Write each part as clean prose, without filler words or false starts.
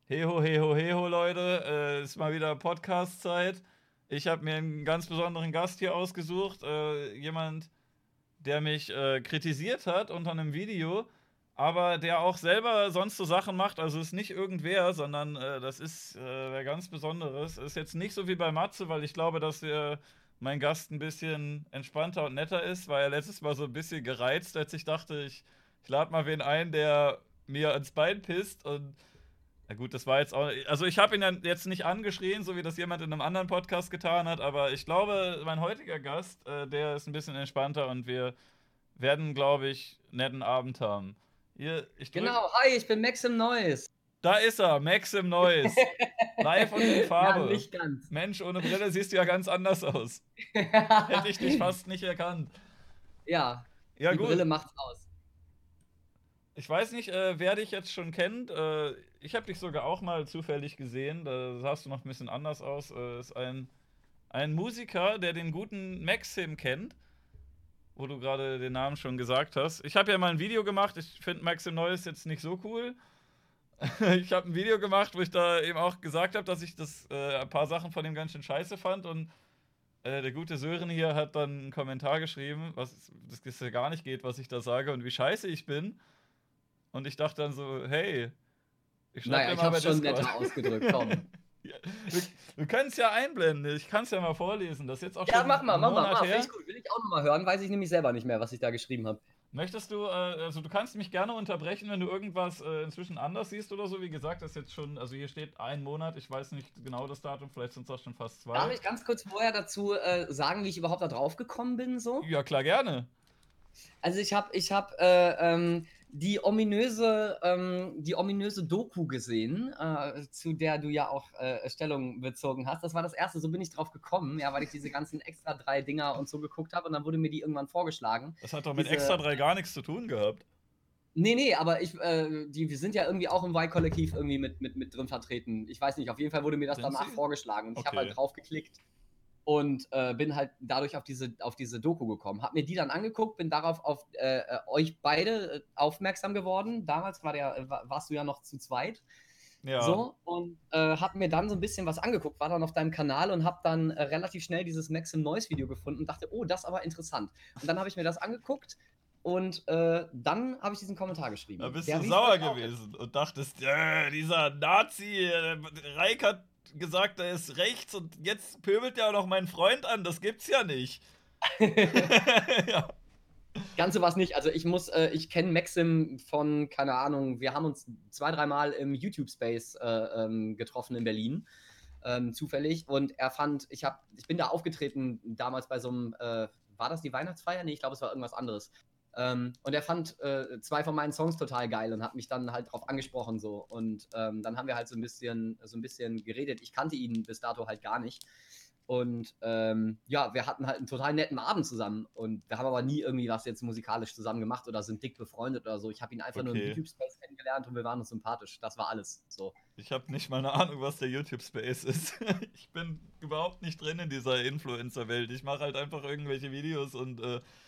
Heho, heho, heho, Leute. Ist mal wieder Podcast-Zeit. Ich habe mir einen ganz besonderen Gast hier ausgesucht. Jemand, der mich kritisiert hat unter einem Video, aber der auch selber sonst so Sachen macht. Also ist nicht irgendwer, sondern das ist wer ganz Besonderes. Ist jetzt nicht so wie bei Matze, weil ich glaube, dass mein Gast ein bisschen entspannter und netter ist. War ja letztes Mal so ein bisschen gereizt, als ich dachte, ich lade mal wen ein, der mir ans Bein pisst. Und na gut, das war jetzt auch. Also, ich habe ihn ja jetzt nicht angeschrien, so wie das jemand in einem anderen Podcast getan hat, aber ich glaube, mein heutiger Gast, der ist ein bisschen entspannter und wir werden, glaube ich, einen netten Abend haben. Hier, ich drück. Genau, hi, ich bin Maxim Neuss. Da ist er, Maxim Neuss. Live und in Ja, Farbe. nicht ganz. Mensch, ohne Brille siehst du ja ganz anders aus. Hätte ich dich fast nicht erkannt. Ja, Ja, die gut. Brille macht's aus. Ich weiß nicht, wer dich jetzt schon kennt. Ich habe dich sogar auch mal zufällig gesehen. Da sahst du noch ein bisschen anders aus. Ist ein Musiker, der den guten Maxim kennt, wo du gerade den Namen schon gesagt hast. Ich habe ja mal ein Video gemacht. Ich finde Maxim Neues jetzt nicht so cool. Ich habe ein Video gemacht, wo ich da eben auch gesagt habe, dass ich ein paar Sachen von dem ganz schön scheiße fand. Und der gute Sören hier hat dann einen Kommentar geschrieben, was das ja gar nicht geht, was ich da sage und wie scheiße ich bin. Und ich dachte dann so, hey, ich schreibe Naja, dir ich mal bei hab's schon Discord. netter ausgedrückt, komm. Ja, wir können es ja einblenden. Ich kann es ja mal vorlesen. Das ist jetzt auch Ja, schon mach mal, einen mach mal, Monat finde her. ich gut. Will ich auch noch mal hören, weiß ich nämlich selber nicht mehr, was ich da geschrieben habe. Möchtest du, also du kannst mich gerne unterbrechen, wenn du irgendwas inzwischen anders siehst oder so. Wie gesagt, das ist jetzt schon, also hier steht ein Monat, ich weiß nicht genau das Datum, vielleicht sind es auch schon fast Darf zwei. ich ganz kurz vorher dazu sagen, wie ich überhaupt da drauf gekommen bin, so? Ja, klar, gerne. Also ich hab die ominöse Doku gesehen, zu der du ja auch Stellung bezogen hast. Das war das erste, so bin ich drauf gekommen, ja, weil ich diese ganzen extra 3 Dinger und so geguckt habe und dann wurde mir die irgendwann vorgeschlagen. Das hat doch mit Extra Diese, 3 gar nichts zu tun gehabt. nee, aber wir sind ja irgendwie auch im Y-Kollektiv irgendwie mit drin vertreten. Ich weiß nicht, auf jeden Fall wurde mir das Sind danach sie? vorgeschlagen und ich habe Okay. halt drauf geklickt und bin halt dadurch auf diese Doku gekommen. Hab mir die dann angeguckt, bin darauf auf euch beide aufmerksam geworden. Damals warst du ja noch zu zweit. Ja. So, und hab mir dann so ein bisschen was angeguckt, war dann auf deinem Kanal und hab dann relativ schnell dieses Maxim Noise Video gefunden und dachte, oh, das ist aber interessant. Und dann habe ich mir das angeguckt und dann habe ich diesen Kommentar geschrieben. Da bist Der du lief sauer euch auch. gewesen und dachtest, dieser Nazi, Reik hat gesagt, er ist rechts und jetzt pöbelt er auch noch meinen Freund an. Das gibt's ja nicht. Ja. Ganz so was nicht. Also ich kenne Maxim von, keine Ahnung, wir haben uns 2, 3 Mal im YouTube-Space getroffen in Berlin, zufällig. Und ich bin da aufgetreten damals bei so einem, war das die Weihnachtsfeier? Nee, ich glaube, es war irgendwas anderes. Und er fand 2 von meinen Songs total geil und hat mich dann halt drauf angesprochen so. Und dann haben wir halt so ein bisschen geredet. Ich kannte ihn bis dato halt gar nicht. Und ja, wir hatten halt einen total netten Abend zusammen. Und wir haben aber nie irgendwie was jetzt musikalisch zusammen gemacht oder sind dick befreundet oder so. Ich habe ihn einfach nur im Okay. YouTube-Space kennengelernt und wir waren uns sympathisch. Das war alles. So. Ich habe nicht mal eine Ahnung, was der YouTube-Space ist. Ich bin überhaupt nicht drin in dieser Influencer-Welt. Ich mache halt einfach irgendwelche Videos und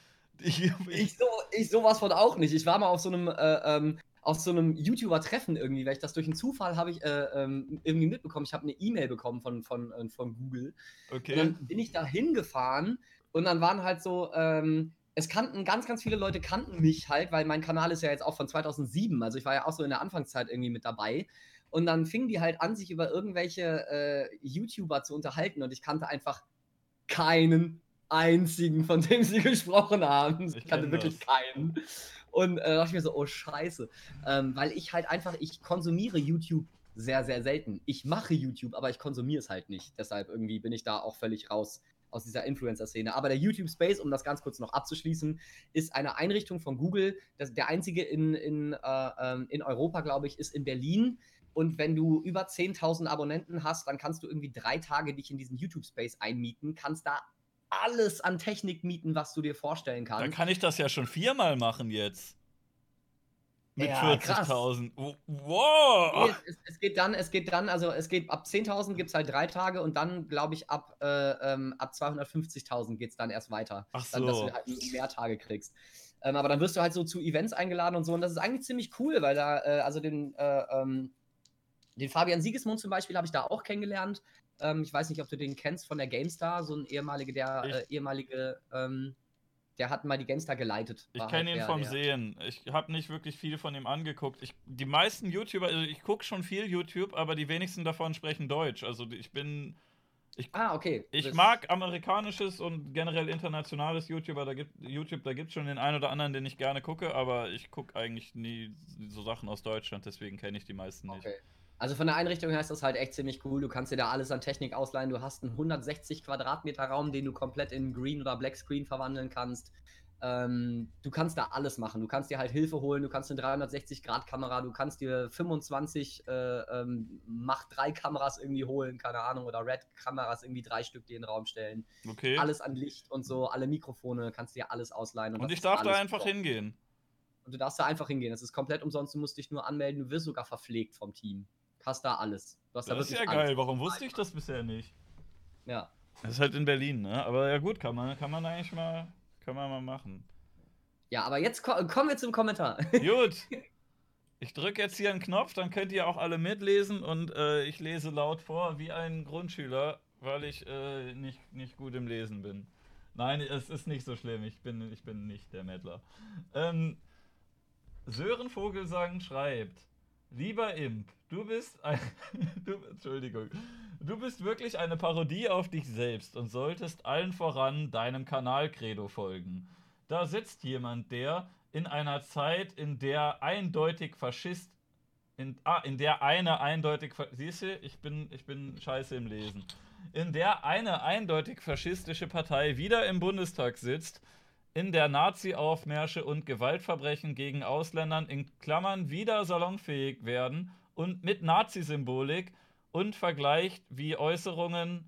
ich Ich sowas von auch nicht. Ich war mal auf so einem YouTuber-Treffen irgendwie, weil ich das durch einen Zufall habe ich irgendwie mitbekommen. Ich habe eine E-Mail bekommen von Google. Und okay. dann bin ich da hingefahren und dann waren halt so, es kannten ganz, ganz viele Leute kannten mich halt, weil mein Kanal ist ja jetzt auch von 2007. Also ich war ja auch so in der Anfangszeit irgendwie mit dabei. Und dann fingen die halt an, sich über irgendwelche YouTuber zu unterhalten und ich kannte einfach keinen einzigen, von dem sie gesprochen haben. Ich Ich kannte kenn wirklich das. keinen. Und dachte ich mir so, oh Scheiße. Weil ich halt einfach, ich konsumiere YouTube sehr, sehr selten. Ich mache YouTube, aber ich konsumiere es halt nicht. Deshalb irgendwie bin ich da auch völlig raus aus dieser Influencer-Szene. Aber der YouTube Space, um das ganz kurz noch abzuschließen, ist eine Einrichtung von Google. Der einzige in Europa, glaube ich, ist in Berlin. Und wenn du über 10.000 Abonnenten hast, dann kannst du irgendwie 3 Tage dich in diesen YouTube-Space einmieten, kannst da alles an Technik mieten, was du dir vorstellen Da kannst. kann ich das ja schon 4-mal machen jetzt. Mit Ja, krass. 40.000. Wow! Nee, es geht dann, also es geht ab 10.000 gibt es halt 3 Tage und dann, glaube ich, ab 250.000 geht es dann erst weiter. Ach Dann, dass du so. halt mehr Tage kriegst. Aber dann wirst du halt so zu Events eingeladen und so und das ist eigentlich ziemlich cool, weil da, also Den Fabian Siegesmund zum Beispiel habe ich da auch kennengelernt. Ich weiß nicht, ob du den kennst von der GameStar, so ein ehemaliger, der hat mal die GameStar geleitet. Ich War kenne halt ihn vom Sehen. Ich habe nicht wirklich viel von ihm angeguckt. Die meisten YouTuber, also ich gucke schon viel YouTube, aber die wenigsten davon sprechen Deutsch. Also okay. ich mag amerikanisches und generell internationales da gibt es schon den einen oder anderen, den ich gerne gucke, aber ich gucke eigentlich nie so Sachen aus Deutschland, deswegen kenne ich die meisten nicht. Okay. Also von der Einrichtung her ist das halt echt ziemlich cool. Du kannst dir da alles an Technik ausleihen. Du hast einen 160 Quadratmeter Raum, den du komplett in Green- oder Blackscreen verwandeln kannst. Du kannst da alles machen. Du kannst dir halt Hilfe holen, du kannst eine 360-Grad-Kamera, du kannst dir 25 Mach-3-Kameras irgendwie holen, keine Ahnung, oder Red-Kameras, irgendwie 3 Stück dir in den Raum stellen. Okay. Alles an Licht und so, alle Mikrofone, kannst dir alles ausleihen. Und ich darf da einfach hingehen. Und du darfst da einfach hingehen. Das ist komplett umsonst, du musst dich nur anmelden, du wirst sogar verpflegt vom Team. Hast da alles. Das ist ja geil, warum wusste ich das bisher nicht? Ja. Das ist halt in Berlin, ne? Aber ja gut, kann man eigentlich mal machen. Ja, aber jetzt kommen wir zum Kommentar. Gut. Ich drücke jetzt hier einen Knopf, dann könnt ihr auch alle mitlesen und ich lese laut vor wie ein Grundschüler, weil ich nicht gut im Lesen bin. Nein, es ist nicht so schlimm, ich bin nicht der Mettler. Sören Vogelsang schreibt: Lieber Imp, Entschuldigung. Du bist wirklich eine Parodie auf dich selbst und solltest allen voran deinem Kanal-Credo folgen. Da sitzt jemand, der in einer Zeit, in der eindeutig siehst du, ich bin scheiße im Lesen. In der eine eindeutig faschistische Partei wieder im Bundestag sitzt, in der Nazi-Aufmärsche und Gewaltverbrechen gegen Ausländern in Klammern wieder salonfähig werden und mit Nazi-Symbolik und vergleichen wie Äußerungen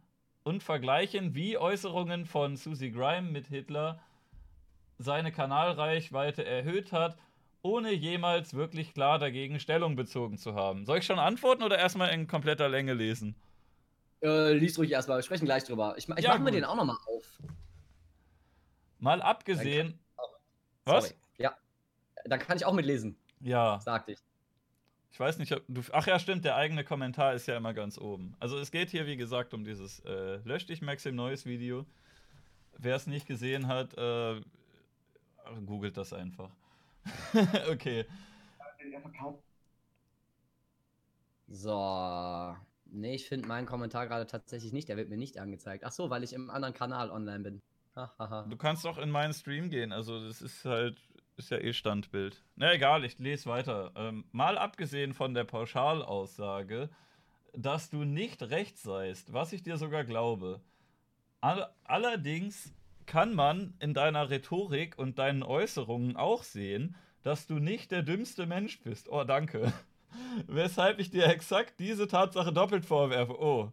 von Susie Grime mit Hitler seine Kanalreichweite erhöht hat, ohne jemals wirklich klar dagegen Stellung bezogen zu haben. Soll ich schon antworten oder erstmal in kompletter Länge lesen? Lies ruhig erstmal, wir sprechen gleich drüber. Ich mache mir den auch nochmal auf. Mal abgesehen. Was? Sorry. Ja. Dann kann ich auch mitlesen. Ja. Sagte ich. Ich weiß nicht, ob du. Ach ja, stimmt, der eigene Kommentar ist ja immer ganz oben. Also es geht hier, wie gesagt, um dieses Lösch dich Maxim neues Video. Wer es nicht gesehen hat, googelt das einfach. Okay. So. Nee, ich finde meinen Kommentar gerade tatsächlich nicht. Der wird mir nicht angezeigt. Ach so, weil ich im anderen Kanal online bin. Du kannst doch in meinen Stream gehen. Also das ist ja eh Standbild. Na egal, ich lese weiter. Mal abgesehen von der Pauschalaussage, dass du nicht recht seist, was ich dir sogar glaube. Allerdings kann man in deiner Rhetorik und deinen Äußerungen auch sehen, dass du nicht der dümmste Mensch bist. Oh, danke. Weshalb ich dir exakt diese Tatsache doppelt vorwerfe. Oh.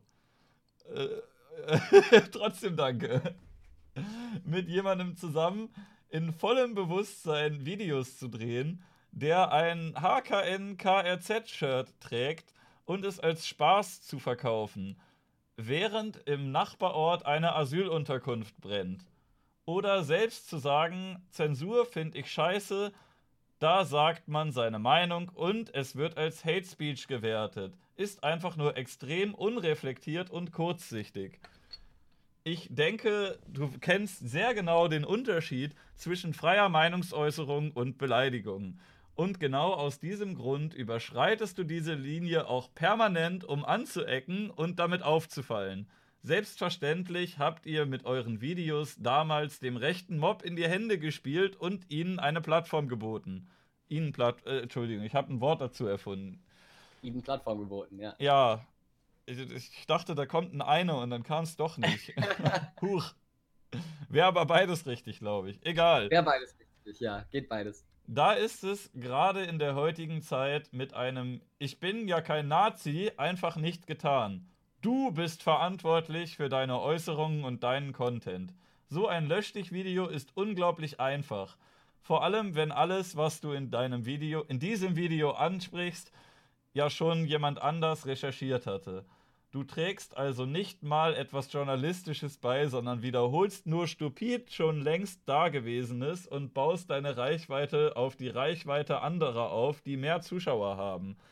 Trotzdem danke. Mit jemandem zusammen in vollem Bewusstsein Videos zu drehen, der ein HKN-KRZ-Shirt trägt und es als Spaß zu verkaufen, während im Nachbarort eine Asylunterkunft brennt. Oder selbst zu sagen, Zensur finde ich scheiße, da sagt man seine Meinung und es wird als Hate Speech gewertet. Ist einfach nur extrem unreflektiert und kurzsichtig. Ich denke, du kennst sehr genau den Unterschied zwischen freier Meinungsäußerung und Beleidigung. Und genau aus diesem Grund überschreitest du diese Linie auch permanent, um anzuecken und damit aufzufallen. Selbstverständlich habt ihr mit euren Videos damals dem rechten Mob in die Hände gespielt und ihnen eine Plattform geboten. Entschuldigung, ich habe ein Wort dazu erfunden. Ihnen Plattform geboten, ja. Ja, ich dachte, da kommt ein Eine und dann kam es doch nicht. Huch. Wäre aber beides richtig, glaube ich. Egal. Wäre beides richtig, ja. Geht beides. Da ist es gerade in der heutigen Zeit mit einem Ich bin ja kein Nazi einfach nicht getan. Du bist verantwortlich für deine Äußerungen und deinen Content. So ein Lösch-dich-Video ist unglaublich einfach. Vor allem, wenn alles, was du in diesem Video ansprichst, ja schon jemand anders recherchiert hatte. Du trägst also nicht mal etwas Journalistisches bei, sondern wiederholst nur stupid schon längst Dagewesenes und baust deine Reichweite auf die Reichweite anderer auf, die mehr Zuschauer haben.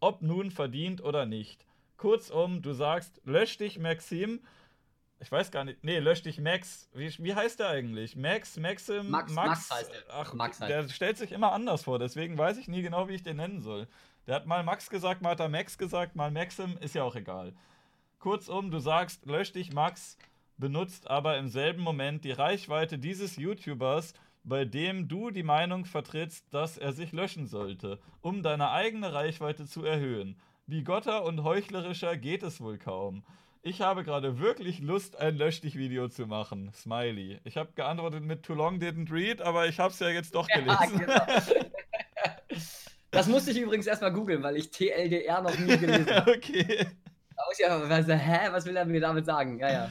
ob nun verdient oder nicht. Kurzum, du sagst, lösch dich Maxim. Ich weiß gar nicht. Nee, lösch dich Max. Wie heißt der eigentlich? Maxim, Max heißt der. Ach, Max heißt der stellt sich immer anders vor, deswegen weiß ich nie genau, wie ich den nennen soll. Der hat mal Max gesagt, mal hat er Max gesagt, mal Maxim, ist ja auch egal. Kurzum, du sagst, lösch dich Max, benutzt aber im selben Moment die Reichweite dieses YouTubers, bei dem du die Meinung vertrittst, dass er sich löschen sollte, um deine eigene Reichweite zu erhöhen. Bigotter und heuchlerischer geht es wohl kaum. Ich habe gerade wirklich Lust, ein Lösch dich-Video zu machen. Smiley. Ich habe geantwortet mit Too long didn't read, aber ich habe es ja jetzt doch gelesen. Ja, genau. Das musste ich übrigens erstmal googeln, weil ich TLDR noch nie gelesen habe. Okay. Da muss ich einfach mal sagen, was will er mir damit sagen? Ja.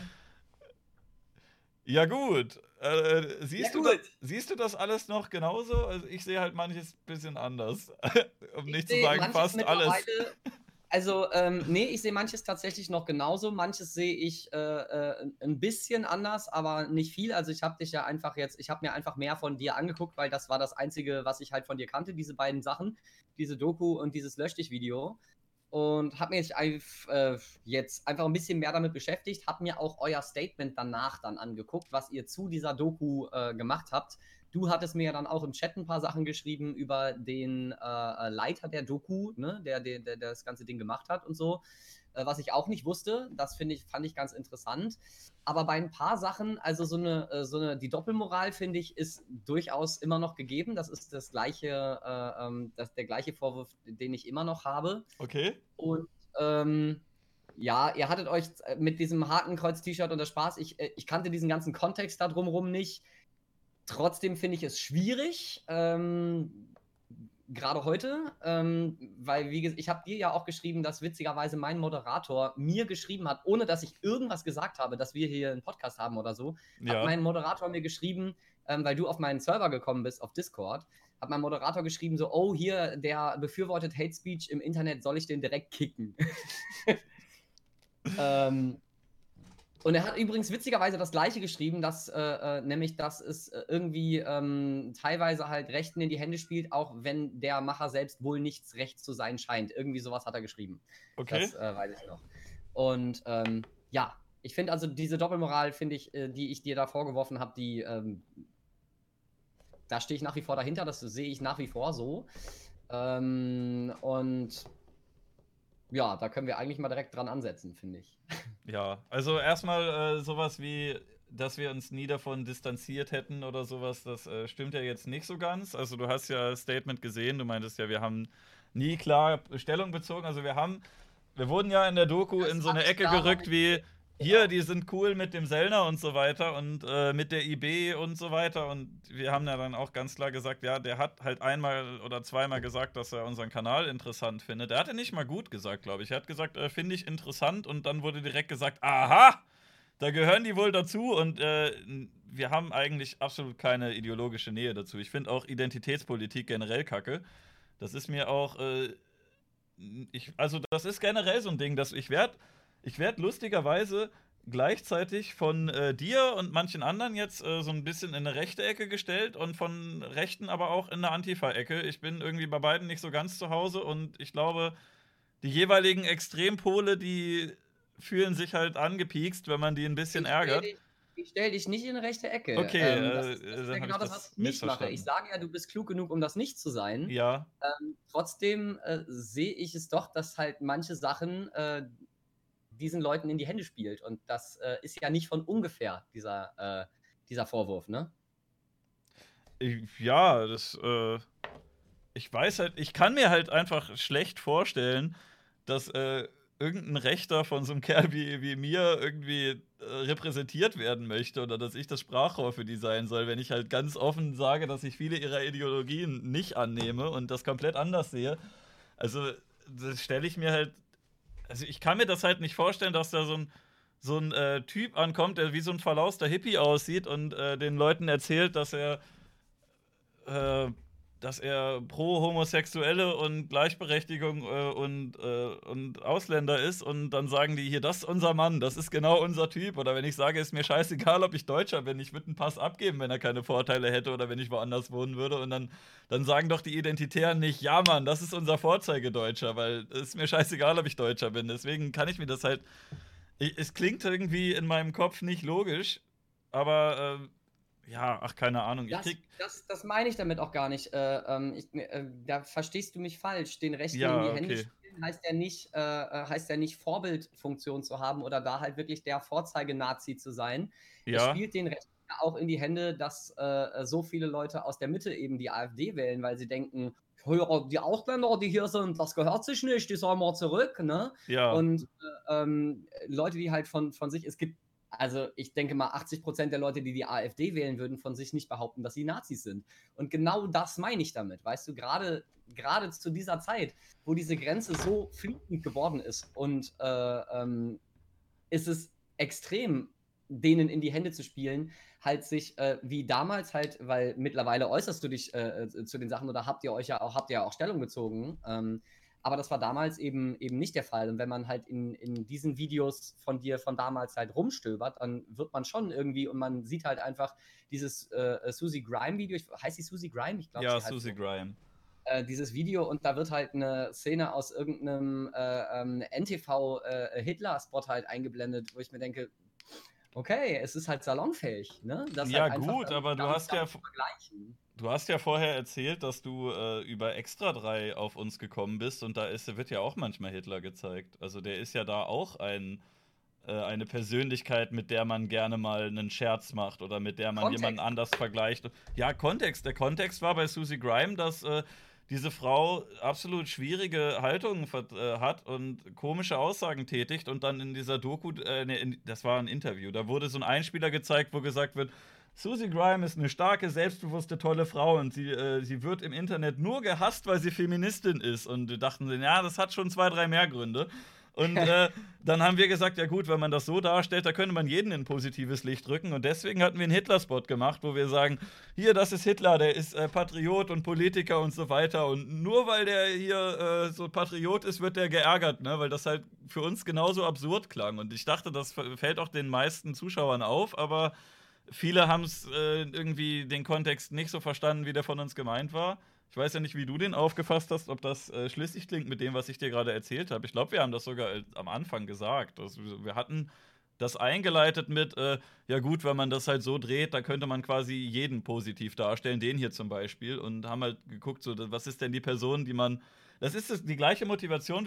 Ja, gut. Siehst Ja, siehst du das alles noch genauso? Also ich sehe halt manches bisschen anders. Um nicht zu sehe sagen, manches fast alles. mittlerweile. Also, nee, ich sehe manches tatsächlich noch genauso. Manches sehe ich ein bisschen anders, aber nicht viel. Also, ich habe mir einfach mehr von dir angeguckt, weil das war das Einzige, was ich halt von dir kannte, diese beiden Sachen, diese Doku und dieses Lösch dich-Video. Und habe mich jetzt einfach ein bisschen mehr damit beschäftigt, habe mir auch euer Statement danach dann angeguckt, was ihr zu dieser Doku gemacht habt. Du hattest mir ja dann auch im Chat ein paar Sachen geschrieben über den Leiter der Doku, ne, der das ganze Ding gemacht hat und so, was ich auch nicht wusste. Das fand ich ganz interessant. Aber bei ein paar Sachen, also die Doppelmoral, finde ich, ist durchaus immer noch gegeben. Das ist der gleiche Vorwurf, den ich immer noch habe. Okay. Und ja, ihr hattet euch mit diesem Hakenkreuz-T-Shirt und der Spaß, ich kannte diesen ganzen Kontext da drumherum nicht. Trotzdem finde ich es schwierig, gerade heute, weil, wie gesagt, ich habe dir ja auch geschrieben, dass witzigerweise mein Moderator mir geschrieben hat, ohne dass ich irgendwas gesagt habe, dass wir hier einen Podcast haben oder so, hat mein Moderator mir geschrieben, weil du auf meinen Server gekommen bist, auf Discord, hat mein Moderator geschrieben so, oh, hier, der befürwortet Hate Speech im Internet, soll ich den direkt kicken? Und er hat übrigens witzigerweise das Gleiche geschrieben, nämlich, dass es irgendwie teilweise halt Rechten in die Hände spielt, auch wenn der Macher selbst wohl nichts rechts zu sein scheint. Irgendwie sowas hat er geschrieben. Okay. Das weiß ich noch. Und ja, ich finde also diese Doppelmoral, die ich dir da vorgeworfen habe, da stehe ich nach wie vor dahinter, das sehe ich nach wie vor so. Und ja, da können wir eigentlich mal direkt dran ansetzen, finde ich. Ja, also erstmal sowas wie, dass wir uns nie davon distanziert hätten oder sowas, das stimmt ja jetzt nicht so ganz. Also du hast ja das Statement gesehen, du meintest ja, wir haben nie klar Stellung bezogen. Also wir wurden ja in der Doku in so eine Ecke gerückt wie, hier, die sind cool mit dem Sellner und so weiter und mit der IB und so weiter. Und wir haben ja dann auch ganz klar gesagt, ja, der hat halt einmal oder zweimal gesagt, dass er unseren Kanal interessant findet. Der hatte nicht mal gut gesagt, glaube ich. Er hat gesagt, finde ich interessant und dann wurde direkt gesagt, aha, da gehören die wohl dazu. Und wir haben eigentlich absolut keine ideologische Nähe dazu. Ich finde auch Identitätspolitik generell kacke. Das ist mir auch, also das ist generell so ein Ding, dass ich werd lustigerweise gleichzeitig von dir und manchen anderen jetzt so ein bisschen in eine rechte Ecke gestellt und von Rechten aber auch in eine Antifa-Ecke. Ich bin irgendwie bei beiden nicht so ganz zu Hause und ich glaube, die jeweiligen Extrempole, die fühlen sich halt angepiekst, wenn man die ein bisschen ärgert. Ich stelle dich nicht in eine rechte Ecke. Okay, das ist ja genau das, was ich nicht mache. Ich sage ja, du bist klug genug, um das nicht zu sein. Ja. Trotzdem sehe ich es doch, dass halt manche Sachen diesen Leuten in die Hände spielt. Und das ist ja nicht von ungefähr, dieser Vorwurf, ne? Ja, ich weiß halt, ich kann mir halt einfach schlecht vorstellen, dass irgendein Rechter von so einem Kerl wie mir irgendwie repräsentiert werden möchte oder dass ich das Sprachrohr für die sein soll, wenn ich halt ganz offen sage, dass ich viele ihrer Ideologien nicht annehme und das komplett anders sehe. Also, das stelle ich mir halt. Also ich kann mir das halt nicht vorstellen, dass da so ein Typ ankommt, der wie so ein verlauster Hippie aussieht und den Leuten erzählt, dass er dass er pro Homosexuelle und Gleichberechtigung und Ausländer ist und dann sagen die hier, das ist unser Mann, das ist genau unser Typ. Oder wenn ich sage, ist mir scheißegal, ob ich Deutscher bin, ich würde einen Pass abgeben, wenn er keine Vorteile hätte oder wenn ich woanders wohnen würde. Und dann sagen doch die Identitären nicht, ja Mann, das ist unser Vorzeigedeutscher, weil es ist mir scheißegal, ob ich Deutscher bin. Deswegen kann ich mir das halt, es klingt irgendwie in meinem Kopf nicht logisch, aber ja, ach, keine Ahnung. Das meine ich damit auch gar nicht. Da verstehst du mich falsch. Den Rechten in die Ja, Hände okay. spielen heißt ja nicht Vorbildfunktion zu haben oder da halt wirklich der Vorzeige-Nazi zu sein. Es Ja, spielt den Rechten auch in die Hände, dass so viele Leute aus der Mitte eben die AfD wählen, weil sie denken, "Ja, die Ausländer, die hier sind, das gehört sich nicht, die sollen mal zurück, ne? ja. Und Leute, die halt von sich, also ich denke mal, 80% der Leute, die die AfD wählen würden, von sich nicht behaupten, dass sie Nazis sind. Und genau das meine ich damit, weißt du, gerade zu dieser Zeit, wo diese Grenze so fließend geworden ist und ist es extrem, denen in die Hände zu spielen, halt sich wie damals halt, weil mittlerweile äußerst du dich zu den Sachen oder habt ihr auch Stellung bezogen, aber das war damals eben nicht der Fall. Und wenn man halt in diesen Videos von dir von damals halt rumstöbert, dann wird man schon irgendwie und man sieht halt einfach dieses Susie Grime-Video. Heißt die Susie Grime? Ich glaube, Ja, sie heißt Susie so. Grime. Dieses Video und da wird halt eine Szene aus irgendeinem NTV-Hitler-Spot halt eingeblendet, wo ich mir denke, okay, es ist halt salonfähig, ne? Das halt Ja, einfach gut, aber damit zu vergleichen. du hast ja vorher erzählt, dass du über Extra 3 auf uns gekommen bist und wird ja auch manchmal Hitler gezeigt. Also der ist ja da auch eine Persönlichkeit, mit der man gerne mal einen Scherz macht oder mit der man jemanden Kontext. anders vergleicht. Ja, Kontext. Der Kontext war bei Susie Grime, dass diese Frau absolut schwierige Haltungen hat und komische Aussagen tätigt und dann in dieser Doku, nee, das war ein Interview, da wurde so ein Einspieler gezeigt, wo gesagt wird, Susie Grime ist eine starke, selbstbewusste, tolle Frau und sie wird im Internet nur gehasst, weil sie Feministin ist. Und wir dachten, ja, das hat schon 2, 3 mehr Gründe. Und dann haben wir gesagt, ja gut, wenn man das so darstellt, da könnte man jeden in ein positives Licht rücken. Und deswegen hatten wir einen Hitler-Spot gemacht, wo wir sagen, hier, das ist Hitler, der ist Patriot und Politiker und so weiter. Und nur weil der hier so Patriot ist, wird der geärgert, ne? Weil das halt für uns genauso absurd klang. Und ich dachte, das fällt auch den meisten Zuschauern auf, aber viele haben es irgendwie den Kontext nicht so verstanden, wie der von uns gemeint war. Ich weiß ja nicht, wie du den aufgefasst hast, ob das schlüssig klingt mit dem, was ich dir gerade erzählt habe. Ich glaube, wir haben das sogar am Anfang gesagt. Also, wir hatten das eingeleitet mit, ja gut, wenn man das halt so dreht, da könnte man quasi jeden positiv darstellen, den hier zum Beispiel, und haben halt geguckt, so, was ist denn die Person, die man. Das ist die gleiche Motivation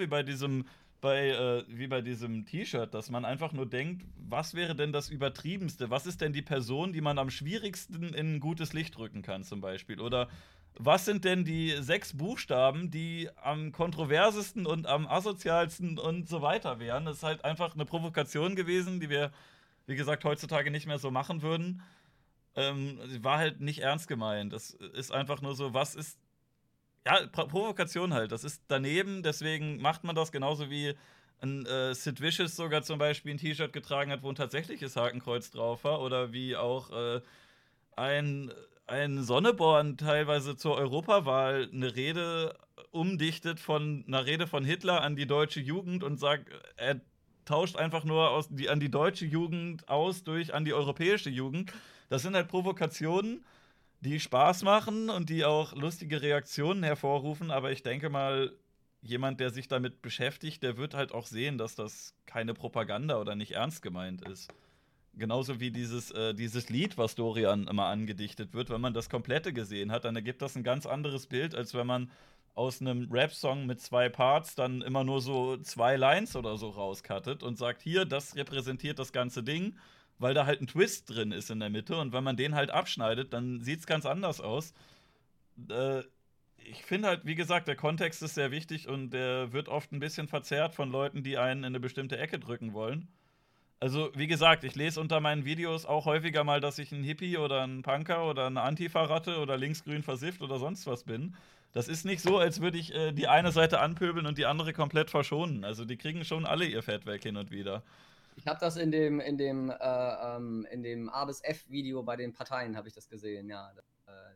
wie bei diesem T-Shirt, dass man einfach nur denkt, was wäre denn das Übertriebenste? Was ist denn die Person, die man am schwierigsten in ein gutes Licht rücken kann, zum Beispiel? Oder was sind denn die 6 Buchstaben, die am kontroversesten und am asozialsten und so weiter wären? Das ist halt einfach eine Provokation gewesen, die wir, wie gesagt, heutzutage nicht mehr so machen würden. Sie war halt nicht ernst gemeint. Das ist einfach nur so, was ist. Ja, Provokation halt. Das ist daneben, deswegen macht man das genauso wie ein Sid Vicious sogar zum Beispiel ein T-Shirt getragen hat, wo ein tatsächliches Hakenkreuz drauf war. Oder wie auch ein, ein Sonneborn teilweise zur Europawahl eine Rede umdichtet von einer Rede von Hitler an die deutsche Jugend und sagt, er tauscht einfach nur an die deutsche Jugend aus durch an die europäische Jugend. Das sind halt Provokationen, die Spaß machen und die auch lustige Reaktionen hervorrufen, aber ich denke mal, jemand, der sich damit beschäftigt, der wird halt auch sehen, dass das keine Propaganda oder nicht ernst gemeint ist. Genauso wie dieses Lied, was Dorian immer angedichtet wird, wenn man das komplette gesehen hat, dann ergibt das ein ganz anderes Bild, als wenn man aus einem Rap-Song mit 2 Parts dann immer nur so 2 Lines oder so rauscuttet und sagt, hier, das repräsentiert das ganze Ding, weil da halt ein Twist drin ist in der Mitte und wenn man den halt abschneidet, dann sieht es ganz anders aus. Äh, Ich finde halt, wie gesagt, der Kontext ist sehr wichtig und der wird oft ein bisschen verzerrt von Leuten, die einen in eine bestimmte Ecke drücken wollen. Also, wie gesagt, ich lese unter meinen Videos auch häufiger mal, dass ich ein Hippie oder ein Punker oder eine Antifa-Ratte oder linksgrün versifft oder sonst was bin. Das ist nicht so, als würde ich die eine Seite anpöbeln und die andere komplett verschonen. Also, die kriegen schon alle ihr Fett weg hin und wieder. Ich habe das in dem A bis F Video bei den Parteien habe ich das gesehen, ja.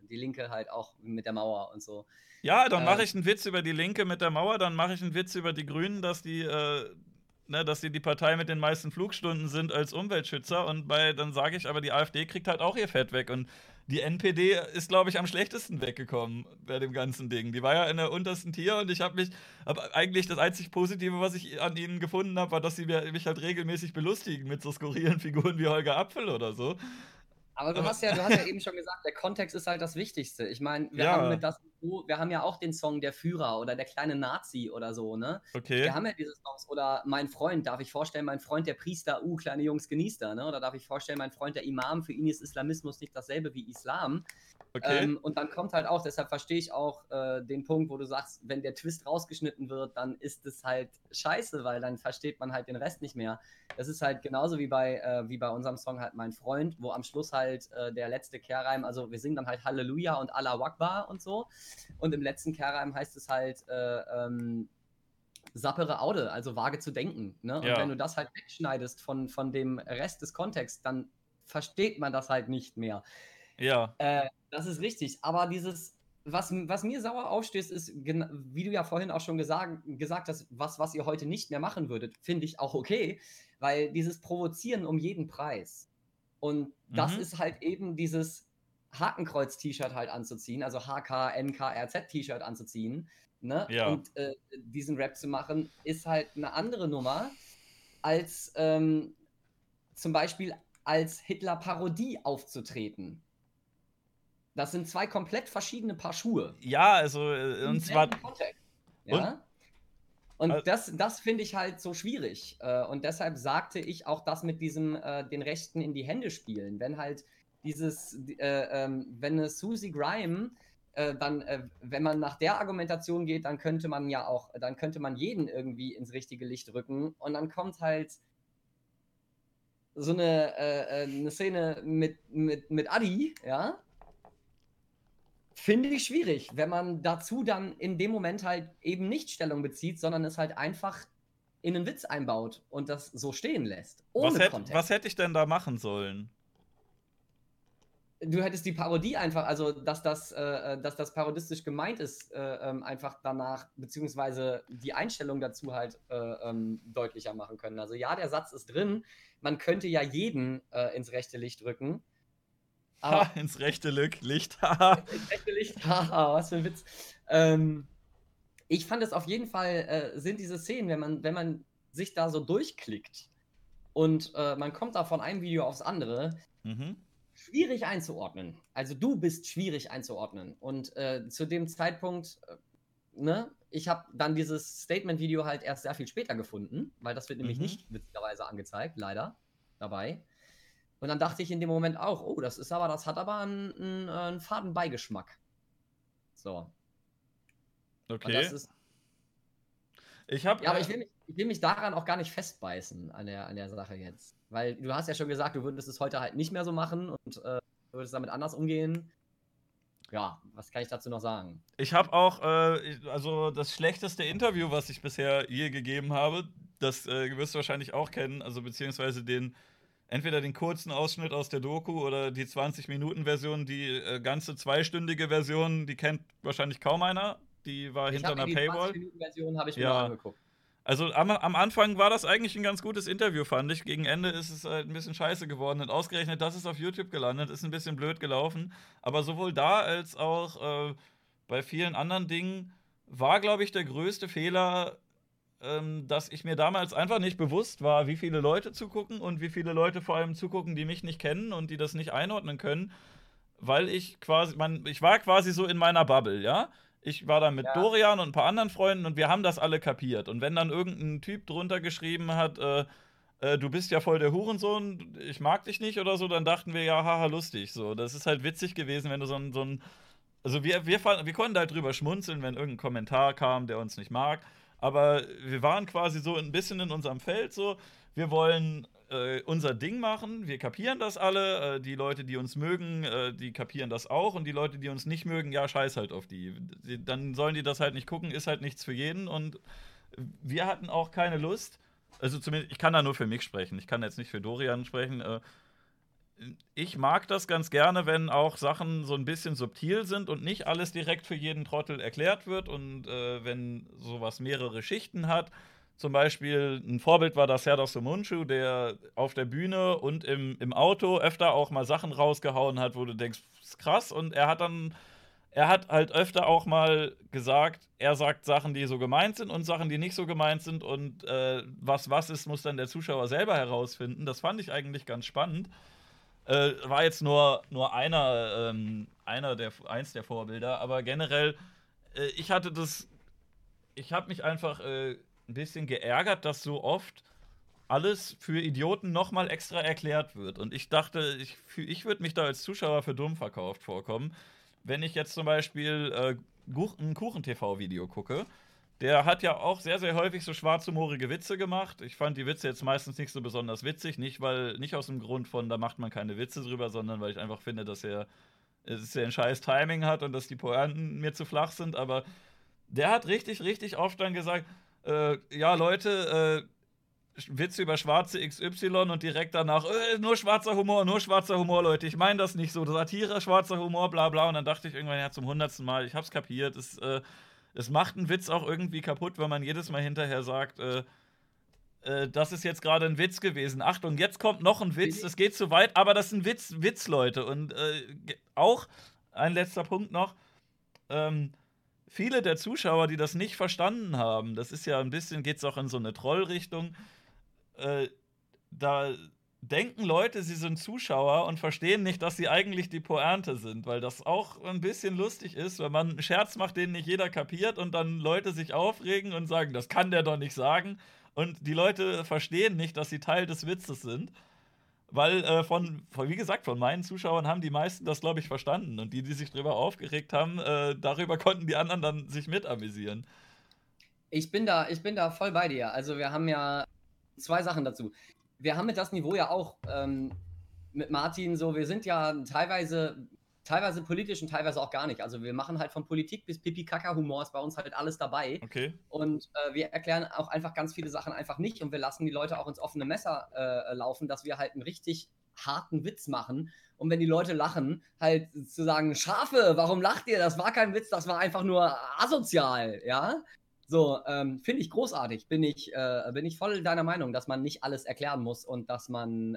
die Linke halt auch mit der Mauer und so. Ja, dann mache ich einen Witz über die Linke mit der Mauer, dann mache ich einen Witz über die Grünen, dass die Partei mit den meisten Flugstunden sind als Umweltschützer dann sage ich, aber die AfD kriegt halt auch ihr Fett weg und die NPD ist, glaube ich, am schlechtesten weggekommen bei dem ganzen Ding. Die war ja in der untersten Tier und aber eigentlich das einzig Positive, was ich an ihnen gefunden habe, war, dass sie mich halt regelmäßig belustigen mit so skurrilen Figuren wie Holger Apfel oder so. Aber du hast ja eben schon gesagt, der Kontext ist halt das Wichtigste. Ich meine, wir haben ja auch den Song Der Führer oder Der kleine Nazi oder so, ne? Okay. Wir haben ja diese Songs. Oder Mein Freund, darf ich vorstellen, mein Freund der Priester, kleine Jungs genießt er, ne? Oder darf ich vorstellen, mein Freund der Imam, für ihn ist Islamismus nicht dasselbe wie Islam. Okay. Und dann kommt halt auch, deshalb verstehe ich auch den Punkt, wo du sagst, wenn der Twist rausgeschnitten wird, dann ist es halt scheiße, weil dann versteht man halt den Rest nicht mehr. Das ist halt genauso wie bei unserem Song halt Mein Freund, wo am Schluss halt der letzte Kehrreim, also wir singen dann halt Halleluja und Allah Akbar und so. Und im letzten Kehrreim heißt es halt Sappere Aude, also vage zu denken. Ne? Und wenn du das halt wegschneidest von dem Rest des Kontexts, dann versteht man das halt nicht mehr. Ja. Das ist richtig, aber was mir sauer aufstößt, ist, wie du ja vorhin auch schon gesagt hast, was ihr heute nicht mehr machen würdet, finde ich auch okay, weil dieses Provozieren um jeden Preis und das ist halt eben dieses Hakenkreuz-T-Shirt halt anzuziehen, also HKNKRZ-T-Shirt anzuziehen, ne? Ja. Und diesen Rap zu machen, ist halt eine andere Nummer, als zum Beispiel als Hitler-Parodie aufzutreten. Das sind zwei komplett verschiedene Paar Schuhe. Ja, also, und zwar. Kontext. Ja? Und das finde ich halt so schwierig. Und deshalb sagte ich auch das mit diesem den Rechten in die Hände spielen. Wenn halt wenn eine Susie Grime wenn man nach der Argumentation geht, dann könnte man jeden irgendwie ins richtige Licht rücken. Und dann kommt halt so eine Szene mit Adi, ja, finde ich schwierig, wenn man dazu dann in dem Moment halt eben nicht Stellung bezieht, sondern es halt einfach in einen Witz einbaut und das so stehen lässt. Ohne Kontext. Was hätte ich denn da machen sollen? Du hättest die Parodie einfach, also dass das parodistisch gemeint ist, einfach danach, beziehungsweise die Einstellung dazu halt deutlicher machen können. Also ja, der Satz ist drin, man könnte ja jeden ins rechte Licht rücken. Ins rechte Licht. Ins rechte Licht, haha, was für ein Witz. Ich fand es auf jeden Fall, sind diese Szenen, wenn man sich da so durchklickt und man kommt da von einem Video aufs andere, schwierig einzuordnen. Also du bist schwierig einzuordnen. Und zu dem Zeitpunkt, ne, ich habe dann dieses Statement-Video halt erst sehr viel später gefunden, weil das wird nämlich nicht witzigerweise angezeigt, leider, dabei. Und dann dachte ich in dem Moment auch, oh, das hat aber einen faden Beigeschmack. So. Okay. Aber ich will mich daran auch gar nicht festbeißen an der Sache jetzt. Weil du hast ja schon gesagt, du würdest es heute halt nicht mehr so machen und würdest damit anders umgehen. Ja, was kann ich dazu noch sagen? Ich habe auch, also das schlechteste Interview, was ich bisher je gegeben habe, das wirst du wahrscheinlich auch kennen, also beziehungsweise entweder den kurzen Ausschnitt aus der Doku oder die 20-Minuten-Version, die ganze zweistündige Version, die kennt wahrscheinlich kaum einer. Die war hinter einer Paywall. Die 20-Minuten-Version habe ich mir mal angeguckt. Also am Anfang war das eigentlich ein ganz gutes Interview, fand ich. Gegen Ende ist es halt ein bisschen scheiße geworden. Und ausgerechnet, das ist auf YouTube gelandet, ist ein bisschen blöd gelaufen. Aber sowohl da als auch bei vielen anderen Dingen war, glaube ich, der größte Fehler, dass ich mir damals einfach nicht bewusst war, wie viele Leute zugucken und wie viele Leute vor allem zugucken, die mich nicht kennen und die das nicht einordnen können. Weil ich war quasi so in meiner Bubble, ja? Ich war da mit Dorian und ein paar anderen Freunden und wir haben das alle kapiert. Und wenn dann irgendein Typ drunter geschrieben hat, du bist ja voll der Hurensohn, ich mag dich nicht oder so, dann dachten wir, ja, haha, lustig. So, das ist halt witzig gewesen, wenn du so ein also wir konnten halt drüber schmunzeln, wenn irgendein Kommentar kam, der uns nicht mag. Aber wir waren quasi so ein bisschen in unserem Feld so, wir wollen unser Ding machen, wir kapieren das alle, die Leute, die uns mögen, die kapieren das auch und die Leute, die uns nicht mögen, ja, scheiß halt auf die. Dann sollen die das halt nicht gucken, ist halt nichts für jeden und wir hatten auch keine Lust, also zumindest, ich kann da nur für mich sprechen, ich kann jetzt nicht für Dorian sprechen, ich mag das ganz gerne, wenn auch Sachen so ein bisschen subtil sind und nicht alles direkt für jeden Trottel erklärt wird und wenn sowas mehrere Schichten hat. Zum Beispiel ein Vorbild war das Serdar Somuncu, der auf der Bühne und im Auto öfter auch mal Sachen rausgehauen hat, wo du denkst, das ist krass. Und er hat halt öfter auch mal gesagt, er sagt Sachen, die so gemeint sind und Sachen, die nicht so gemeint sind. Und was ist, muss dann der Zuschauer selber herausfinden. Das fand ich eigentlich ganz spannend. War jetzt nur eins der Vorbilder, aber generell, ich hatte das, ich habe mich einfach ein bisschen geärgert, dass so oft alles für Idioten nochmal extra erklärt wird. Und ich dachte, ich würde mich da als Zuschauer für dumm verkauft vorkommen, wenn ich jetzt zum Beispiel ein Kuchen-TV-Video gucke. Der hat ja auch sehr, sehr häufig so schwarzhumorige Witze gemacht. Ich fand die Witze jetzt meistens nicht so besonders witzig. Nicht aus dem Grund von, da macht man keine Witze drüber, sondern weil ich einfach finde, dass es ja ein scheiß Timing hat und dass die Pointen mir zu flach sind. Aber der hat richtig, richtig oft dann gesagt, ja, Leute, Witze über schwarze XY und direkt danach, nur schwarzer Humor, Leute. Ich meine das nicht so. Satire, schwarzer Humor, bla bla. Und dann dachte ich irgendwann, ja, zum 100. Mal, ich hab's kapiert. Es macht einen Witz auch irgendwie kaputt, wenn man jedes Mal hinterher sagt, das ist jetzt gerade ein Witz gewesen. Achtung, jetzt kommt noch ein Witz, das geht zu weit, aber das ist ein Witz, Leute. Und auch ein letzter Punkt noch. Ähm, Viele der Zuschauer, die das nicht verstanden haben, das ist ja ein bisschen, geht's auch in so eine Trollrichtung, äh, da denken Leute, sie sind Zuschauer und verstehen nicht, dass sie eigentlich die Pointe sind, weil das auch ein bisschen lustig ist, wenn man einen Scherz macht, den nicht jeder kapiert und dann Leute sich aufregen und sagen, das kann der doch nicht sagen. Und die Leute verstehen nicht, dass sie Teil des Witzes sind. Weil wie gesagt, von meinen Zuschauern haben die meisten das, glaube ich, verstanden. Und die sich drüber aufgeregt haben, darüber konnten die anderen dann sich mit amüsieren. Ich bin da voll bei dir. Also wir haben ja zwei Sachen dazu. Wir haben mit das Niveau ja auch mit Martin so, wir sind ja teilweise politisch und teilweise auch gar nicht. Also wir machen halt von Politik bis Pipi-Kaka-Humor ist bei uns halt alles dabei. Okay. Und wir erklären auch einfach ganz viele Sachen einfach nicht und wir lassen die Leute auch ins offene Messer laufen, dass wir halt einen richtig harten Witz machen. Und wenn die Leute lachen, halt zu sagen, Schafe, warum lacht ihr? Das war kein Witz, das war einfach nur asozial, ja? So, finde ich großartig. Bin ich voll deiner Meinung, dass man nicht alles erklären muss und dass man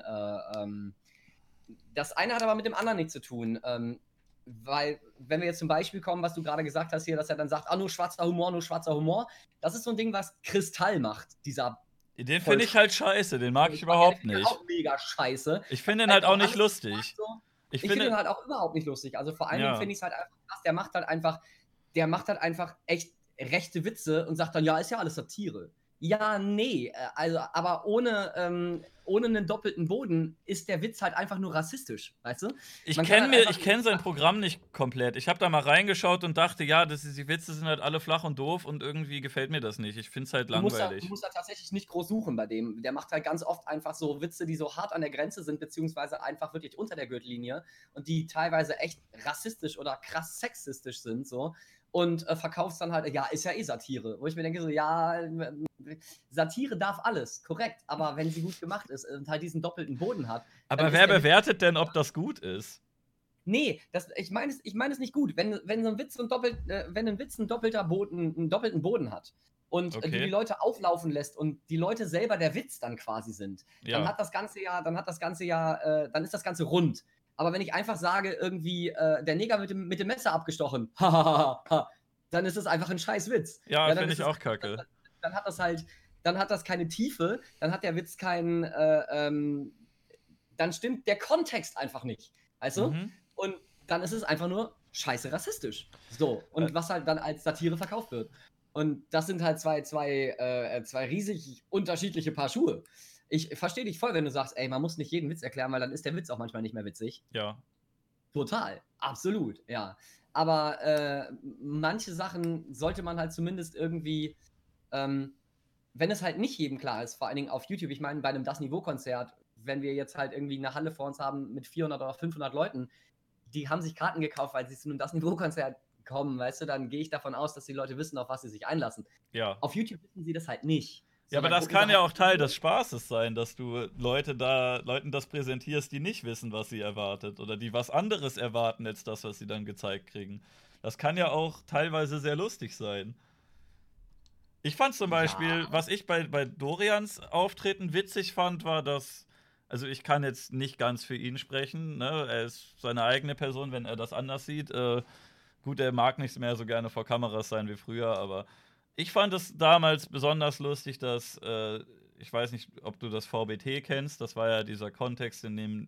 das eine hat aber mit dem anderen nichts zu tun. Weil, wenn wir jetzt zum Beispiel kommen, was du gerade gesagt hast hier, dass er dann sagt, nur schwarzer Humor, das ist so ein Ding, was Kristall macht, dieser. Den finde ich halt scheiße, den mag ich überhaupt nicht. Auch mega scheiße. Ich finde ihn halt auch nicht lustig. Ich finde ihn halt auch überhaupt nicht lustig. Also vor allen Dingen finde ich es halt einfach krass, der macht halt einfach echt rechte Witze und sagt dann, ja, ist ja alles Satire. Ja, nee, also, aber ohne einen doppelten Boden ist der Witz halt einfach nur rassistisch, weißt du? Ich kenne sein Programm nicht komplett. Ich habe da mal reingeschaut und dachte, ja, die Witze sind halt alle flach und doof und irgendwie gefällt mir das nicht. Ich finde es halt langweilig. Du musst da tatsächlich nicht groß suchen bei dem. Der macht halt ganz oft einfach so Witze, die so hart an der Grenze sind, beziehungsweise einfach wirklich unter der Gürtellinie und die teilweise echt rassistisch oder krass sexistisch sind, so. Und verkaufst dann halt, ja, ist ja eh Satire. Wo ich mir denke, so, ja, Satire darf alles, korrekt, aber wenn sie gut gemacht ist und halt diesen doppelten Boden hat. Aber wer bewertet denn, ob das gut ist? Nee, ich meine es nicht gut. Wenn so ein Witz wenn ein Witz einen doppelten Boden hat und du die Leute auflaufen lässt und die Leute selber der Witz dann quasi sind, dann ist das Ganze rund. Aber wenn ich einfach sage, irgendwie, der Neger mit dem Messer abgestochen, dann ist es einfach ein scheiß Witz. Ja, finde ich auch kacke. Dann hat das keine Tiefe, dann hat der Witz keinen, dann stimmt der Kontext einfach nicht. Weißt du? Und dann ist es einfach nur scheiße rassistisch. So, und was halt dann als Satire verkauft wird. Und das sind halt zwei riesig unterschiedliche Paar Schuhe. Ich verstehe dich voll, wenn du sagst, ey, man muss nicht jeden Witz erklären, weil dann ist der Witz auch manchmal nicht mehr witzig. Ja. Total, absolut, ja. Aber manche Sachen sollte man halt zumindest irgendwie, wenn es halt nicht jedem klar ist, vor allen Dingen auf YouTube, ich meine, bei einem Das-Niveau-Konzert, wenn wir jetzt halt irgendwie eine Halle vor uns haben mit 400 oder 500 Leuten, die haben sich Karten gekauft, weil sie zu einem Das-Niveau-Konzert kommen, weißt du, dann gehe ich davon aus, dass die Leute wissen, auf was sie sich einlassen. Ja. Auf YouTube wissen sie das halt nicht. Ja, aber Sondern das gucken sie kann ja halt auch Teil nur. des Spaßes sein, dass du Leuten das präsentierst, die nicht wissen, was sie erwartet oder die was anderes erwarten als das, was sie dann gezeigt kriegen. Das kann ja auch teilweise sehr lustig sein. Ich fand zum Ja, Beispiel, was ich bei Dorians Auftreten witzig fand, war, dass, also ich kann jetzt nicht ganz für ihn sprechen, ne? Er ist seine eigene Person, wenn er das anders sieht. Gut, er mag nicht mehr so gerne vor Kameras sein wie früher, aber ich fand es damals besonders lustig, dass, ich weiß nicht, ob du das VBT kennst, das war ja dieser Kontext,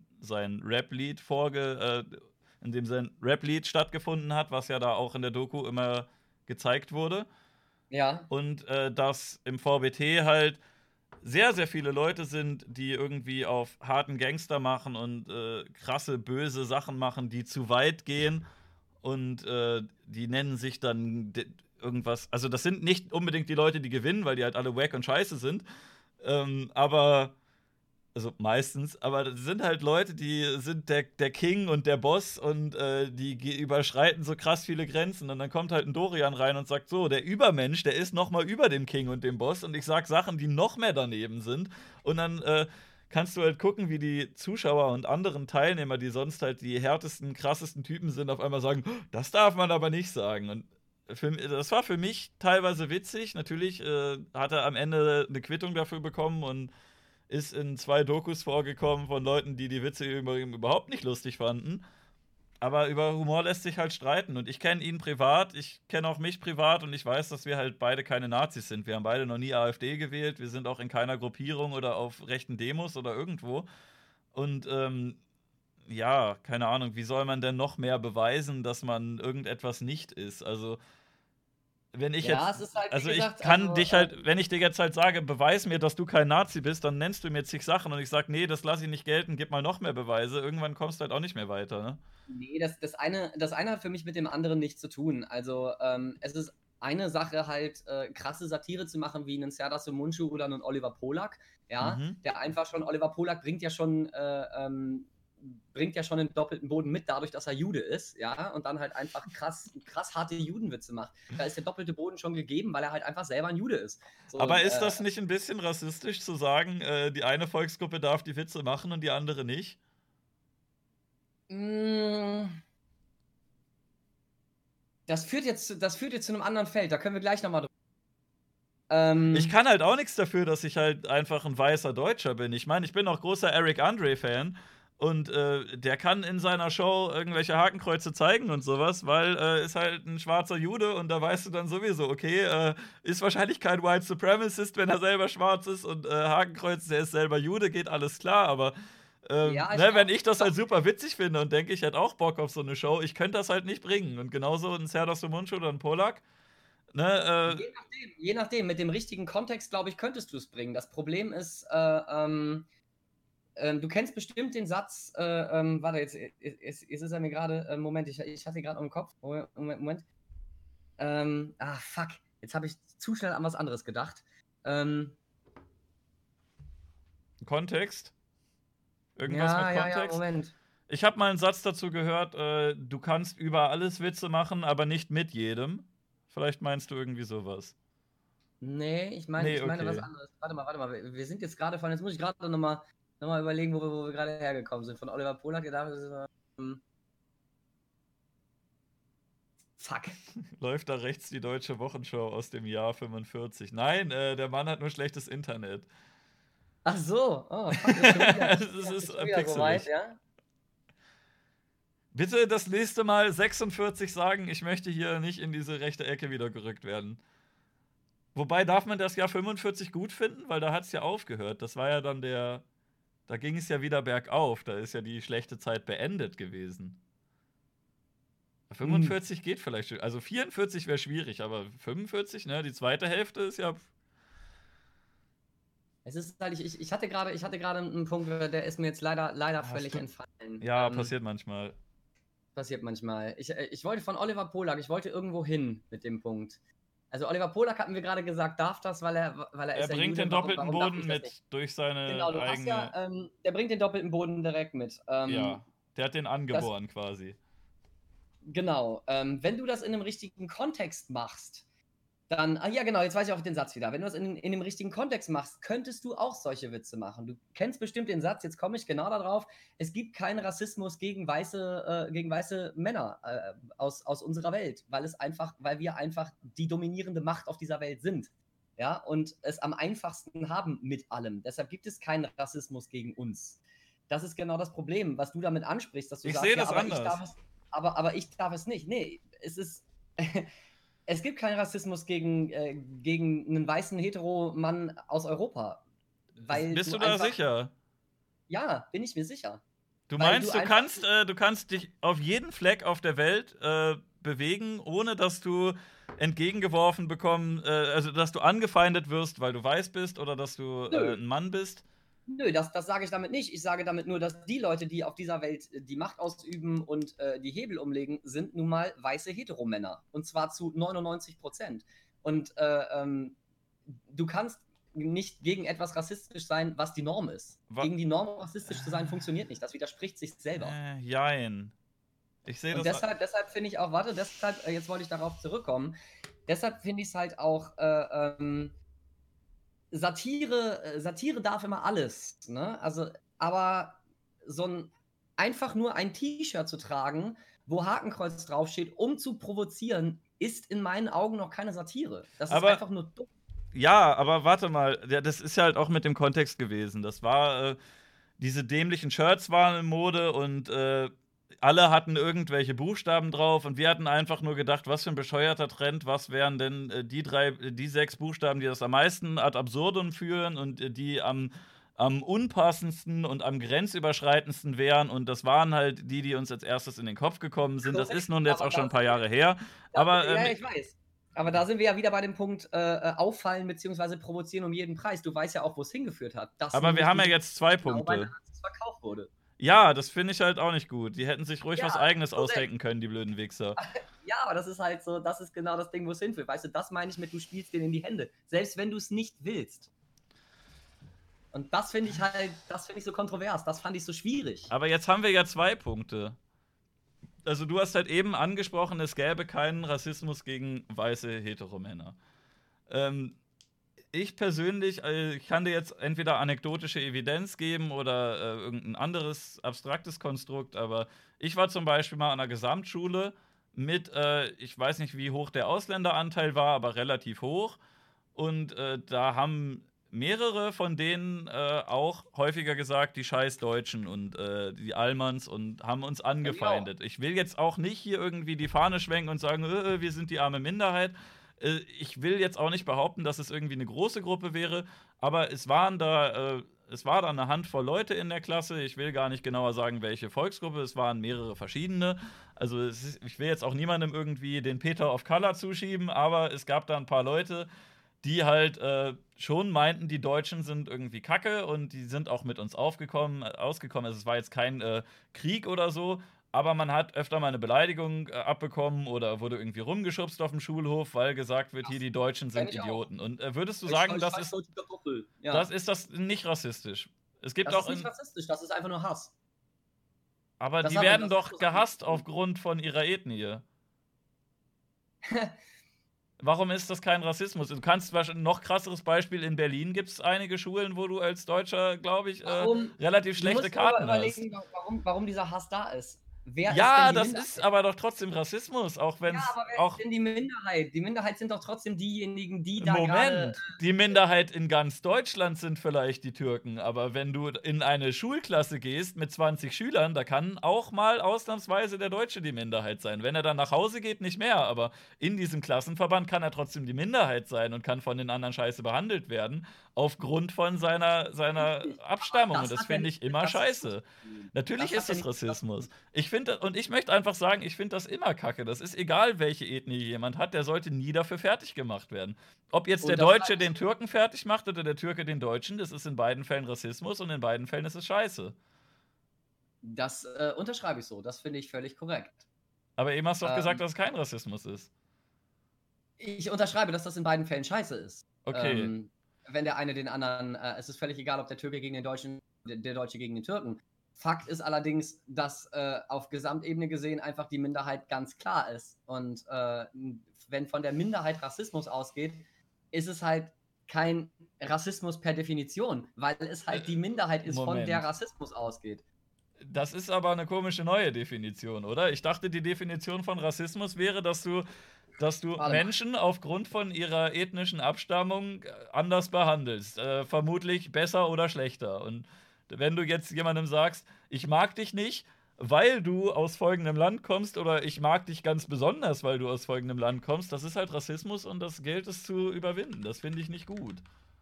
in dem sein Rap-Lied stattgefunden hat, was ja da auch in der Doku immer gezeigt wurde. ja, Und dass im VBT halt sehr, sehr viele Leute sind, die irgendwie auf harten Gangster machen und krasse, böse Sachen machen, die zu weit gehen. Und die nennen sich dann irgendwas. Also, das sind nicht unbedingt die Leute, die gewinnen, weil die halt alle wack und scheiße sind. Aber also meistens, aber das sind halt Leute, die sind der King und der Boss und die überschreiten so krass viele Grenzen. Und dann kommt halt ein Dorian rein und sagt so, der Übermensch, der ist noch mal über dem King und dem Boss und ich sag Sachen, die noch mehr daneben sind. Und dann kannst du halt gucken, wie die Zuschauer und anderen Teilnehmer, die sonst halt die härtesten, krassesten Typen sind, auf einmal sagen, das darf man aber nicht sagen. Und das war für mich teilweise witzig. Natürlich hat er am Ende eine Quittung dafür bekommen und ist in 2 Dokus vorgekommen von Leuten, die die Witze über ihn überhaupt nicht lustig fanden. Aber über Humor lässt sich halt streiten. Und ich kenne ihn privat, ich kenne auch mich privat und ich weiß, dass wir halt beide keine Nazis sind. Wir haben beide noch nie AfD gewählt, wir sind auch in keiner Gruppierung oder auf rechten Demos oder irgendwo. Und ja, keine Ahnung, wie soll man denn noch mehr beweisen, dass man irgendetwas nicht ist? Also, wenn ich ja, jetzt, es ist halt, wie also ich gesagt, kann dich halt, wenn ich dir jetzt halt sage, beweis mir, dass du kein Nazi bist, dann nennst du mir zig Sachen und ich sag, nee, das lasse ich nicht gelten, gib mal noch mehr Beweise. Irgendwann kommst du halt auch nicht mehr weiter, ne? nee, das eine hat für mich mit dem anderen nichts zu tun. Also, es ist eine Sache halt, krasse Satire zu machen wie einen Serdar Somuncu oder einen Oliver Polak, ja, Mhm. der einfach schon, Oliver Polak bringt ja schon den doppelten Boden mit, dadurch, dass er Jude ist, ja, und dann halt einfach krass harte Judenwitze macht. Da ist der doppelte Boden schon gegeben, weil er halt einfach selber ein Jude ist. So, Aber ist das nicht ein bisschen rassistisch zu sagen, die eine Volksgruppe darf die Witze machen und die andere nicht? mh, das führt jetzt zu einem anderen Feld, da können wir gleich nochmal drüber. Ich Ähm, kann halt auch nichts dafür, dass ich halt einfach ein weißer Deutscher bin. Ich meine, ich bin auch großer Eric Andre-Fan. Und der kann in seiner Show irgendwelche Hakenkreuze zeigen und sowas, weil ist halt ein schwarzer Jude und da weißt du dann sowieso, okay, ist wahrscheinlich kein White Supremacist, wenn er selber schwarz ist und Hakenkreuz, der ist selber Jude, geht alles klar, aber ja, ich ne, wenn glaube, ich das halt super witzig finde und denke, ich hätte auch Bock auf so eine Show, ich könnte das halt nicht bringen. Und genauso ein Serdar Somuncu oder ein Polak, ne, je nachdem, mit dem richtigen Kontext, glaube ich, könntest du es bringen. Das Problem ist, du kennst bestimmt den Satz, warte, jetzt ist es ja mir gerade, Moment, ich hatte gerade im Kopf, Moment. Fuck, jetzt habe ich zu schnell an was anderes gedacht. Kontext. Irgendwas mit Ja, Kontext. Moment. Ich habe mal einen Satz dazu gehört, du kannst über alles Witze machen, aber nicht mit jedem. Vielleicht meinst du irgendwie sowas. Nee, Nee, ich meine was okay. anderes. Warte mal. Wir sind jetzt gerade von, jetzt muss ich gerade noch mal überlegen, wo wir gerade hergekommen sind. Von Oliver Polak, der da fuck. Läuft da rechts die Deutsche Wochenschau aus dem Jahr 45. Nein, der Mann hat nur schlechtes Internet. Ach so, oh, fuck, ist schon wieder, Es ist ist schon wieder soweit, pixelig. ja? Bitte das nächste Mal 46 sagen, ich möchte hier nicht in diese rechte Ecke wieder gerückt werden. Wobei, darf man das Jahr 45 gut finden? Weil da hat es ja aufgehört. Das war ja dann der. Da ging es ja wieder bergauf. Da ist ja die schlechte Zeit beendet gewesen. Hm. 45 geht vielleicht schon. Also 44 wäre schwierig, aber 45, ne? Die zweite Hälfte ist ja. Es ist halt, ich hatte gerade einen Punkt, der ist mir jetzt leider Hast völlig du. entfallen. Ja, passiert manchmal. Passiert manchmal. Ich wollte von Oliver Polak, ich wollte irgendwo hin mit dem Punkt. Also Oliver Polak hatten wir gerade gesagt, darf das, weil er Er ist ein bringt Jude. den doppelten Warum darf Boden ich das nicht? mit durch seine Genau, du hast ja, eigene. der bringt den doppelten Boden direkt mit. Ja, der hat den Das, angeboren quasi. genau. Wenn du das in einem richtigen Kontext machst, dann, ja genau, jetzt weiß ich auch den Satz wieder. Wenn du das in dem richtigen Kontext machst, könntest du auch solche Witze machen. Du kennst bestimmt den Satz, jetzt komme ich genau darauf, es gibt keinen Rassismus gegen weiße Männer aus unserer Welt, weil wir einfach die dominierende Macht auf dieser Welt sind. Ja, und es am einfachsten haben mit allem. Deshalb gibt es keinen Rassismus gegen uns. Das ist genau das Problem, was du damit ansprichst, dass du Ich sagst, sehe ja, das anders. aber ich darf es nicht. Nee, es ist. Es gibt keinen Rassismus gegen einen weißen Hetero-Mann aus Europa. Weil Bist du du da einfach. sicher? Ja, bin ich mir sicher. Du Weil du meinst, einfach. du kannst dich auf jeden Fleck auf der Welt bewegen, ohne dass du entgegengeworfen bekommen, also dass du angefeindet wirst, weil du weiß bist oder dass du Nö, ein Mann bist. nö, das sage ich damit nicht. Ich sage damit nur, dass die Leute, die auf dieser Welt die Macht ausüben und die Hebel umlegen, sind nun mal weiße Heteromänner. Und zwar zu 99%. Und du kannst nicht gegen etwas rassistisch sein, was die Norm ist. Wa Gegen die Norm rassistisch zu sein, funktioniert nicht. Das widerspricht sich selber. Jein. Ich sehe Und das. deshalb finde ich auch, jetzt wollte ich darauf zurückkommen, deshalb finde ich es halt auch, Satire darf immer alles, ne? Also, aber einfach nur ein T-Shirt zu tragen, wo Hakenkreuz draufsteht, um zu provozieren, ist in meinen Augen noch keine Satire. Das ist Aber einfach nur dumm. ja, aber warte mal, ja, das ist ja halt auch mit dem Kontext gewesen. Das war, diese dämlichen Shirts waren in Mode und alle hatten irgendwelche Buchstaben drauf und wir hatten einfach nur gedacht, was für ein bescheuerter Trend, was wären denn die 6 Buchstaben, die das am meisten ad absurdum führen und die am unpassendsten und am grenzüberschreitendsten wären und das waren halt die, die uns als erstes in den Kopf gekommen sind. Das ist Korrekt, nun jetzt aber auch schon da ein paar sind wir, Jahre her, da, aber ja, ich weiß. Aber da sind wir ja wieder bei dem Punkt auffallen bzw. provozieren um jeden Preis. Du weißt ja auch, wo es hingeführt hat. Dass aber wir nämlich haben ja diese jetzt 2 genau weil Punkte. es verkauft wurde. Ja, das finde ich halt auch nicht gut. Die hätten sich ruhig Ja, was Eigenes korrekt. ausdenken können, die blöden Wichser. Ja, aber das ist halt so, das ist genau das Ding, wo es hinführt. Weißt du, das meine ich mit, du spielst denen in die Hände. Selbst wenn du es nicht willst. Und das finde ich so kontrovers. Das fand ich so schwierig. Aber jetzt haben wir ja 2 Punkte. Also du hast halt eben angesprochen, es gäbe keinen Rassismus gegen weiße Heteromänner. Ähm, ich persönlich, ich kann dir jetzt entweder anekdotische Evidenz geben oder irgendein anderes abstraktes Konstrukt, aber ich war zum Beispiel mal an einer Gesamtschule mit, ich weiß nicht, wie hoch der Ausländeranteil war, aber relativ hoch. Und da haben mehrere von denen auch häufiger gesagt, die scheiß Deutschen und die Allmanns und haben uns Genau. angefeindet. Ich will jetzt auch nicht hier irgendwie die Fahne schwenken und sagen, wir sind die arme Minderheit. Ich will jetzt auch nicht behaupten, dass es irgendwie eine große Gruppe wäre, aber es war da eine Handvoll Leute in der Klasse. Ich will gar nicht genauer sagen, welche Volksgruppe. Es waren mehrere verschiedene. Also ich will jetzt auch niemandem irgendwie den Peter of Color zuschieben, aber es gab da ein paar Leute, die halt schon meinten, die Deutschen sind irgendwie kacke und die sind auch mit uns ausgekommen. Also es war jetzt kein Krieg oder so, aber man hat öfter mal eine Beleidigung abbekommen oder wurde irgendwie rumgeschubst auf dem Schulhof, weil gesagt wird, hier Das die Deutschen kenne sind ich auch. Idioten. Und würdest du Ich sagen, scheiß heute die Kartoffel. das Ja. ist das nicht rassistisch? Es gibt Das auch ist nicht rassistisch, das ist einfach nur Hass. aber Das die hat mit werden doch Rassismus auch nichts gehasst zu tun. aufgrund von ihrer Ethnie. Warum ist das kein Rassismus? Du kannst wahrscheinlich noch krasseres Beispiel: In Berlin gibt es einige Schulen, wo du als Deutscher, glaube ich, Warum? relativ Du schlechte musst dir aber Karten hast. überlegen, warum dieser Hass da ist. Wer ist denn Ja, die das ist Minderheit? aber doch trotzdem Rassismus, auch wenn Ja, es aber wer ist auch denn die Minderheit? Die Minderheit sind doch trotzdem diejenigen, die da gerade. Moment, die Minderheit in ganz Deutschland sind vielleicht die Türken, aber wenn du in eine Schulklasse gehst mit 20 Schülern, da kann auch mal ausnahmsweise der Deutsche die Minderheit sein. Wenn er dann nach Hause geht, nicht mehr, aber in diesem Klassenverband kann er trotzdem die Minderheit sein und kann von den anderen scheiße behandelt werden, aufgrund von seiner Richtig, aber Abstammung. Und das das hat ja finde nichts ich mit immer Rassismus scheiße. zu tun. Natürlich Das hat ist ja das nichts mit Rassismus. Rassismus. Und ich möchte einfach sagen, ich finde das immer kacke. Das ist egal, welche Ethnie jemand hat, der sollte nie dafür fertig gemacht werden. Ob jetzt der Deutsche Unterschreibe ich den so. Türken fertig macht oder der Türke den Deutschen, das ist in beiden Fällen Rassismus und in beiden Fällen ist es scheiße. Das unterschreibe ich so. Das finde ich völlig korrekt. Aber eben hast du doch gesagt, Ähm, dass es kein Rassismus ist. Ich unterschreibe, dass das in beiden Fällen scheiße ist. Okay. Wenn der eine den anderen, es ist völlig egal, ob der Türke gegen den Deutschen, der Deutsche gegen den Türken. Fakt ist allerdings, dass auf Gesamtebene gesehen einfach die Minderheit ganz klar ist. Und wenn von der Minderheit Rassismus ausgeht, ist es halt kein Rassismus per Definition, weil es halt die Minderheit ist, von der Rassismus ausgeht. Das ist aber eine komische neue Definition, oder? Ich dachte, die Definition von Rassismus wäre, dass du Menschen aufgrund von ihrer ethnischen Abstammung anders behandelst. Vermutlich besser oder schlechter. Und wenn du jetzt jemandem sagst, ich mag dich nicht, weil du aus folgendem Land kommst, oder ich mag dich ganz besonders, weil du aus folgendem Land kommst, das ist halt Rassismus und das gilt es zu überwinden. Das finde ich nicht gut.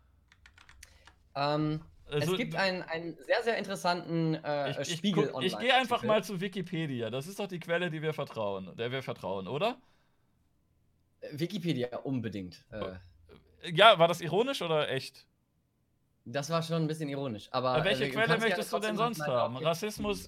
Es gibt einen sehr, sehr interessanten Spiegel online. Ich gehe einfach mal zu Wikipedia. Das ist doch die Quelle, der wir vertrauen, oder? Wikipedia, unbedingt. Ja, war das ironisch oder echt? Das war schon ein bisschen ironisch. Aber welche Quelle möchtest du denn sonst haben? Rassismus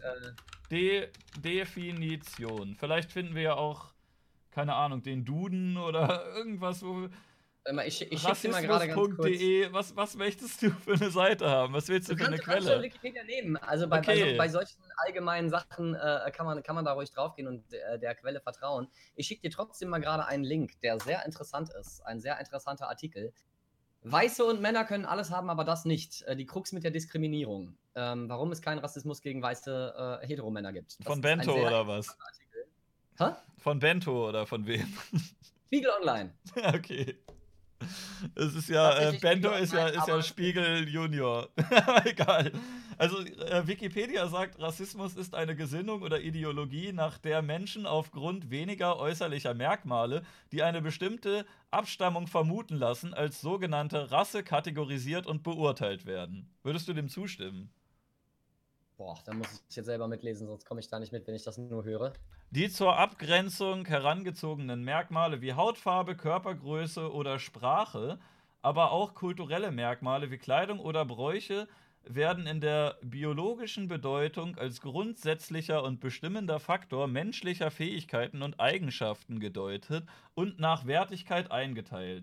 Definition. Vielleicht finden wir ja auch, keine Ahnung, den Duden oder irgendwas, wo. Ich schick dir mal gerade ganz kurz. Was möchtest du für eine Seite haben? Was willst du für eine Quelle? Du kannst Wikipedia nehmen. Also bei solchen allgemeinen Sachen kann man da ruhig draufgehen und der Quelle vertrauen. Ich schicke dir trotzdem mal gerade einen Link, der sehr interessant ist. Ein sehr interessanter Artikel. Weiße und Männer können alles haben, aber das nicht. Die Krux mit der Diskriminierung. Warum es keinen Rassismus gegen weiße Heteromänner gibt. Von Bento oder was? Hä? Von Bento oder von wem? Spiegel Online. Okay. Es ist ja, Bento ist ja Spiegel Junior. Egal. Also Wikipedia sagt, Rassismus ist eine Gesinnung oder Ideologie, nach der Menschen aufgrund weniger äußerlicher Merkmale, die eine bestimmte Abstammung vermuten lassen, als sogenannte Rasse kategorisiert und beurteilt werden. Würdest du dem zustimmen? Boah, da muss ich jetzt selber mitlesen, sonst komme ich da nicht mit, wenn ich das nur höre. Die zur Abgrenzung herangezogenen Merkmale wie Hautfarbe, Körpergröße oder Sprache, aber auch kulturelle Merkmale wie Kleidung oder Bräuche werden in der biologischen Bedeutung als grundsätzlicher und bestimmender Faktor menschlicher Fähigkeiten und Eigenschaften gedeutet und nach Wertigkeit eingeteilt.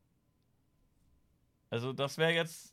Also das wäre jetzt,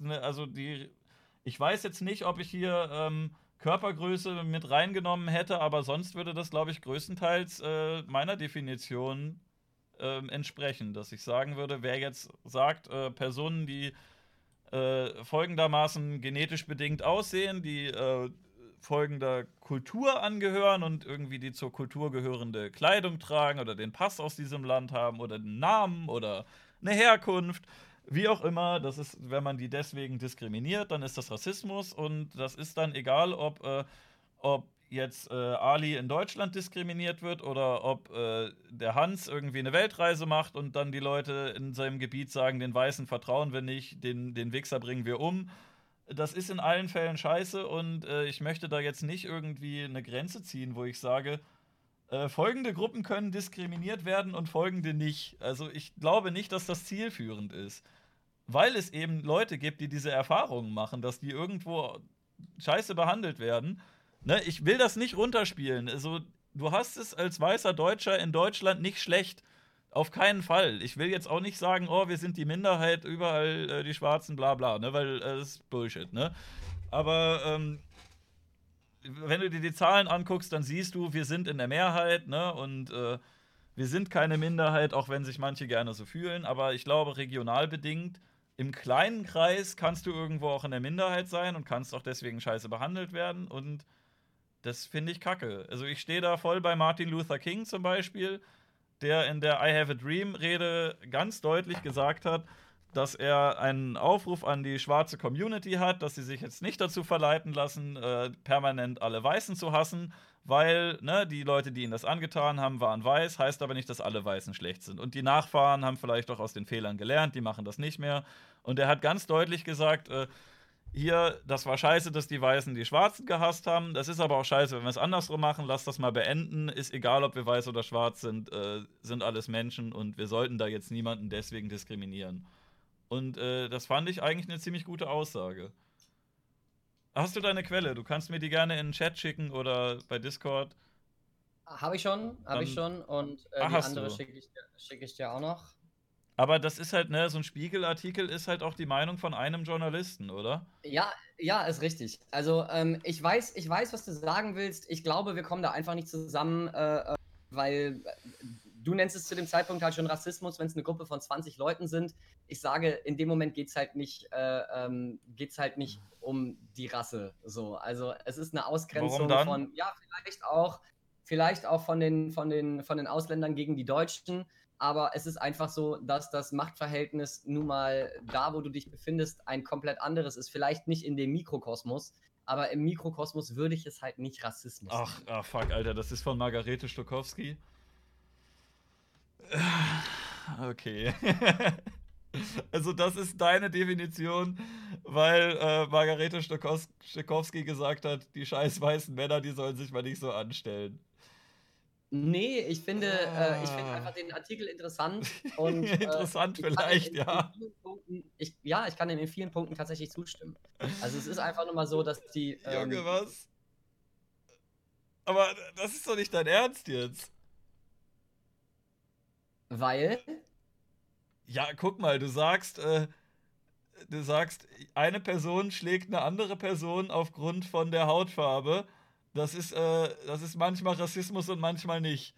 ich weiß jetzt nicht, ob ich hier Körpergröße mit reingenommen hätte, aber sonst würde das, glaube ich, größtenteils meiner Definition entsprechen, dass ich sagen würde, wer jetzt sagt, Personen, die folgendermaßen genetisch bedingt aussehen, die folgender Kultur angehören und irgendwie die zur Kultur gehörende Kleidung tragen oder den Pass aus diesem Land haben oder den Namen oder eine Herkunft, wie auch immer, das ist, wenn man die deswegen diskriminiert, dann ist das Rassismus und das ist dann egal, ob jetzt Ali in Deutschland diskriminiert wird oder ob der Hans irgendwie eine Weltreise macht und dann die Leute in seinem Gebiet sagen, den Weißen vertrauen wir nicht, den Wichser bringen wir um. Das ist in allen Fällen scheiße und ich möchte da jetzt nicht irgendwie eine Grenze ziehen, wo ich sage, folgende Gruppen können diskriminiert werden und folgende nicht. Also ich glaube nicht, dass das zielführend ist. Weil es eben Leute gibt, die diese Erfahrungen machen, dass die irgendwo scheiße behandelt werden. Ne, ich will das nicht runterspielen. Also, du hast es als weißer Deutscher in Deutschland nicht schlecht. Auf keinen Fall. Ich will jetzt auch nicht sagen, oh, wir sind die Minderheit, überall die Schwarzen, bla bla, ne, weil das ist Bullshit, ne? Aber wenn du dir die Zahlen anguckst, dann siehst du, wir sind in der Mehrheit, ne? Und wir sind keine Minderheit, auch wenn sich manche gerne so fühlen. Aber ich glaube, regional bedingt, im kleinen Kreis kannst du irgendwo auch in der Minderheit sein und kannst auch deswegen scheiße behandelt werden. Und das finde ich kacke. Also ich stehe da voll bei Martin Luther King zum Beispiel, der in der I Have a Dream-Rede ganz deutlich gesagt hat, dass er einen Aufruf an die schwarze Community hat, dass sie sich jetzt nicht dazu verleiten lassen, permanent alle Weißen zu hassen, weil die Leute, die ihnen das angetan haben, waren weiß, heißt aber nicht, dass alle Weißen schlecht sind. Und die Nachfahren haben vielleicht auch aus den Fehlern gelernt, die machen das nicht mehr. Und er hat ganz deutlich gesagt, hier, das war scheiße, dass die Weißen die Schwarzen gehasst haben. Das ist aber auch scheiße, wenn wir es andersrum machen. Lass das mal beenden. Ist egal, ob wir weiß oder schwarz sind, sind alles Menschen und wir sollten da jetzt niemanden deswegen diskriminieren. Und das fand ich eigentlich eine ziemlich gute Aussage. Hast du deine Quelle? Du kannst mir die gerne in den Chat schicken oder bei Discord. Habe ich schon. Und die andere schicke ich dir auch noch. Aber das ist halt, ne, so ein Spiegelartikel ist halt auch die Meinung von einem Journalisten, oder? Ja, ja, ist richtig. Also, ich weiß, was du sagen willst. Ich glaube, wir kommen da einfach nicht zusammen, weil du nennst es zu dem Zeitpunkt halt schon Rassismus, wenn es eine Gruppe von 20 Leuten sind. Ich sage, in dem Moment geht's halt nicht um die Rasse. So. Also es ist eine Warum Ausgrenzung dann? von, ja, vielleicht auch von den Ausländern gegen die Deutschen. Aber es ist einfach so, dass das Machtverhältnis nun mal da, wo du dich befindest, ein komplett anderes ist. Vielleicht nicht in dem Mikrokosmos, aber im Mikrokosmos würde ich es halt nicht Rassismus nennen. Fuck, Alter, das ist von Margarete Stokowski. Okay. Also das ist deine Definition, weil Margarete Stokowski gesagt hat, die scheiß weißen Männer, die sollen sich mal nicht so anstellen. Nee, ich finde Ah. einfach den Artikel interessant und Interessant ich kann ihm vielleicht, in ja. vielen Punkten, ja, ich kann ihm in vielen Punkten tatsächlich zustimmen. Also es ist einfach nur mal so, dass die, Junge, was? Aber das ist doch nicht dein Ernst jetzt. weil, Ja, guck mal, du sagst, eine Person schlägt eine andere Person aufgrund von der Hautfarbe. Das ist manchmal Rassismus und manchmal nicht.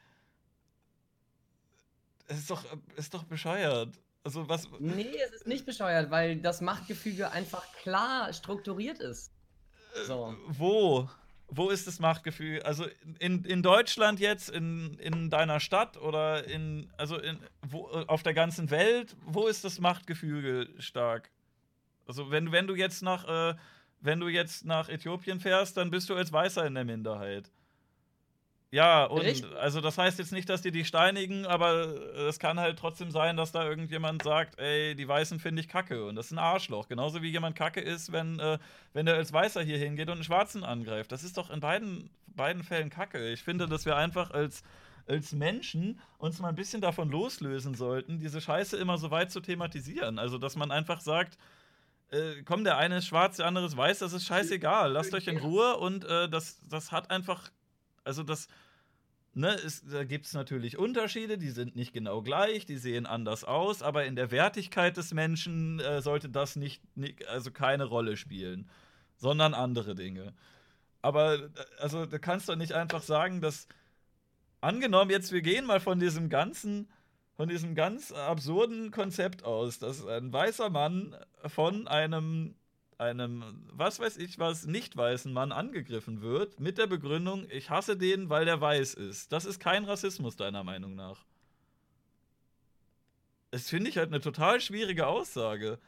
Ist doch bescheuert. Also was, nee, es ist nicht bescheuert, weil das Machtgefüge einfach klar strukturiert ist. So. wo? Wo ist das Machtgefühl? Also in Deutschland jetzt, in deiner Stadt oder auf der ganzen Welt, wo ist das Machtgefüge stark? Also wenn du jetzt nach Äthiopien fährst, dann bist du als Weißer in der Minderheit. Ja, und Richtig. also das heißt jetzt nicht, dass die steinigen, aber es kann halt trotzdem sein, dass da irgendjemand sagt, ey, die Weißen finde ich kacke und das ist ein Arschloch. Genauso wie jemand kacke ist, wenn der als Weißer hier hingeht und einen Schwarzen angreift. Das ist doch in beiden Fällen kacke. Ich finde, dass wir einfach als Menschen uns mal ein bisschen davon loslösen sollten, diese Scheiße immer so weit zu thematisieren. Also, dass man einfach sagt, komm, der eine ist schwarz, der andere ist weiß, das ist scheißegal. Lasst euch in Ruhe und das hat einfach, also das, ne, da gibt es natürlich Unterschiede, die sind nicht genau gleich, die sehen anders aus, aber in der Wertigkeit des Menschen sollte das also keine Rolle spielen, sondern andere Dinge. Aber also du kannst doch nicht einfach sagen, dass angenommen jetzt wir gehen mal von diesem ganz absurden Konzept aus, dass ein weißer Mann von einem, was weiß ich was, nicht weißen Mann angegriffen wird, mit der Begründung, ich hasse den, weil der weiß ist. Das ist kein Rassismus, deiner Meinung nach. Das finde ich halt eine total schwierige Aussage.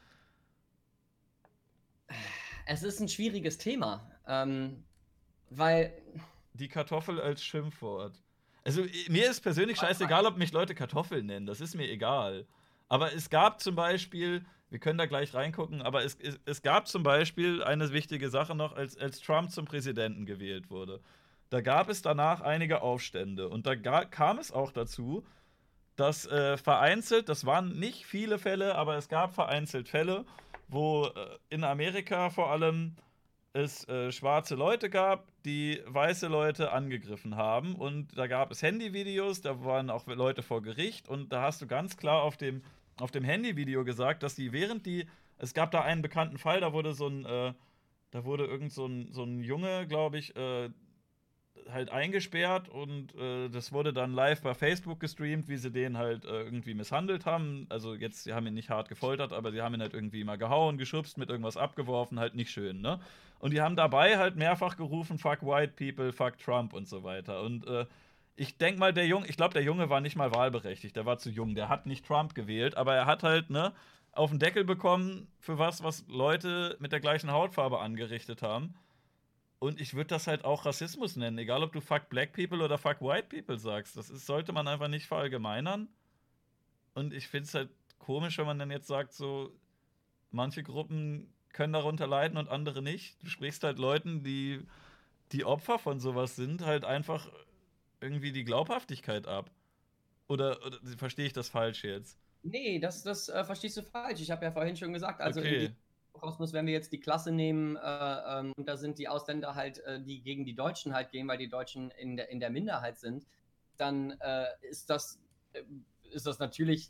Es ist ein schwieriges Thema, weil, Die Kartoffel als Schimpfwort. Also, mir ist persönlich scheißegal, ob mich Leute Kartoffeln nennen, das ist mir egal. Aber es gab zum Beispiel, wir können da gleich reingucken, aber es gab zum Beispiel eine wichtige Sache noch, als Trump zum Präsidenten gewählt wurde. Da gab es danach einige Aufstände und kam es auch dazu, dass vereinzelt, das waren nicht viele Fälle, aber es gab vereinzelt Fälle, wo in Amerika vor allem es schwarze Leute gab, die weiße Leute angegriffen haben. Und da gab es Handyvideos, da waren auch Leute vor Gericht. Und da hast du ganz klar auf dem Handyvideo gesagt, dass es gab da einen bekannten Fall, da wurde irgend so ein Junge, glaube ich, halt eingesperrt und das wurde dann live bei Facebook gestreamt, wie sie den halt irgendwie misshandelt haben. Also jetzt, sie haben ihn nicht hart gefoltert, aber sie haben ihn halt irgendwie mal gehauen, geschubst, mit irgendwas abgeworfen, halt nicht schön, ne? Und die haben dabei halt mehrfach gerufen, fuck white people, fuck Trump und so weiter. Und ich denk mal, ich glaube, der Junge war nicht mal wahlberechtigt, der war zu jung, der hat nicht Trump gewählt, aber er hat halt, ne, auf den Deckel bekommen für was Leute mit der gleichen Hautfarbe angerichtet haben. Und ich würde das halt auch Rassismus nennen, egal ob du fuck black people oder fuck white people sagst. Sollte man einfach nicht verallgemeinern. Und ich finde es halt komisch, wenn man dann jetzt sagt, so, manche Gruppen können darunter leiden und andere nicht. Du sprichst halt Leuten, die Opfer von sowas sind, halt einfach irgendwie die Glaubhaftigkeit ab. Oder verstehe ich das falsch jetzt? nee, das verstehst du falsch. Ich habe ja vorhin schon gesagt, also in Okay. diesem Kosmos, wenn wir jetzt die Klasse nehmen, und da sind die Ausländer halt, die gegen die Deutschen halt gehen, weil die Deutschen in der Minderheit sind, dann ist das natürlich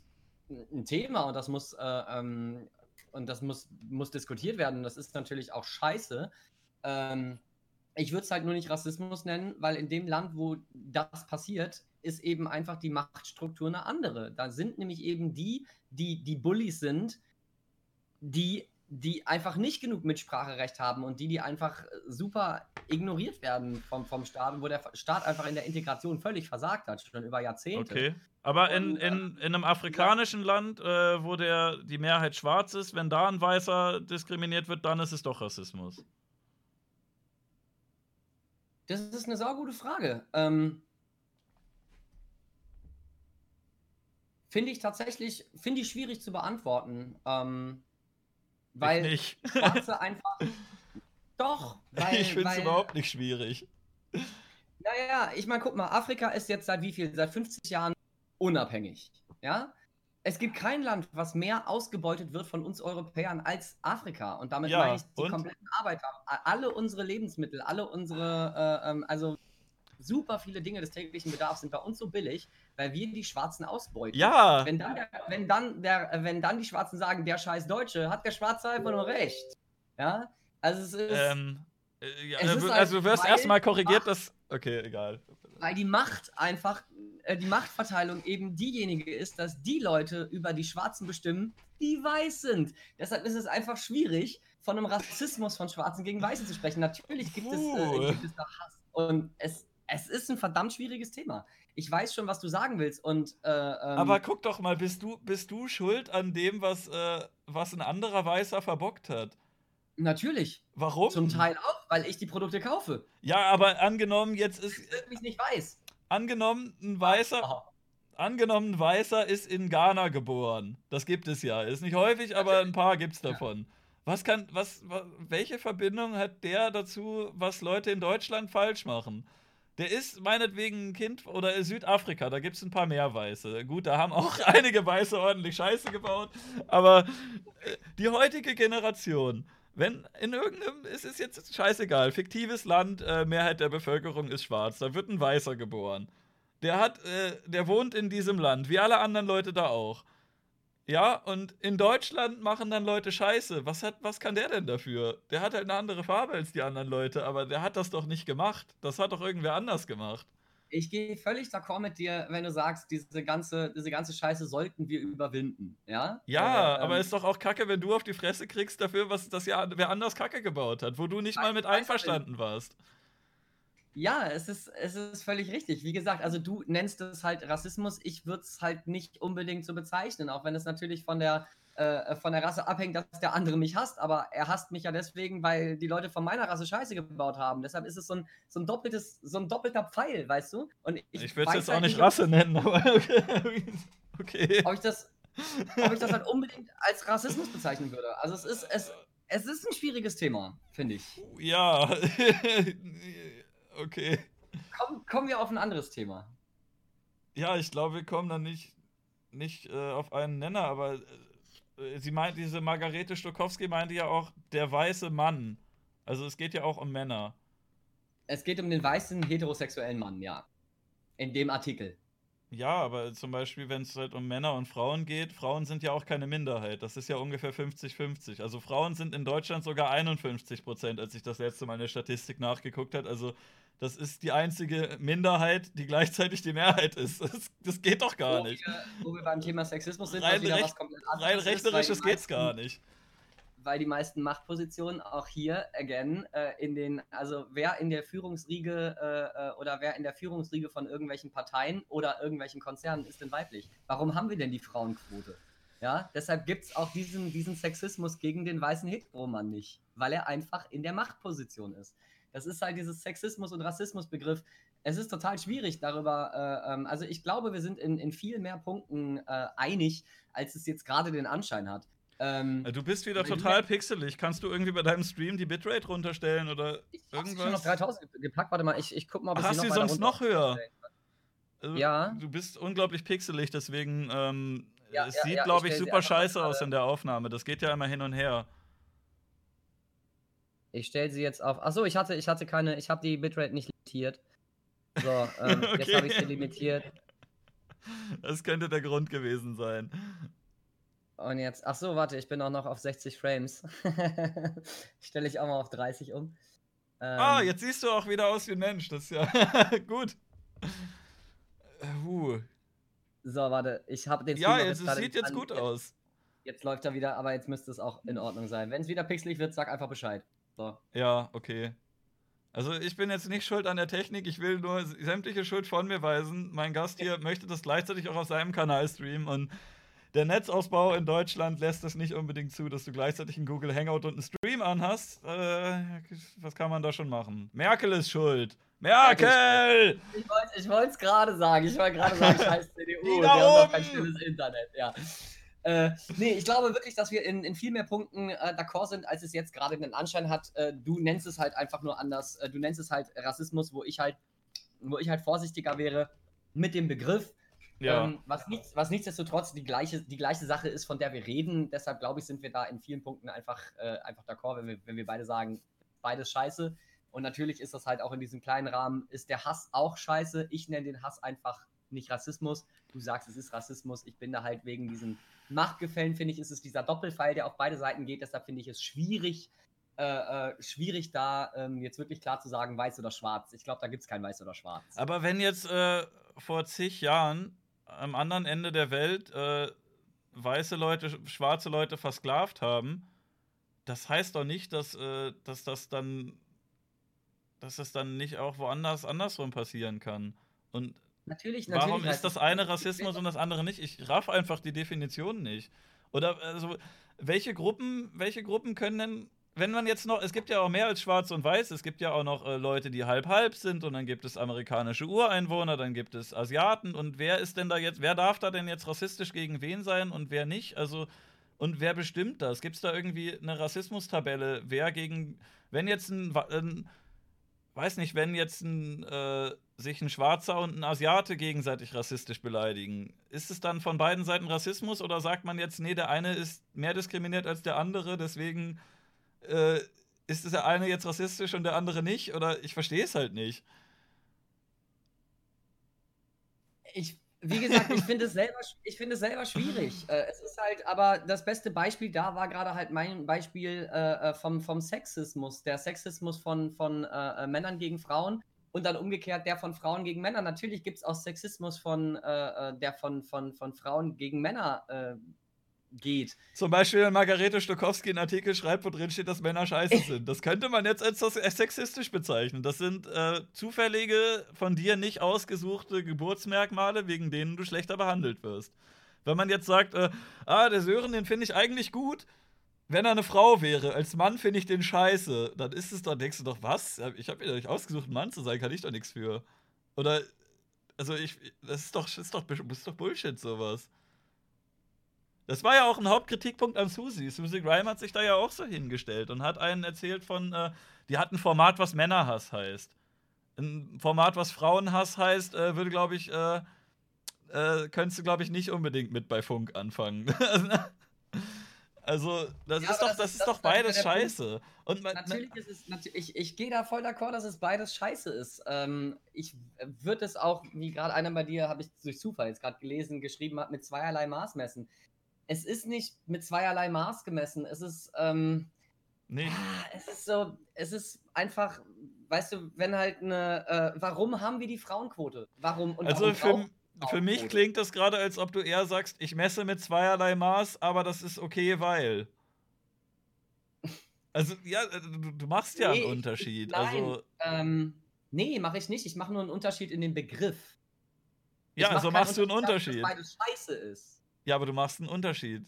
ein Thema und das muss diskutiert werden. Das ist natürlich auch scheiße. Ich würde es halt nur nicht Rassismus nennen, weil in dem Land, wo das passiert, ist eben einfach die Machtstruktur eine andere. Da sind nämlich eben die Bullies sind, die einfach nicht genug Mitspracherecht haben und die einfach super ignoriert werden vom Staat, wo der Staat einfach in der Integration völlig versagt hat, schon über Jahrzehnte. Okay. Aber Und, in einem afrikanischen Land, wo die Mehrheit schwarz ist, wenn da ein Weißer diskriminiert wird, dann ist es doch Rassismus. Das ist eine saugute Frage. Finde ich schwierig zu beantworten. Weil Ich nicht. Schwarze einfach. Doch, Ich finde es überhaupt nicht schwierig. Naja, ich meine, guck mal, Afrika ist jetzt seit 50 Jahren unabhängig. Ja? Es gibt kein Land, was mehr ausgebeutet wird von uns Europäern als Afrika. Und damit meine ich die kompletten Arbeiter, alle unsere Lebensmittel, alle unsere, also super viele Dinge des täglichen Bedarfs sind bei uns so billig, weil wir die Schwarzen ausbeuten. Ja. Wenn dann die Schwarzen sagen, der scheiß Deutsche, hat der Schwarze einfach nur recht. Ja? Also es ist. Also du wirst erstmal korrigiert, dass. Okay, egal. Weil die Macht einfach, die Machtverteilung eben diejenige ist, dass die Leute über die Schwarzen bestimmen, die weiß sind. Deshalb ist es einfach schwierig, von einem Rassismus von Schwarzen gegen Weiße zu sprechen. Natürlich gibt es da Hass. Und es ist ein verdammt schwieriges Thema. Ich weiß schon, was du sagen willst. Aber guck doch mal, bist du schuld an dem, was ein anderer Weißer verbockt hat? Natürlich. Warum? Zum Teil auch, weil ich die Produkte kaufe. Ja, aber angenommen, jetzt ist. Ich wirklich nicht weiß. Angenommen, ein Weißer ist in Ghana geboren. Das gibt es ja. Ist nicht häufig, aber ein paar gibt's davon. Welche Verbindung hat der dazu, was Leute in Deutschland falsch machen? Der ist meinetwegen ein Kind oder Südafrika, da gibt es ein paar mehr Weiße. Gut, da haben auch einige Weiße ordentlich Scheiße gebaut, aber die heutige Generation, wenn in irgendeinem, es ist jetzt scheißegal, fiktives Land, Mehrheit der Bevölkerung ist schwarz, da wird ein Weißer geboren. Der wohnt in diesem Land, wie alle anderen Leute da auch. Ja, und in Deutschland machen dann Leute Scheiße. Was kann der denn dafür? Der hat halt eine andere Farbe als die anderen Leute, aber der hat das doch nicht gemacht. Das hat doch irgendwer anders gemacht. Ich gehe völlig d'accord mit dir, wenn du sagst, diese ganze Scheiße sollten wir überwinden. Ja, ja, aber ist doch auch Kacke, wenn du auf die Fresse kriegst dafür, wer anders Kacke gebaut hat, wo du nicht mal mit einverstanden warst. Ja, es ist völlig richtig. Wie gesagt, also du nennst es halt Rassismus. Ich würde es halt nicht unbedingt so bezeichnen, auch wenn es natürlich von der Rasse abhängt, dass der andere mich hasst. Aber er hasst mich ja deswegen, weil die Leute von meiner Rasse Scheiße gebaut haben. Deshalb ist es so ein doppelter Pfeil, weißt du? Und ich würde es jetzt auch nicht Rasse nennen, aber okay. Ob ich das halt unbedingt als Rassismus bezeichnen würde. Also es ist ein schwieriges Thema, finde ich. Ja. Okay. Kommen wir auf ein anderes Thema. Ja, ich glaube, wir kommen dann nicht auf einen Nenner, aber diese Margarete Stokowski meinte ja auch der weiße Mann. Also es geht ja auch um Männer. Es geht um den weißen heterosexuellen Mann, ja. In dem Artikel. Ja, aber zum Beispiel, wenn es halt um Männer und Frauen geht, Frauen sind ja auch keine Minderheit. Das ist ja ungefähr 50-50. Also Frauen sind in Deutschland sogar 51%, als ich das letzte Mal in der Statistik nachgeguckt habe. Also das ist die einzige Minderheit, die gleichzeitig die Mehrheit ist. Das geht doch gar nicht. Wo wir beim Thema Sexismus sind, rein rechnerisch geht's gar nicht. Weil die meisten Machtpositionen auch hier, again, also wer in der Führungsriege oder wer in der Führungsriege von irgendwelchen Parteien oder irgendwelchen Konzernen ist denn weiblich? Warum haben wir denn die Frauenquote? Ja, deshalb gibt es auch diesen Sexismus gegen den weißen Heteromann nicht, weil er einfach in der Machtposition ist. Das ist halt dieses Sexismus- und Rassismusbegriff. Es ist total schwierig darüber, also ich glaube, wir sind in viel mehr Punkten einig, als es jetzt gerade den Anschein hat. Du bist wieder total pixelig. Kannst du irgendwie bei deinem Stream die Bitrate runterstellen oder irgendwas? Ich habe schon auf 3000 gepackt. Warte mal, ich guck mal, ob hast du sonst noch höher? Ja. Du bist unglaublich pixelig, deswegen es sieht, glaube ich, super scheiße aus in der Aufnahme. Das geht ja immer hin und her. Ich stelle sie jetzt auf. Achso, ich habe die Bitrate nicht limitiert. So, okay. Jetzt habe ich sie limitiert. Das könnte der Grund gewesen sein. Und jetzt, ach so, warte, ich bin auch noch auf 60 Frames. Stelle ich auch mal auf 30 um. Jetzt siehst du auch wieder aus wie ein Mensch. Das ist ja gut. So, warte, ich habe den Ja, Stream es gerade sieht jetzt gut aus. Jetzt läuft er wieder, aber jetzt müsste es auch in Ordnung sein. Wenn es wieder pixelig wird, sag einfach Bescheid. So. Ja, okay. Also ich bin jetzt nicht schuld an der Technik, ich will nur sämtliche Schuld von mir weisen. Mein Gast hier möchte das gleichzeitig auch auf seinem Kanal streamen und der Netzausbau in Deutschland lässt es nicht unbedingt zu, dass du gleichzeitig einen Google Hangout und einen Stream anhast. Was kann man da schon machen? Merkel ist schuld. Merkel! Ich wollte es gerade sagen. Ich wollte gerade sagen, scheiß CDU. Die Wir da haben doch oben! kein stilles Internet. Ja. Nee, ich glaube wirklich, dass wir in viel mehr Punkten d'accord sind, als es jetzt gerade den Anschein hat. Du nennst es halt einfach nur anders. Du nennst es halt Rassismus, wo ich halt vorsichtiger wäre mit dem Begriff. Ja. Was nichtsdestotrotz die gleiche Sache ist, von der wir reden. Deshalb glaube ich, sind wir da in vielen Punkten einfach d'accord, wenn wir beide sagen, beides scheiße. Und natürlich ist das halt auch in diesem kleinen Rahmen, ist der Hass auch scheiße. Ich nenne den Hass einfach nicht Rassismus. Du sagst, es ist Rassismus. Ich bin da halt wegen diesen Machtgefällen, finde ich, ist es dieser Doppelpfeil, der auf beide Seiten geht. Deshalb finde ich es schwierig da jetzt wirklich klar zu sagen, weiß oder schwarz. Ich glaube, da gibt es kein weiß oder schwarz. Aber wenn jetzt vor zig Jahren am anderen Ende der Welt weiße Leute, schwarze Leute versklavt haben, das heißt doch nicht, dass das dann nicht auch woanders andersrum passieren kann. Und Natürlich warum ist heißt das eine Rassismus und das andere nicht? Ich raff einfach die Definition nicht. Oder also, welche Gruppen können denn, wenn man jetzt noch, es gibt ja auch mehr als Schwarz und Weiß, es gibt ja auch noch Leute, die halb-halb sind und dann gibt es amerikanische Ureinwohner, dann gibt es Asiaten und wer darf da denn jetzt rassistisch gegen wen sein und wer nicht? Also, und wer bestimmt das? Gibt es da irgendwie eine Rassismustabelle, wenn jetzt sich ein Schwarzer und ein Asiate gegenseitig rassistisch beleidigen, ist es dann von beiden Seiten Rassismus oder sagt man jetzt, nee, der eine ist mehr diskriminiert als der andere, deswegen ist der eine jetzt rassistisch und der andere nicht? Oder ich verstehe es halt nicht. Wie gesagt, ich finde es selber schwierig. Es ist halt, aber das beste Beispiel da war gerade halt mein Beispiel vom Sexismus. Der Sexismus von Männern gegen Frauen und dann umgekehrt der von Frauen gegen Männer. Natürlich gibt es auch Sexismus der von Frauen gegen Männer geht. Zum Beispiel, wenn Margarete Stokowski einen Artikel schreibt, wo drin steht, dass Männer scheiße sind. Das könnte man jetzt als sexistisch bezeichnen. Das sind zufällige, von dir nicht ausgesuchte Geburtsmerkmale, wegen denen du schlechter behandelt wirst. Wenn man jetzt sagt, der Sören, den finde ich eigentlich gut, wenn er eine Frau wäre, als Mann finde ich den scheiße, dann ist es doch, denkst du doch, was? Ich habe mir doch nicht ausgesucht, ein Mann zu sein, kann ich doch nichts für. Oder, also das ist doch Bullshit, sowas. Das war ja auch ein Hauptkritikpunkt an Susi. Susi Grime hat sich da ja auch so hingestellt und hat einen erzählt die hat ein Format, was Männerhass heißt. Ein Format, was Frauenhass heißt, könntest du, glaube ich, nicht unbedingt mit bei Funk anfangen. Also, das ist doch beides scheiße. Und natürlich ist es, ich gehe da voll d'accord, dass es beides scheiße ist. Ich würde es auch, wie gerade einer bei dir, habe ich durch Zufall jetzt gerade gelesen, geschrieben hat, mit zweierlei Maß messen. Es ist nicht mit zweierlei Maß gemessen. Es ist, es ist einfach, weißt du, wenn halt warum haben wir die Frauenquote? Warum? Und also für mich klingt das gerade, als ob du eher sagst, ich messe mit zweierlei Maß, aber das ist okay, weil. Also, ja, du machst ja einen Unterschied. Nee, mache ich nicht. Ich mache nur einen Unterschied in dem Begriff. Ja, also machst du einen Unterschied. Dass beides scheiße ist. Ja, aber du machst einen Unterschied.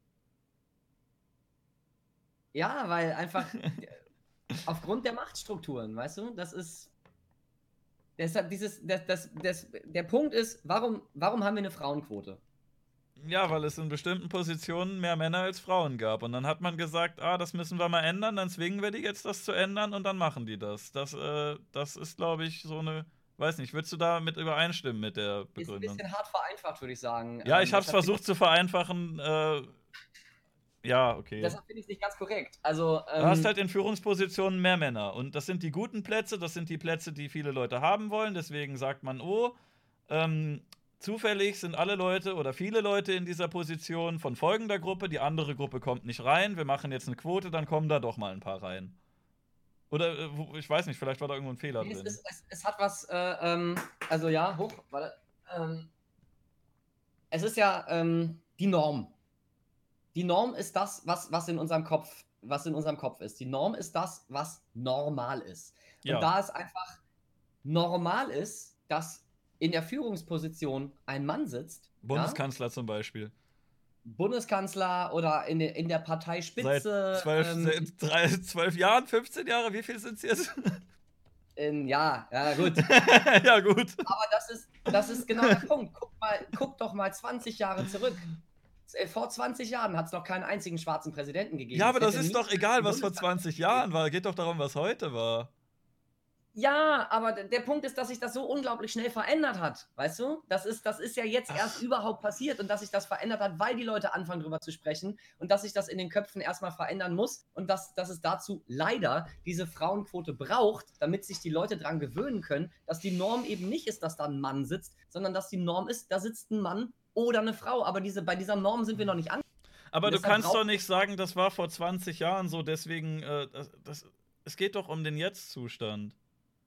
Ja, weil einfach aufgrund der Machtstrukturen, weißt du, das ist. Deshalb der Punkt ist, warum haben wir eine Frauenquote? Ja, weil es in bestimmten Positionen mehr Männer als Frauen gab. Und dann hat man gesagt, das müssen wir mal ändern, dann zwingen wir die jetzt, das zu ändern und dann machen die das. Das ist, glaube ich, so eine. Weiß nicht, würdest du da mit übereinstimmen mit der Begründung? Ist ein bisschen hart vereinfacht, würde ich sagen. Ja, ich habe es versucht zu vereinfachen. Ja, okay. Deshalb finde ich es nicht ganz korrekt. Also, du hast halt in Führungspositionen mehr Männer. Und das sind die guten Plätze, das sind die Plätze, die viele Leute haben wollen. Deswegen sagt man, zufällig sind alle Leute oder viele Leute in dieser Position von folgender Gruppe, die andere Gruppe kommt nicht rein, wir machen jetzt eine Quote, dann kommen da doch mal ein paar rein. Oder, ich weiß nicht, vielleicht war da irgendwo ein Fehler drin. Es hat was, also ja, warte. Es ist ja die Norm. Die Norm ist das, was in unserem Kopf ist. Die Norm ist das, was normal ist. Ja. Und da es einfach normal ist, dass in der Führungsposition ein Mann sitzt. Bundeskanzler zum Beispiel. Bundeskanzler oder in der Parteispitze. Seit 12 Jahren, 15 Jahre, wie viel sind es jetzt? Ja, gut. Ja, gut. Aber das ist genau der Punkt. Guck doch mal 20 Jahre zurück. Vor 20 Jahren hat es noch keinen einzigen schwarzen Präsidenten gegeben. Ja, aber das ist doch egal, was vor 20 Jahren war. Geht doch darum, was heute war. Ja, aber der Punkt ist, dass sich das so unglaublich schnell verändert hat, weißt du? Das ist ja jetzt erst überhaupt passiert und dass sich das verändert hat, weil die Leute anfangen drüber zu sprechen und dass sich das in den Köpfen erstmal verändern muss und dass es dazu leider diese Frauenquote braucht, damit sich die Leute dran gewöhnen können, dass die Norm eben nicht ist, dass da ein Mann sitzt, sondern dass die Norm ist, da sitzt ein Mann oder eine Frau, aber bei dieser Norm sind wir noch nicht an. Aber du kannst doch nicht sagen, das war vor 20 Jahren so, deswegen, es geht doch um den Jetzt-Zustand.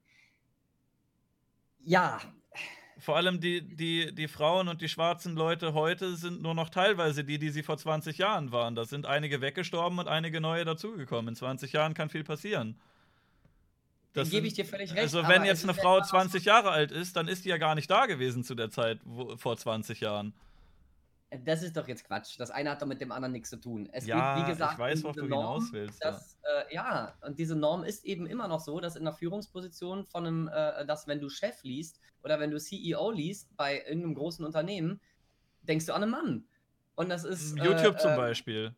Ja. Vor allem die Frauen und die schwarzen Leute heute sind nur noch teilweise die sie vor 20 Jahren waren. Da sind einige weggestorben und einige neue dazugekommen. In 20 Jahren kann viel passieren. Das gebe ich dir völlig recht. Also wenn jetzt eine Frau 20 Jahre alt ist, dann ist die ja gar nicht da gewesen zu der Zeit vor 20 Jahren. Das ist doch jetzt Quatsch. Das eine hat doch mit dem anderen nichts zu tun. Es geht, wie gesagt, ich weiß, worauf du hinaus willst. Und diese Norm ist eben immer noch so, dass in einer Führungsposition von einem, dass wenn du Chef liest oder wenn du CEO liest bei irgendeinem großen Unternehmen, denkst du an einen Mann. Und das ist YouTube zum Beispiel.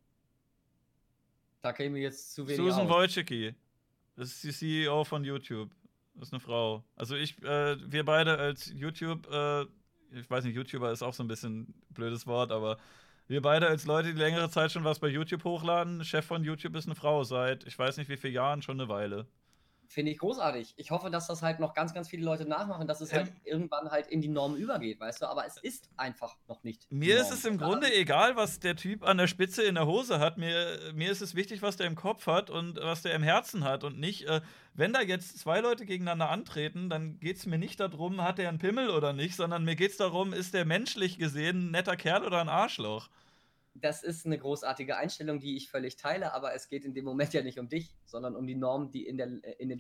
Da käme jetzt zu wenig Susan Wojcicki. Das ist die CEO von YouTube. Das ist eine Frau. Also wir beide als YouTube, ich weiß nicht, YouTuber ist auch so ein bisschen ein blödes Wort, aber wir beide als Leute, die längere Zeit schon was bei YouTube hochladen, Chef von YouTube ist eine Frau seit, ich weiß nicht wie vielen Jahren, schon eine Weile. Finde ich großartig. Ich hoffe, dass das halt noch ganz, ganz viele Leute nachmachen, dass es halt irgendwann halt in die Norm übergeht, weißt du? Aber es ist einfach noch nicht. Mir ist es im Grunde egal, was der Typ an der Spitze in der Hose hat. Mir ist es wichtig, was der im Kopf hat und was der im Herzen hat. Und nicht, wenn da jetzt zwei Leute gegeneinander antreten, dann geht es mir nicht darum, hat der einen Pimmel oder nicht, sondern mir geht es darum, ist der menschlich gesehen ein netter Kerl oder ein Arschloch? Das ist eine großartige Einstellung, die ich völlig teile, aber es geht in dem Moment ja nicht um dich, sondern um die Norm, die in den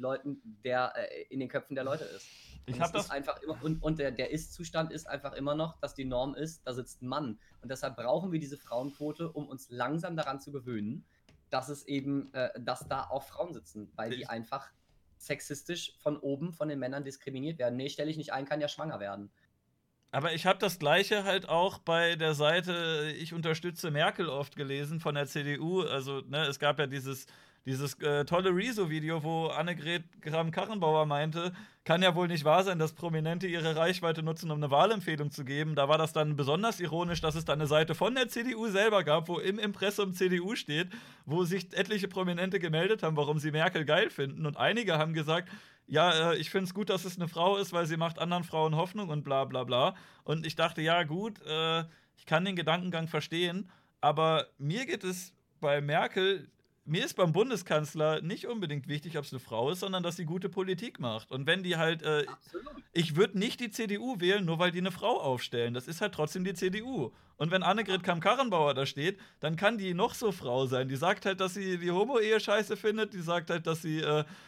Köpfen der Leute ist. Ich habe das einfach immer, und der Ist-Zustand ist einfach immer noch, dass die Norm ist, da sitzt ein Mann. Und deshalb brauchen wir diese Frauenquote, um uns langsam daran zu gewöhnen, dass es eben, dass da auch Frauen sitzen, weil die einfach sexistisch von oben von den Männern diskriminiert werden. Nee, stelle ich nicht ein, kann ja schwanger werden. Aber ich habe das Gleiche halt auch bei der Seite Ich unterstütze Merkel oft gelesen von der CDU. Also, ne, es gab ja dieses tolle Rezo-Video, wo Annegret Kramp-Karrenbauer meinte, kann ja wohl nicht wahr sein, dass Prominente ihre Reichweite nutzen, um eine Wahlempfehlung zu geben. Da war das dann besonders ironisch, dass es dann eine Seite von der CDU selber gab, wo im Impressum CDU steht, wo sich etliche Prominente gemeldet haben, warum sie Merkel geil finden. Und einige haben gesagt, ja, ich finde es gut, dass es eine Frau ist, weil sie macht anderen Frauen Hoffnung und bla bla bla. Und ich dachte, ja gut, ich kann den Gedankengang verstehen, aber mir geht es bei Merkel, mir ist beim Bundeskanzler nicht unbedingt wichtig, ob es eine Frau ist, sondern dass sie gute Politik macht. Und wenn die halt, ich würde nicht die CDU wählen, nur weil die eine Frau aufstellen. Das ist halt trotzdem die CDU. Und wenn Annegret Kramp-Karrenbauer da steht, dann kann die noch so Frau sein. Die sagt halt, dass sie die Homo-Ehe scheiße findet, die sagt halt, dass sie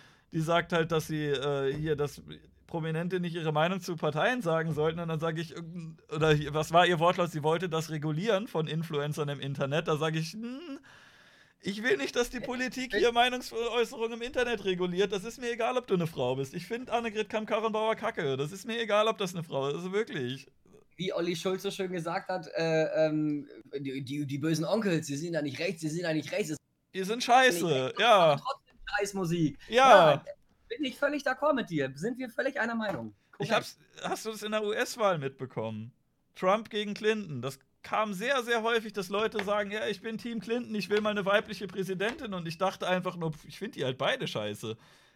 hier, dass Prominente nicht ihre Meinung zu Parteien sagen sollten. Und dann sage ich, oder was war ihr Wortlaut? Sie wollte das regulieren von Influencern im Internet. Da sage ich, ich will nicht, dass die Politik ihre Meinungsäußerung im Internet reguliert. Das ist mir egal, ob du eine Frau bist. Ich finde Annegret Kramp-Karrenbauer kacke. Das ist mir egal, ob das eine Frau ist. Also wirklich. Wie Olli Schulz so schön gesagt hat, die bösen Onkels, sie sind da nicht rechts, Die sind scheiße, ja. Scheißmusik. Ja. Bin ich völlig d'accord mit dir. Sind wir völlig einer Meinung. Hast du das in der US-Wahl mitbekommen? Trump gegen Clinton. Das kam sehr, sehr häufig, dass Leute sagen, ja, ich bin Team Clinton, ich will mal eine weibliche Präsidentin. Und ich dachte einfach nur, ich finde die halt beide scheiße.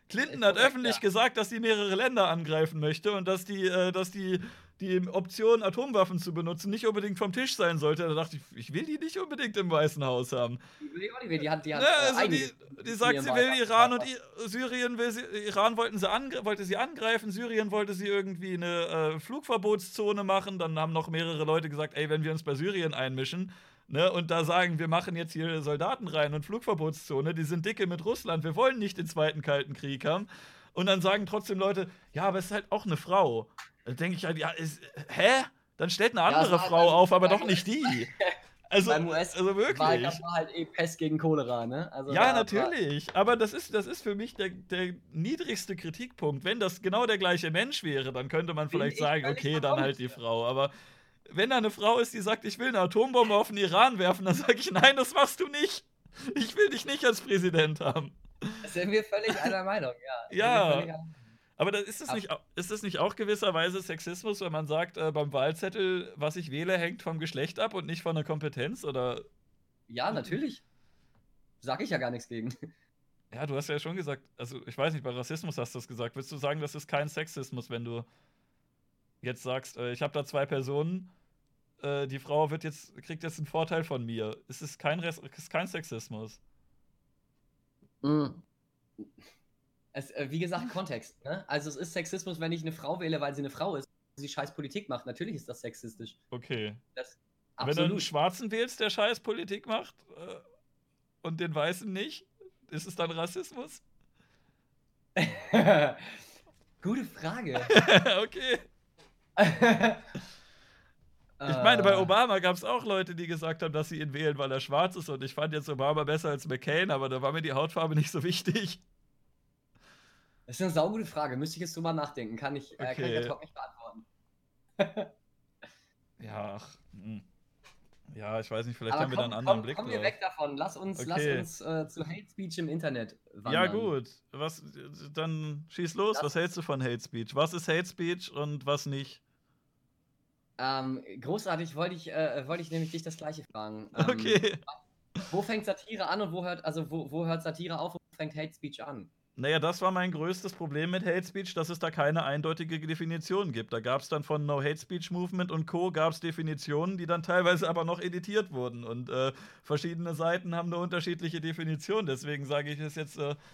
Clinton hat öffentlich gesagt, dass sie mehrere Länder angreifen möchte und dass die Option, Atomwaffen zu benutzen, nicht unbedingt vom Tisch sein sollte. Da dachte ich will die nicht unbedingt im Weißen Haus haben. Die hat also die sagt, sie will Iran und Syrien Iran wollte sie angreifen, Syrien wollte sie irgendwie eine Flugverbotszone machen. Dann haben noch mehrere Leute gesagt, ey, wenn wir uns bei Syrien einmischen, ne, und da sagen, wir machen jetzt hier Soldaten rein und Flugverbotszone, die sind dicke mit Russland, wir wollen nicht den zweiten Kalten Krieg haben. Und dann sagen trotzdem Leute, ja, aber es ist halt auch eine Frau. Dann denke ich halt, ja, hä? Dann stellt eine andere Frau auf, aber doch nicht die. Also wirklich. Das war halt Pest gegen Cholera, ne? Also ja, natürlich. Aber das ist für mich der niedrigste Kritikpunkt. Wenn das genau der gleiche Mensch wäre, dann könnte man vielleicht sagen, okay, dann halt die Frau. Aber wenn da eine Frau ist, die sagt, ich will eine Atombombe auf den Iran werfen, dann sage ich, nein, das machst du nicht. Ich will dich nicht als Präsident haben. Da sind wir völlig einer Meinung, ja. Ja. Aber ist das nicht auch gewisserweise Sexismus, wenn man sagt, beim Wahlzettel, was ich wähle, hängt vom Geschlecht ab und nicht von der Kompetenz? Oder? Ja, natürlich. Sag ich ja gar nichts gegen. Ja, du hast ja schon gesagt, also ich weiß nicht, bei Rassismus hast du das gesagt. Willst du sagen, das ist kein Sexismus, wenn du jetzt sagst, ich habe da zwei Personen, die Frau kriegt jetzt einen Vorteil von mir. Ist kein Sexismus. Wie gesagt, Kontext. Ne? Also es ist Sexismus, wenn ich eine Frau wähle, weil sie eine Frau ist, sie scheiß Politik macht. Natürlich ist das sexistisch. Okay. Wenn du einen Schwarzen wählst, der scheiß Politik macht und den Weißen nicht, ist es dann Rassismus? Gute Frage. Okay. Ich meine, bei Obama gab es auch Leute, die gesagt haben, dass sie ihn wählen, weil er schwarz ist. Und ich fand jetzt Obama besser als McCain, aber da war mir die Hautfarbe nicht so wichtig. Das ist eine saugute Frage. Müsste ich jetzt drüber nachdenken. Kann ich ad hoc nicht beantworten. Ja, ich weiß nicht, vielleicht haben wir da einen anderen Blick drauf. Kommen wir weg davon. Lass uns zu Hate Speech im Internet wandern. Ja, gut. Dann schieß los. Was hältst du von Hate Speech? Was ist Hate Speech und was nicht? Großartig, wollte ich nämlich dich das Gleiche fragen. Okay. Wo fängt Satire an und wo hört Satire auf und wo fängt Hate Speech an? Naja, das war mein größtes Problem mit Hate Speech, dass es da keine eindeutige Definition gibt. Da gab es dann von No Hate Speech Movement und Co. gab es Definitionen, die dann teilweise aber noch editiert wurden. Und verschiedene Seiten haben eine unterschiedliche Definition. Deswegen sage ich es jetzt,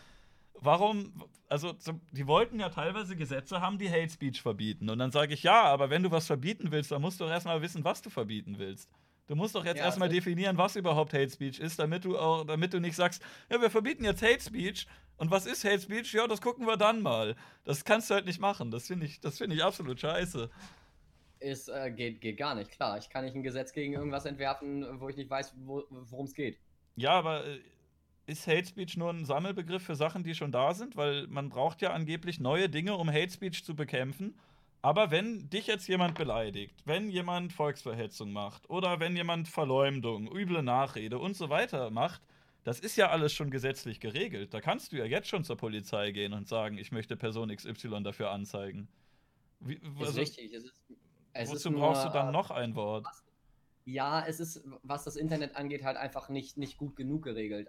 die wollten ja teilweise Gesetze haben, die Hate Speech verbieten. Und dann sage ich, ja, aber wenn du was verbieten willst, dann musst du doch erstmal wissen, was du verbieten willst. Du musst doch jetzt erstmal definieren, was überhaupt Hate Speech ist, damit du nicht sagst, ja, wir verbieten jetzt Hate Speech. Und was ist Hate Speech? Ja, das gucken wir dann mal. Das kannst du halt nicht machen. Das finde ich absolut scheiße. Geht gar nicht, klar. Ich kann nicht ein Gesetz gegen irgendwas entwerfen, wo ich nicht weiß, worum es geht. Ja, aber ist Hate Speech nur ein Sammelbegriff für Sachen, die schon da sind? Weil man braucht ja angeblich neue Dinge, um Hate Speech zu bekämpfen. Aber wenn dich jetzt jemand beleidigt, wenn jemand Volksverhetzung macht oder wenn jemand Verleumdung, üble Nachrede und so weiter macht, das ist ja alles schon gesetzlich geregelt. Da kannst du ja jetzt schon zur Polizei gehen und sagen, ich möchte Person XY dafür anzeigen. Ist richtig. Wozu brauchst du dann noch ein Wort? Ja, es ist, was das Internet angeht, halt einfach nicht gut genug geregelt.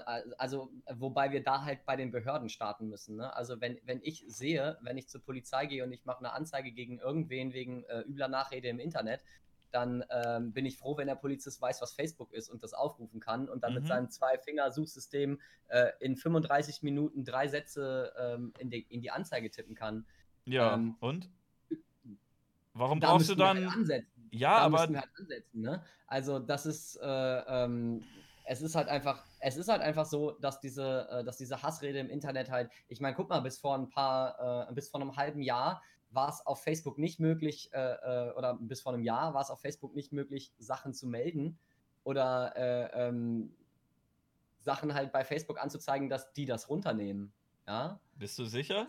Wobei wir da halt bei den Behörden starten müssen. Ne? Also wenn ich zur Polizei gehe und ich mache eine Anzeige gegen irgendwen wegen übler Nachrede im Internet, dann bin ich froh, wenn der Polizist weiß, was Facebook ist und das aufrufen kann und dann mit seinem 2-Finger-Suchsystem in 35 Minuten 3 Sätze in die Anzeige tippen kann. Ja, und? Warum brauchst du dann... Halt ansetzen. Ja, da aber... müssen wir halt ansetzen, ne? Also das ist... es ist halt einfach so, dass diese Hassrede im Internet halt... Ich meine, guck mal, bis vor einem halben Jahr war es auf Facebook nicht möglich, oder bis vor einem Jahr war es auf Facebook nicht möglich, Sachen zu melden oder Sachen halt bei Facebook anzuzeigen, dass die das runternehmen. Ja? Bist du sicher?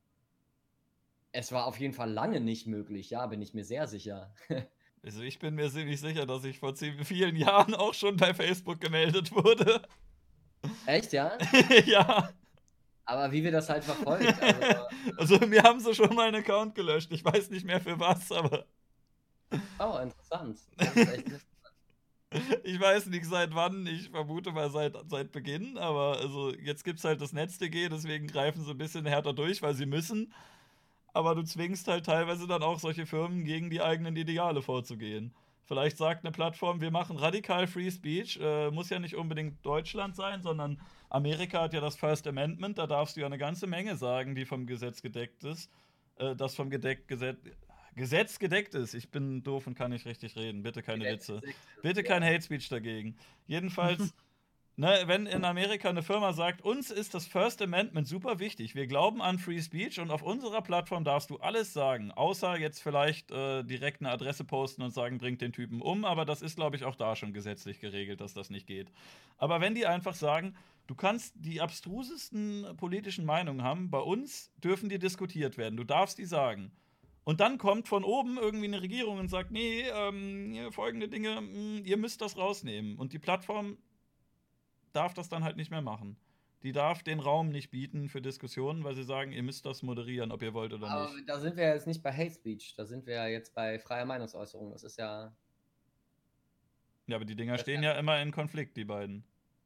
Es war auf jeden Fall lange nicht möglich, ja, bin ich mir sehr sicher. Also ich bin mir ziemlich sicher, dass ich vor vielen Jahren auch schon bei Facebook gemeldet wurde. Echt, ja? Ja. Aber wie wir das halt verfolgt. Also mir haben sie schon mal einen Account gelöscht. Ich weiß nicht mehr für was, aber... Oh, interessant. Das ist echt interessant. Ich weiß nicht seit wann, ich vermute mal seit Beginn, aber also jetzt gibt es halt das NetzDG, deswegen greifen sie ein bisschen härter durch, weil sie müssen. Aber du zwingst halt teilweise dann auch solche Firmen gegen die eigenen Ideale vorzugehen. Vielleicht sagt eine Plattform, wir machen radikal Free Speech, muss ja nicht unbedingt Deutschland sein, sondern Amerika hat ja das First Amendment, da darfst du ja eine ganze Menge sagen, die vom Gesetz gedeckt ist. Das vom Gesetz gedeckt ist. Ich bin doof und kann nicht richtig reden. Bitte keine Witze. Bitte kein Hate Speech dagegen. Jedenfalls, ne, wenn in Amerika eine Firma sagt, uns ist das First Amendment super wichtig, wir glauben an Free Speech und auf unserer Plattform darfst du alles sagen, außer jetzt vielleicht direkt eine Adresse posten und sagen, bringt den Typen um, aber das ist, glaube ich, auch da schon gesetzlich geregelt, dass das nicht geht. Aber wenn die einfach sagen, du kannst die abstrusesten politischen Meinungen haben, bei uns dürfen die diskutiert werden, du darfst die sagen. Und dann kommt von oben irgendwie eine Regierung und sagt, nee, folgende Dinge, ihr müsst das rausnehmen. Und die Plattform darf das dann halt nicht mehr machen. Die darf den Raum nicht bieten für Diskussionen, weil sie sagen, ihr müsst das moderieren, ob ihr wollt oder Aber nicht. da sind wir jetzt nicht bei Hate Speech, da sind wir ja jetzt bei freier Meinungsäußerung. Das ist ja. Ja, aber die Dinger stehen ja immer in Konflikt, die beiden.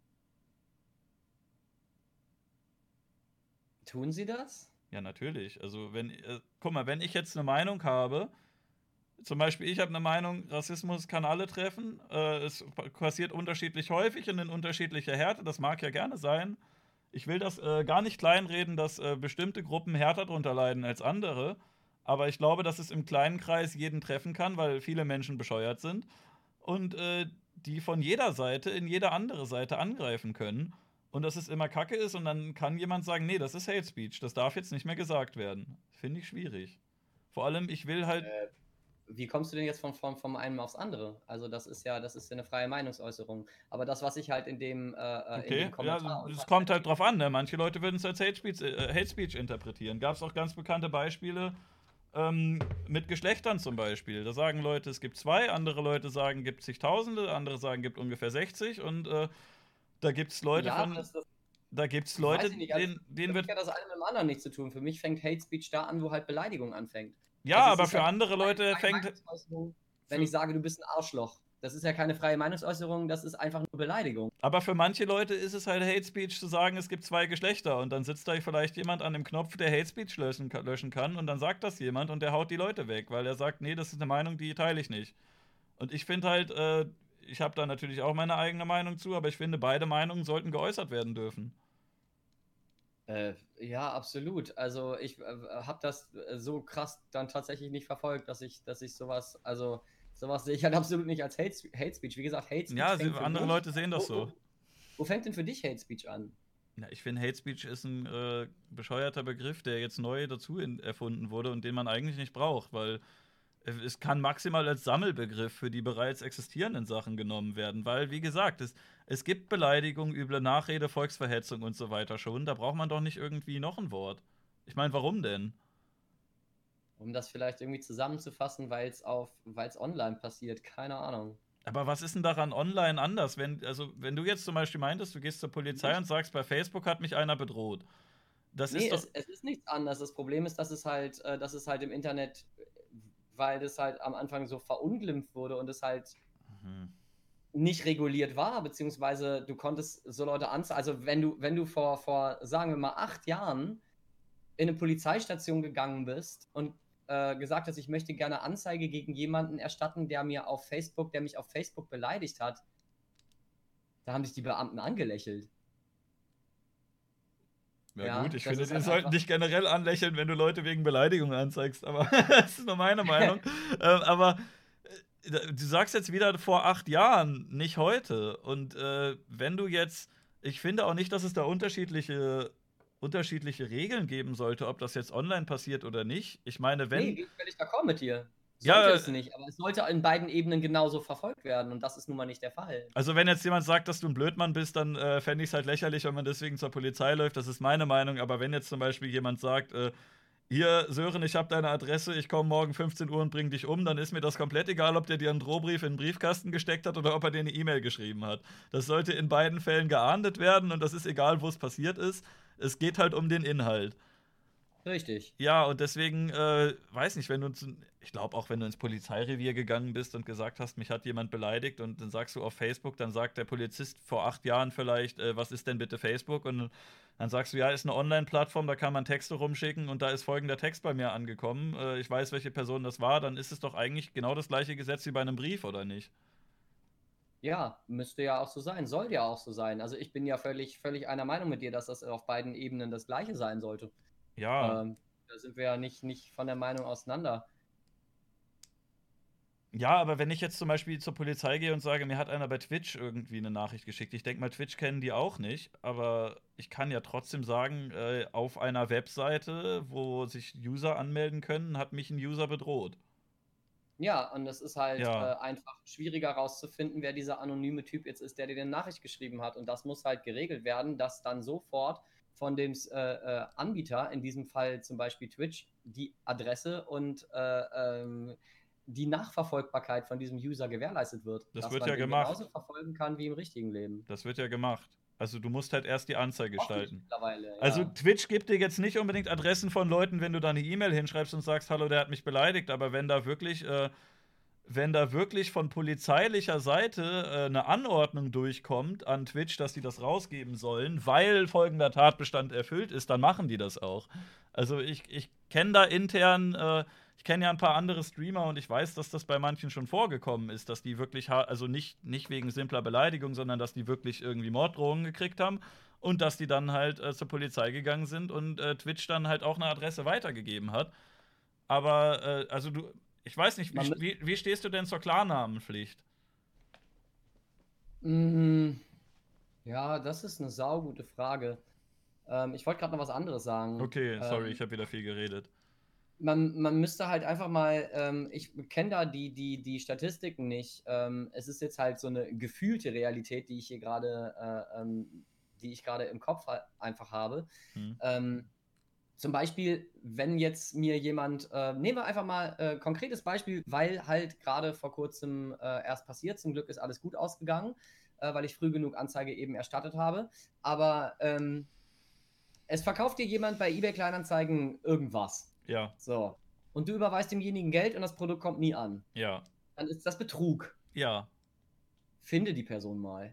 Tun sie das? Ja, natürlich. Also, guck mal, wenn ich jetzt eine Meinung habe, zum Beispiel, ich habe eine Meinung, Rassismus kann alle treffen. Es passiert unterschiedlich häufig und in unterschiedlicher Härte. Das mag ja gerne sein. Ich will das gar nicht kleinreden, dass bestimmte Gruppen härter drunter leiden als andere. Aber ich glaube, dass es im kleinen Kreis jeden treffen kann, weil viele Menschen bescheuert sind. Und die von jeder Seite in jede andere Seite angreifen können. Und dass es immer Kacke ist und dann kann jemand sagen, nee, das ist Hate Speech. Das darf jetzt nicht mehr gesagt werden. Finde ich schwierig. Vor allem, ich will halt. Wie kommst du denn jetzt vom einen aufs andere? Also das ist ja eine freie Meinungsäußerung. Aber das, was ich halt in dem Okay, Kommentar. ja, es kommt halt drauf an, ne? Manche Leute würden es als Hate Speech interpretieren. Gab es auch ganz bekannte Beispiele mit Geschlechtern zum Beispiel. Da sagen Leute, es gibt zwei, andere Leute sagen, gibt zigtausende, andere sagen, gibt ungefähr 60 und da gibt es Leute Ja, von. Da gibt es Leute, weiß ich nicht. Also, denen für mich wird. hat das eine mit dem anderen nichts zu tun. Für mich fängt Hate Speech da an, wo halt Beleidigung anfängt. Ja, Also es aber ist für ja andere keine Leute freie fängt. Meinungsäußerung, wenn ich sage, du bist ein Arschloch. Das ist ja keine freie Meinungsäußerung, das ist einfach nur Beleidigung. Aber für manche Leute ist es halt Hate Speech zu sagen, es gibt zwei Geschlechter und dann sitzt da vielleicht jemand an dem Knopf, der Hate Speech löschen kann und dann sagt das jemand und der haut die Leute weg, weil er sagt, nee, das ist eine Meinung, die teile ich nicht. Und ich finde halt, ich habe da natürlich auch meine eigene Meinung zu, aber ich finde, beide Meinungen sollten geäußert werden dürfen. Ja, absolut. Also ich habe das so krass dann tatsächlich nicht verfolgt, dass ich sowas, also sowas sehe ich halt absolut nicht als Hate Speech. Wie gesagt, Hate Speech Ja, fängt für andere mich. Leute sehen das so. Wo fängt denn für dich Hate Speech an? Ja, ich finde, Hate Speech ist ein bescheuerter Begriff, der jetzt neu dazu erfunden wurde und den man eigentlich nicht braucht, weil es kann maximal als Sammelbegriff für die bereits existierenden Sachen genommen werden, weil, wie gesagt, es gibt Beleidigung, üble Nachrede, Volksverhetzung und so weiter schon. Da braucht man doch nicht irgendwie noch ein Wort. Ich meine, warum denn? Um das vielleicht irgendwie zusammenzufassen, weil es online passiert, keine Ahnung. Aber was ist denn daran online anders? Wenn du jetzt zum Beispiel meintest, du gehst zur Polizei und sagst, bei Facebook hat mich einer bedroht. Das Nee, ist doch. es ist nichts anderes. Das Problem ist, dass es halt im Internet, weil das halt am Anfang so verunglimpft wurde und es halt Mhm. nicht reguliert war, beziehungsweise du konntest so Leute anzeigen. Also wenn du sagen wir mal, 8 Jahren in eine Polizeistation gegangen bist und gesagt hast, ich möchte gerne Anzeige gegen jemanden erstatten, der mich auf Facebook beleidigt hat, da haben dich die Beamten angelächelt. Ja, Ja, gut, ich das finde, ist die halt sollten einfach. dich generell anlächeln, wenn du Leute wegen Beleidigung anzeigst, aber das ist nur meine Meinung. Aber du sagst jetzt wieder vor 8 Jahren, nicht heute. Und wenn du jetzt, ich finde auch nicht, dass es da unterschiedliche Regeln geben sollte, ob das jetzt online passiert oder nicht. Ich meine, Nee, wenn, bin ich völlig d'accord mit dir. Sollte ja, es nicht, aber es sollte in beiden Ebenen genauso verfolgt werden und das ist nun mal nicht der Fall. also wenn jetzt jemand sagt, dass du ein Blödmann bist, dann fände ich es halt lächerlich, wenn man deswegen zur Polizei läuft. Das ist meine Meinung. Aber wenn jetzt zum Beispiel jemand sagt, hier, Sören, ich habe deine Adresse, ich komme morgen 15 Uhr und bring dich um, dann ist mir das komplett egal, ob der dir einen Drohbrief in den Briefkasten gesteckt hat oder ob er dir eine E-Mail geschrieben hat. Das sollte in beiden Fällen geahndet werden und das ist egal, wo es passiert ist. Es geht halt um den Inhalt. Richtig. Ja, und deswegen, weiß nicht, wenn du ich glaube auch, wenn du ins Polizeirevier gegangen bist und gesagt hast, mich hat jemand beleidigt und dann sagst du auf Facebook, dann sagt der Polizist vor 8 Jahren vielleicht, was ist denn bitte Facebook? Und dann sagst du, ja, ist eine Online-Plattform, da kann man Texte rumschicken und da ist folgender Text bei mir angekommen. Ich weiß, welche Person das war, dann ist es doch eigentlich genau das gleiche Gesetz wie bei einem Brief, oder nicht? Ja, müsste ja auch so sein, soll ja auch so sein. Also ich bin ja völlig einer Meinung mit dir, dass das auf beiden Ebenen das Gleiche sein sollte. Ja. Da sind wir ja nicht von der Meinung auseinander. Ja, aber wenn ich jetzt zum Beispiel zur Polizei gehe und sage, mir hat einer bei Twitch irgendwie eine Nachricht geschickt, ich denke mal, Twitch kennen die auch nicht, aber ich kann ja trotzdem sagen, auf einer Webseite, wo sich User anmelden können, hat mich ein User bedroht. Ja, und es ist halt Ja, einfach schwieriger herauszufinden, wer dieser anonyme Typ jetzt ist, der dir eine Nachricht geschrieben hat. Und das muss halt geregelt werden, dass dann sofort von dem Anbieter, in diesem Fall zum Beispiel Twitch, die Adresse und die Nachverfolgbarkeit von diesem User gewährleistet wird, das dass wird man ja den genauso gemacht. verfolgen kann wie im richtigen Leben. Das wird ja gemacht. Also du musst halt erst die Anzeige Hoffe ich schalten. mittlerweile, Also ja. Twitch gibt dir jetzt nicht unbedingt Adressen von Leuten, wenn du da eine E-Mail hinschreibst und sagst, hallo, der hat mich beleidigt, aber wenn da wirklich von polizeilicher Seite eine Anordnung durchkommt an Twitch, dass die das rausgeben sollen, weil folgender Tatbestand erfüllt ist, dann machen die das auch. Also ich kenne da intern, ich kenne ja ein paar andere Streamer und ich weiß, dass das bei manchen schon vorgekommen ist, dass die wirklich, also nicht wegen simpler Beleidigung, sondern dass die wirklich irgendwie Morddrohungen gekriegt haben und dass die dann halt zur Polizei gegangen sind und Twitch dann halt auch eine Adresse weitergegeben hat. Aber, also ich weiß nicht, Man müsste. wie stehst du denn zur Klarnamenpflicht? Mm, ja, das ist eine saugute Frage. Ich wollte gerade noch was anderes sagen. Okay, sorry, ich habe wieder viel geredet. Man müsste halt einfach mal, ich kenne da die Statistiken nicht. Es ist jetzt halt so eine gefühlte Realität, die ich hier gerade, die ich gerade im Kopf einfach habe. Hm. Ähm, Zum Beispiel, wenn jetzt mir jemand, nehmen wir einfach mal konkretes Beispiel, weil halt gerade vor kurzem erst passiert, zum Glück ist alles gut ausgegangen, weil ich früh genug Anzeige eben erstattet habe. Aber es verkauft dir jemand bei eBay Kleinanzeigen irgendwas. Ja, So. Und du überweist demjenigen Geld und das Produkt kommt nie an. ja, Dann ist das Betrug. ja. Finde die Person mal.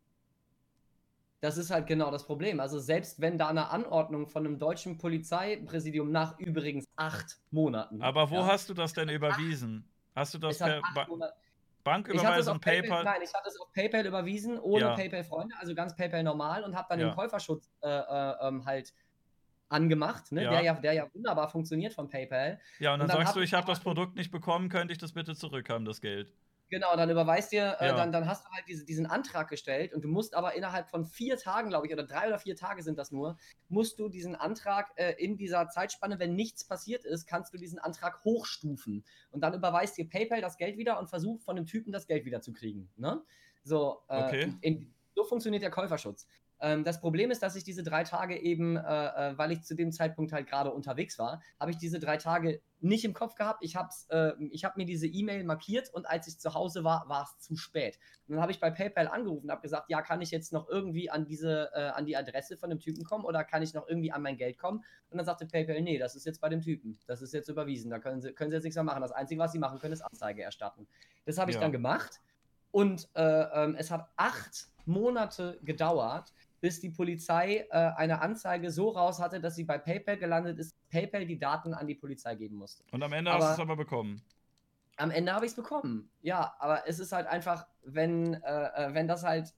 Das ist halt genau das Problem. Also selbst wenn da eine Anordnung von einem deutschen Polizeipräsidium nach übrigens 8 Monaten, Aber wo ja, hast du das denn überwiesen? Hast du das es hat per 8 Monate. Ich hatte es auf Banküberweisung, PayPal, PayPal? nein, ich hatte es auf PayPal überwiesen, ohne Ja, PayPal-Freunde, also ganz PayPal normal und habe dann den ja, Käuferschutz halt angemacht, ne, ja. der ja wunderbar funktioniert von PayPal. Ja, und Und dann dann sagst du, habe ich ich habe das aber Produkt nicht bekommen, könnte ich das bitte zurückhaben, das Geld? genau, dann überweist dir, Ja, dann hast du halt diesen Antrag gestellt und du musst aber innerhalb von 4 Tagen, glaube ich, oder 3 oder 4 Tage sind das nur, musst du diesen Antrag in dieser Zeitspanne, wenn nichts passiert ist, kannst du diesen Antrag hochstufen. Und dann überweist dir PayPal das Geld wieder und versucht von dem Typen das Geld wieder zu kriegen. Ne? So, okay. so funktioniert der Käuferschutz. Das Problem ist, dass ich diese 3 Tage eben, weil ich zu dem Zeitpunkt halt gerade unterwegs war, habe ich diese 3 Tage nicht im Kopf gehabt. Ich habe mir diese E-Mail markiert und als ich zu Hause war, war es zu spät. Und dann habe ich bei PayPal angerufen und habe gesagt, ja, kann ich jetzt noch irgendwie an an die Adresse von dem Typen kommen oder kann ich noch irgendwie an mein Geld kommen? Und dann sagte PayPal, nee, das ist jetzt bei dem Typen. Das ist jetzt überwiesen. Da können Sie jetzt nichts mehr machen. Das Einzige, was Sie machen können, ist Anzeige erstatten. Das habe ich dann Ja. gemacht und es hat 8 Monate gedauert, bis die Polizei eine Anzeige so raus hatte, dass sie bei PayPal gelandet ist, PayPal die Daten an die Polizei geben musste. Und am Ende hast du es Aber aber bekommen. am Ende habe ich es bekommen. Ja, aber es ist halt einfach, wenn das halt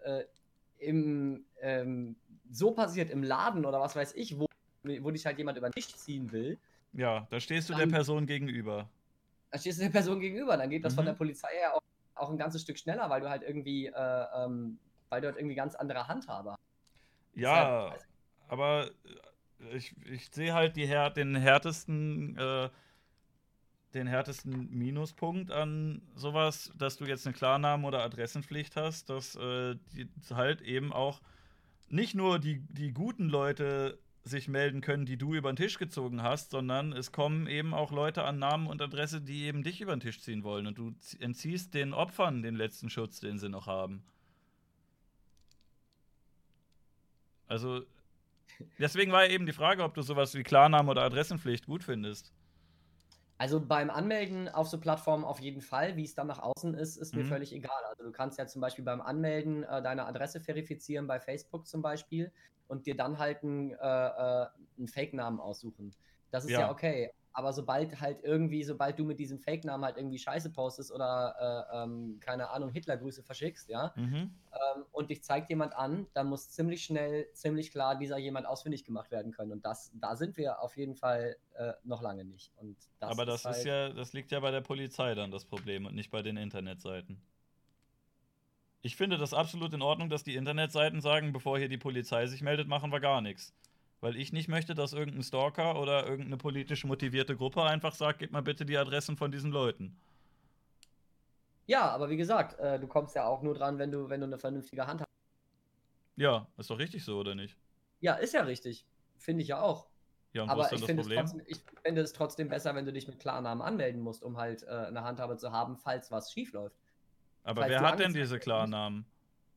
so passiert im Laden oder was weiß ich, wo dich halt jemand über den Tisch ziehen will, Ja, da stehst du der dann Person gegenüber. stehst du der Person gegenüber. Dann geht das von der Mhm. Polizei her auch ein ganzes Stück schneller, weil du halt irgendwie, weil du halt irgendwie ganz andere Handhabe hast. Deshalb, Ja, aber ich sehe halt den härtesten Minuspunkt an sowas, dass du jetzt eine Klarnamen- oder Adressenpflicht hast, dass die halt eben auch nicht nur die guten Leute sich melden können, die du über den Tisch gezogen hast, sondern es kommen eben auch Leute an Namen und Adresse, die eben dich über den Tisch ziehen wollen. Und du entziehst den Opfern den letzten Schutz, den sie noch haben. Also, Deswegen war ja eben die Frage, ob du sowas wie Klarnamen oder Adressenpflicht gut findest. Also beim Anmelden auf so Plattformen auf jeden Fall. Wie es dann nach außen ist mir Mhm. völlig egal. Also du kannst ja zum Beispiel beim Anmelden deine Adresse verifizieren bei Facebook zum Beispiel und dir dann halt einen Fake-Namen aussuchen. Das ist ja Ja. okay. Aber sobald du mit diesem Fake-Namen halt irgendwie Scheiße postest oder keine Ahnung, Hitlergrüße verschickst, ja, Mhm. und dich zeigt jemand an, dann muss ziemlich schnell, ziemlich klar dieser jemand ausfindig gemacht werden können. Und da sind wir auf jeden Fall noch lange nicht. Und das Aber ist das ist halt. ja, das liegt ja bei der Polizei dann das Problem und nicht bei den Internetseiten. Ich finde das absolut in Ordnung, dass die Internetseiten sagen, bevor hier die Polizei sich meldet, machen wir gar nichts. Weil ich nicht möchte, dass irgendein Stalker oder irgendeine politisch motivierte Gruppe einfach sagt, gib mal bitte die Adressen von diesen Leuten. Ja, aber wie gesagt, du kommst ja auch nur dran, wenn du eine vernünftige Hand hast. Ja, ist doch richtig so, oder nicht? Ja, ist ja richtig. Finde ich ja auch. Ja, und wo ist Aber dann das Problem? ich finde es trotzdem besser, wenn du dich mit Klarnamen anmelden musst, um halt eine Handhabe zu haben, falls was schief läuft. Aber Falls wer du hat denn angezeigt diese wirst, Klarnamen?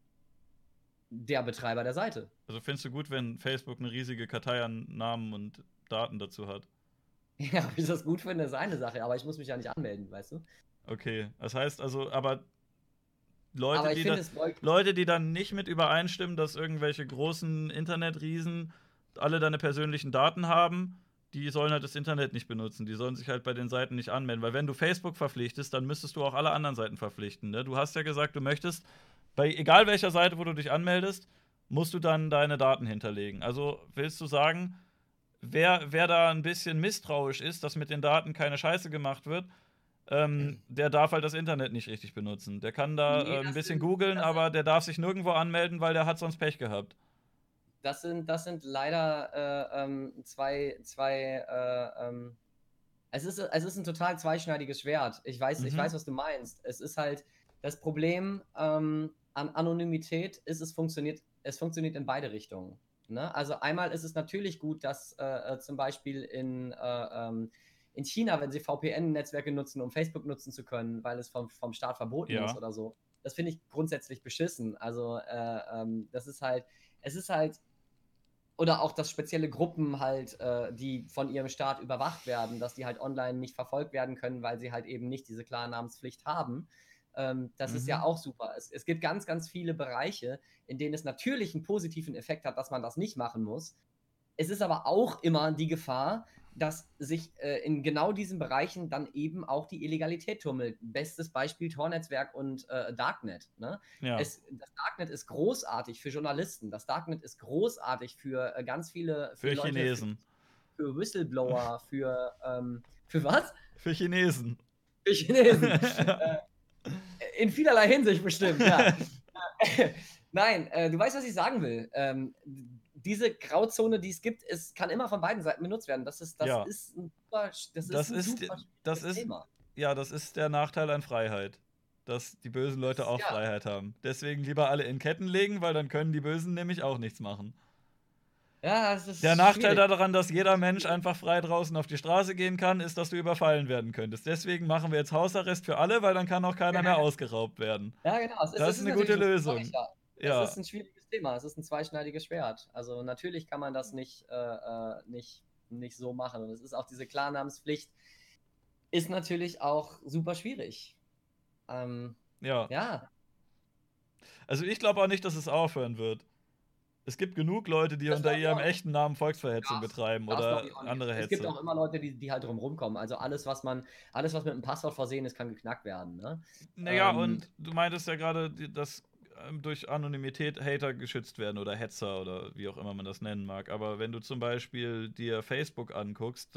der Betreiber der Seite. Also findest du gut, wenn Facebook eine riesige Kartei an Namen und Daten dazu hat? Ja, ob ich das gut finde, ist eine Sache, aber ich muss mich ja nicht anmelden, weißt du? Okay, das heißt also, aber Leute, Aber ich die da, finde es beugt. Leute, die dann nicht mit übereinstimmen, dass irgendwelche großen Internetriesen alle deine persönlichen Daten haben, die sollen halt das Internet nicht benutzen. Die sollen sich halt bei den Seiten nicht anmelden. Weil wenn du Facebook verpflichtest, dann müsstest du auch alle anderen Seiten verpflichten. Ne? Du hast ja gesagt, du möchtest, bei egal welcher Seite, wo du dich anmeldest, musst du dann deine Daten hinterlegen. Also willst du sagen, wer da ein bisschen misstrauisch ist, dass mit den Daten keine Scheiße gemacht wird, der darf halt das Internet nicht richtig benutzen. Der kann da Nee, ein bisschen googeln, aber der darf sich nirgendwo anmelden, weil der hat sonst Pech gehabt. das sind leider zwei es ist ein total zweischneidiges Schwert. Ich weiß, Mhm. was du meinst. Es ist halt das Problem an Anonymität es funktioniert in beide Richtungen. Ne? Also einmal ist es natürlich gut, dass zum Beispiel in China, wenn sie VPN-Netzwerke nutzen, um Facebook nutzen zu können, weil es vom Staat verboten ist Ja. oder so. Das finde ich grundsätzlich beschissen. Also es ist halt oder auch, dass spezielle Gruppen halt, die von ihrem Staat überwacht werden, dass die halt online nicht verfolgt werden können, weil sie halt eben nicht diese Klarnamenspflicht haben. Das ist ja Mhm. auch super. Es gibt ganz, ganz viele Bereiche, in denen es natürlich einen positiven Effekt hat, dass man das nicht machen muss. Es ist aber auch immer die Gefahr, dass sich in genau diesen Bereichen dann eben auch die Illegalität tummelt. Bestes Beispiel Tor-Netzwerk und Darknet. Ne? Ja. Das Darknet ist großartig für Journalisten. Das Darknet ist großartig für ganz viele, für Für Leute, Chinesen. für Whistleblower, für was? Für Chinesen. Für Chinesen. In vielerlei Hinsicht bestimmt, ja. Nein, du weißt, was ich sagen will. Diese Grauzone, die es gibt, es kann immer von beiden Seiten benutzt werden. Das Ja. ist ein super, das Das ist ein ist, super das schwieriges ist, Thema. ja, das ist der Nachteil an Freiheit. Dass die bösen Leute auch Ja, Freiheit haben. Deswegen lieber alle in Ketten legen, weil dann können die Bösen nämlich auch nichts machen. ja, es Der ist Nachteil schwierig. daran, dass jeder Mensch einfach frei draußen auf die Straße gehen kann, ist, dass du überfallen werden könntest. Deswegen machen wir jetzt Hausarrest für alle, weil dann kann auch keiner mehr ausgeraubt werden. Ja, genau. Es ist, Das es ist ist eine gute natürlich, das sag ich Lösung. ja. Es ist Ja, ein schwieriges Thema. Es ist ein zweischneidiges Schwert. Also natürlich kann man das nicht so machen. Und es ist auch diese Klarnamenspflicht, ist natürlich auch super schwierig. ja. Ja, Also ich glaube auch nicht, dass es aufhören wird. Es gibt genug Leute, die das unter glaube ich ihrem auch nicht. echten Namen Volksverhetzung Das, betreiben das glaube oder ich auch nicht. andere Es gibt Hetze. auch immer Leute, die halt drum rumkommen. Also alles, was mit einem Passwort versehen ist, kann geknackt werden. Ne? Naja, Ähm, und du meintest ja gerade, dass durch Anonymität Hater geschützt werden oder Hetzer oder wie auch immer man das nennen mag. Aber wenn du zum Beispiel dir Facebook anguckst,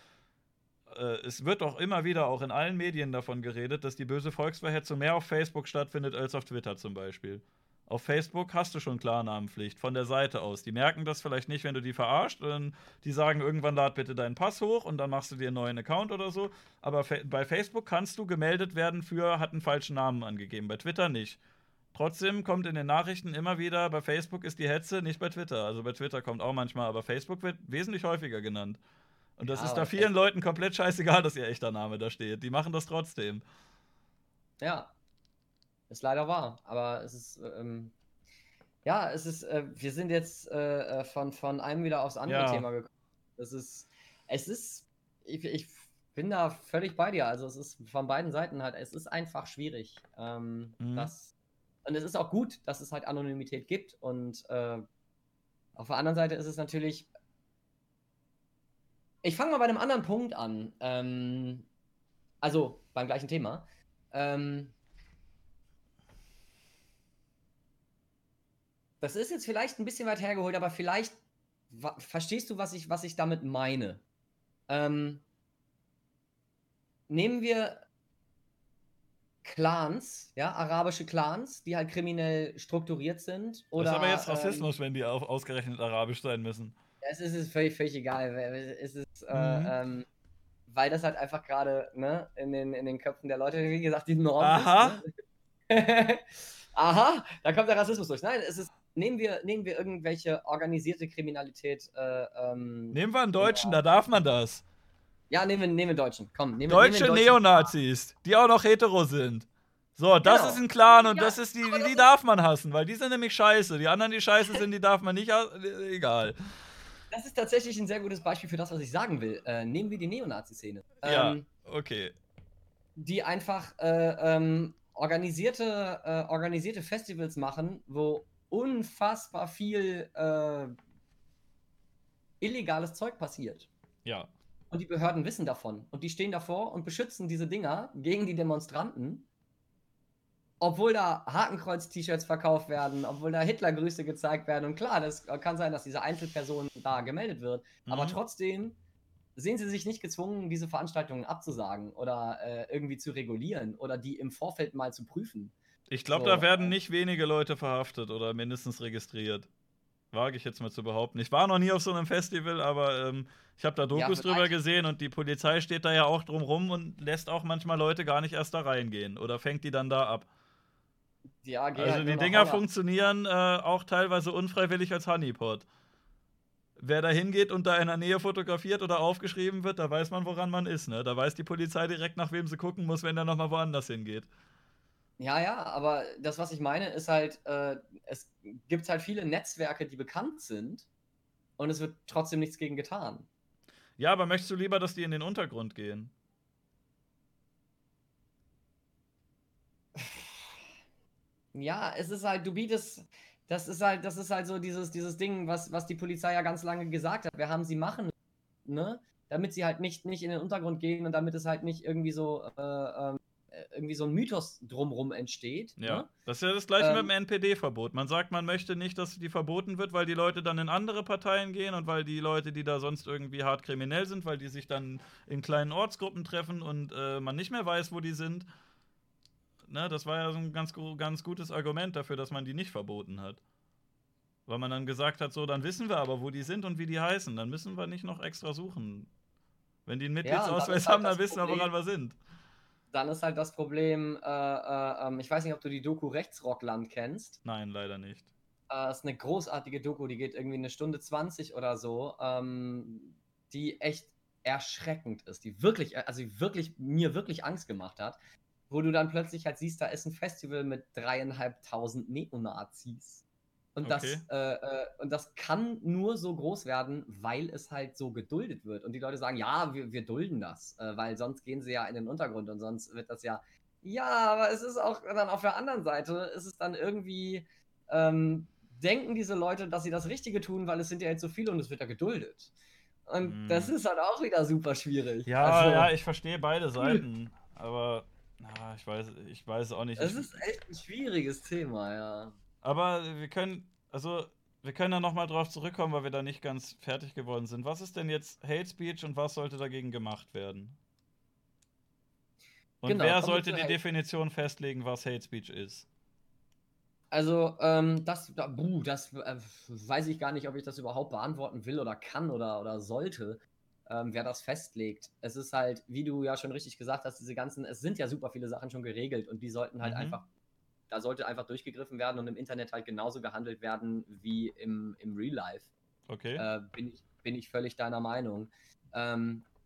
es wird doch immer wieder auch in allen Medien davon geredet, dass die böse Volksverhetzung mehr auf Facebook stattfindet als auf Twitter zum Beispiel. Auf Facebook hast du schon Klarnamenpflicht von der Seite aus. Die merken das vielleicht nicht, wenn du die verarscht. Und die sagen irgendwann, lad bitte deinen Pass hoch und dann machst du dir einen neuen Account oder so. Aber bei Facebook kannst du gemeldet werden für, hat einen falschen Namen angegeben. Bei Twitter nicht. Trotzdem kommt in den Nachrichten immer wieder, bei Facebook ist die Hetze, nicht bei Twitter. Also bei Twitter kommt auch manchmal, aber Facebook wird wesentlich häufiger genannt. Und das ja, ist da aber vielen Leuten komplett scheißegal, dass ihr echter Name da steht. Die machen das trotzdem. ja, ist leider wahr. Aber es ist, Ja, wir sind jetzt von einem wieder aufs andere Ja. Thema gekommen. Ich bin da völlig bei dir. Also es ist von beiden Seiten halt, es ist einfach schwierig. Und es ist auch gut, dass es halt Anonymität gibt. Und auf der anderen Seite ist es natürlich. Ich fange mal bei einem anderen Punkt an. Also beim gleichen Thema. Das ist jetzt vielleicht ein bisschen weit hergeholt, aber vielleicht verstehst du, was ich damit meine. Nehmen wir Clans, ja, arabische Clans, die halt kriminell strukturiert sind. Oder, das ist aber jetzt Rassismus, wenn die ausgerechnet arabisch sein müssen. Es ist völlig egal. Es ist, weil das halt einfach gerade ne, in den Köpfen der Leute, wie gesagt, die Norm Aha. ist. Ne? Aha, da kommt der Rassismus durch. Nein, nehmen wir irgendwelche organisierte Kriminalität. Nehmen wir einen Deutschen, da darf man das. Ja, nehmen wir Deutschen. Komm, Deutsche Neonazis, die auch noch hetero sind. So, das ist ein Clan und das ist die darf man hassen, weil die sind nämlich scheiße. Die anderen, die scheiße sind, die darf man nicht, egal. Das ist tatsächlich ein sehr gutes Beispiel für das, was ich sagen will. Nehmen wir die Neonazi-Szene. Ja, okay. Die einfach organisierte Festivals machen, wo unfassbar viel illegales Zeug passiert. Ja. Und die Behörden wissen davon. Und die stehen davor und beschützen diese Dinger gegen die Demonstranten. Obwohl da Hakenkreuz-T-Shirts verkauft werden, obwohl da Hitlergrüße gezeigt werden. Und klar, das kann sein, dass diese Einzelperson da gemeldet wird. Aber trotzdem sehen sie sich nicht gezwungen, diese Veranstaltungen abzusagen oder irgendwie zu regulieren oder die im Vorfeld mal zu prüfen. Ich glaube, da werden nicht wenige Leute verhaftet oder mindestens registriert. Wage ich jetzt mal zu behaupten. Ich war noch nie auf so einem Festival, aber ich habe da Dokus drüber gesehen und die Polizei steht da ja auch drum rum und lässt auch manchmal Leute gar nicht erst da reingehen oder fängt die dann da ab. Ja, also halt die Dinger funktionieren auch teilweise unfreiwillig als Honeypot. Wer da hingeht und da in der Nähe fotografiert oder aufgeschrieben wird, da weiß man, woran man ist. Ne? Da weiß die Polizei direkt, nach wem sie gucken muss, wenn der nochmal woanders hingeht. Ja, aber das, was ich meine, ist halt, es gibt halt viele Netzwerke, die bekannt sind und es wird trotzdem nichts gegen getan. Ja, aber möchtest du lieber, dass die in den Untergrund gehen? Ja, es ist halt, das ist halt so dieses Ding, was die Polizei ja ganz lange gesagt hat. Wir haben sie machen, ne? Damit sie halt nicht in den Untergrund gehen und damit es halt nicht irgendwie so ein Mythos drumrum entsteht. Ja, ne? Das ist ja das gleiche mit dem NPD-Verbot. Man sagt, man möchte nicht, dass die verboten wird, weil die Leute dann in andere Parteien gehen und weil die Leute, die da sonst irgendwie hart kriminell sind, weil die sich dann in kleinen Ortsgruppen treffen und man nicht mehr weiß, wo die sind. Ne, das war ja so ein ganz gutes Argument dafür, dass man die nicht verboten hat. Weil man dann gesagt hat, so, dann wissen wir aber, wo die sind und wie die heißen. Dann müssen wir nicht noch extra suchen. Wenn die einen Mitgliedsausweis haben, dann wissen wir, woran wir sind. Dann ist halt das Problem, ich weiß nicht, ob du die Doku Rechtsrockland kennst. Nein, leider nicht. Das ist eine großartige Doku, die geht irgendwie 1:20 oder so, die echt erschreckend ist, die wirklich mir wirklich Angst gemacht hat, wo du dann plötzlich halt siehst, da ist ein Festival mit 3.500 Neonazis. Und das kann nur so groß werden, weil es halt so geduldet wird. Und die Leute sagen, ja, wir dulden das, weil sonst gehen sie ja in den Untergrund und sonst wird das ja. Ja, aber es ist auch dann auf der anderen Seite, ist es dann irgendwie, denken diese Leute, dass sie das Richtige tun, weil es sind ja jetzt so viele und es wird ja geduldet. Und das ist halt auch wieder super schwierig. Ja, ich verstehe beide Seiten, aber ich weiß es auch nicht. Es ist echt ein schwieriges Thema, ja. Aber wir können da nochmal drauf zurückkommen, weil wir da nicht ganz fertig geworden sind. Was ist denn jetzt Hate Speech und was sollte dagegen gemacht werden? Und wer sollte die Definition festlegen, was Hate Speech ist? Also, das weiß ich gar nicht, ob ich das überhaupt beantworten will oder kann oder sollte, wer das festlegt. Es ist halt, wie du ja schon richtig gesagt hast, es sind ja super viele Sachen schon geregelt und die sollten halt da sollte einfach durchgegriffen werden und im Internet halt genauso gehandelt werden wie im Real Life. Okay. Bin ich völlig deiner Meinung.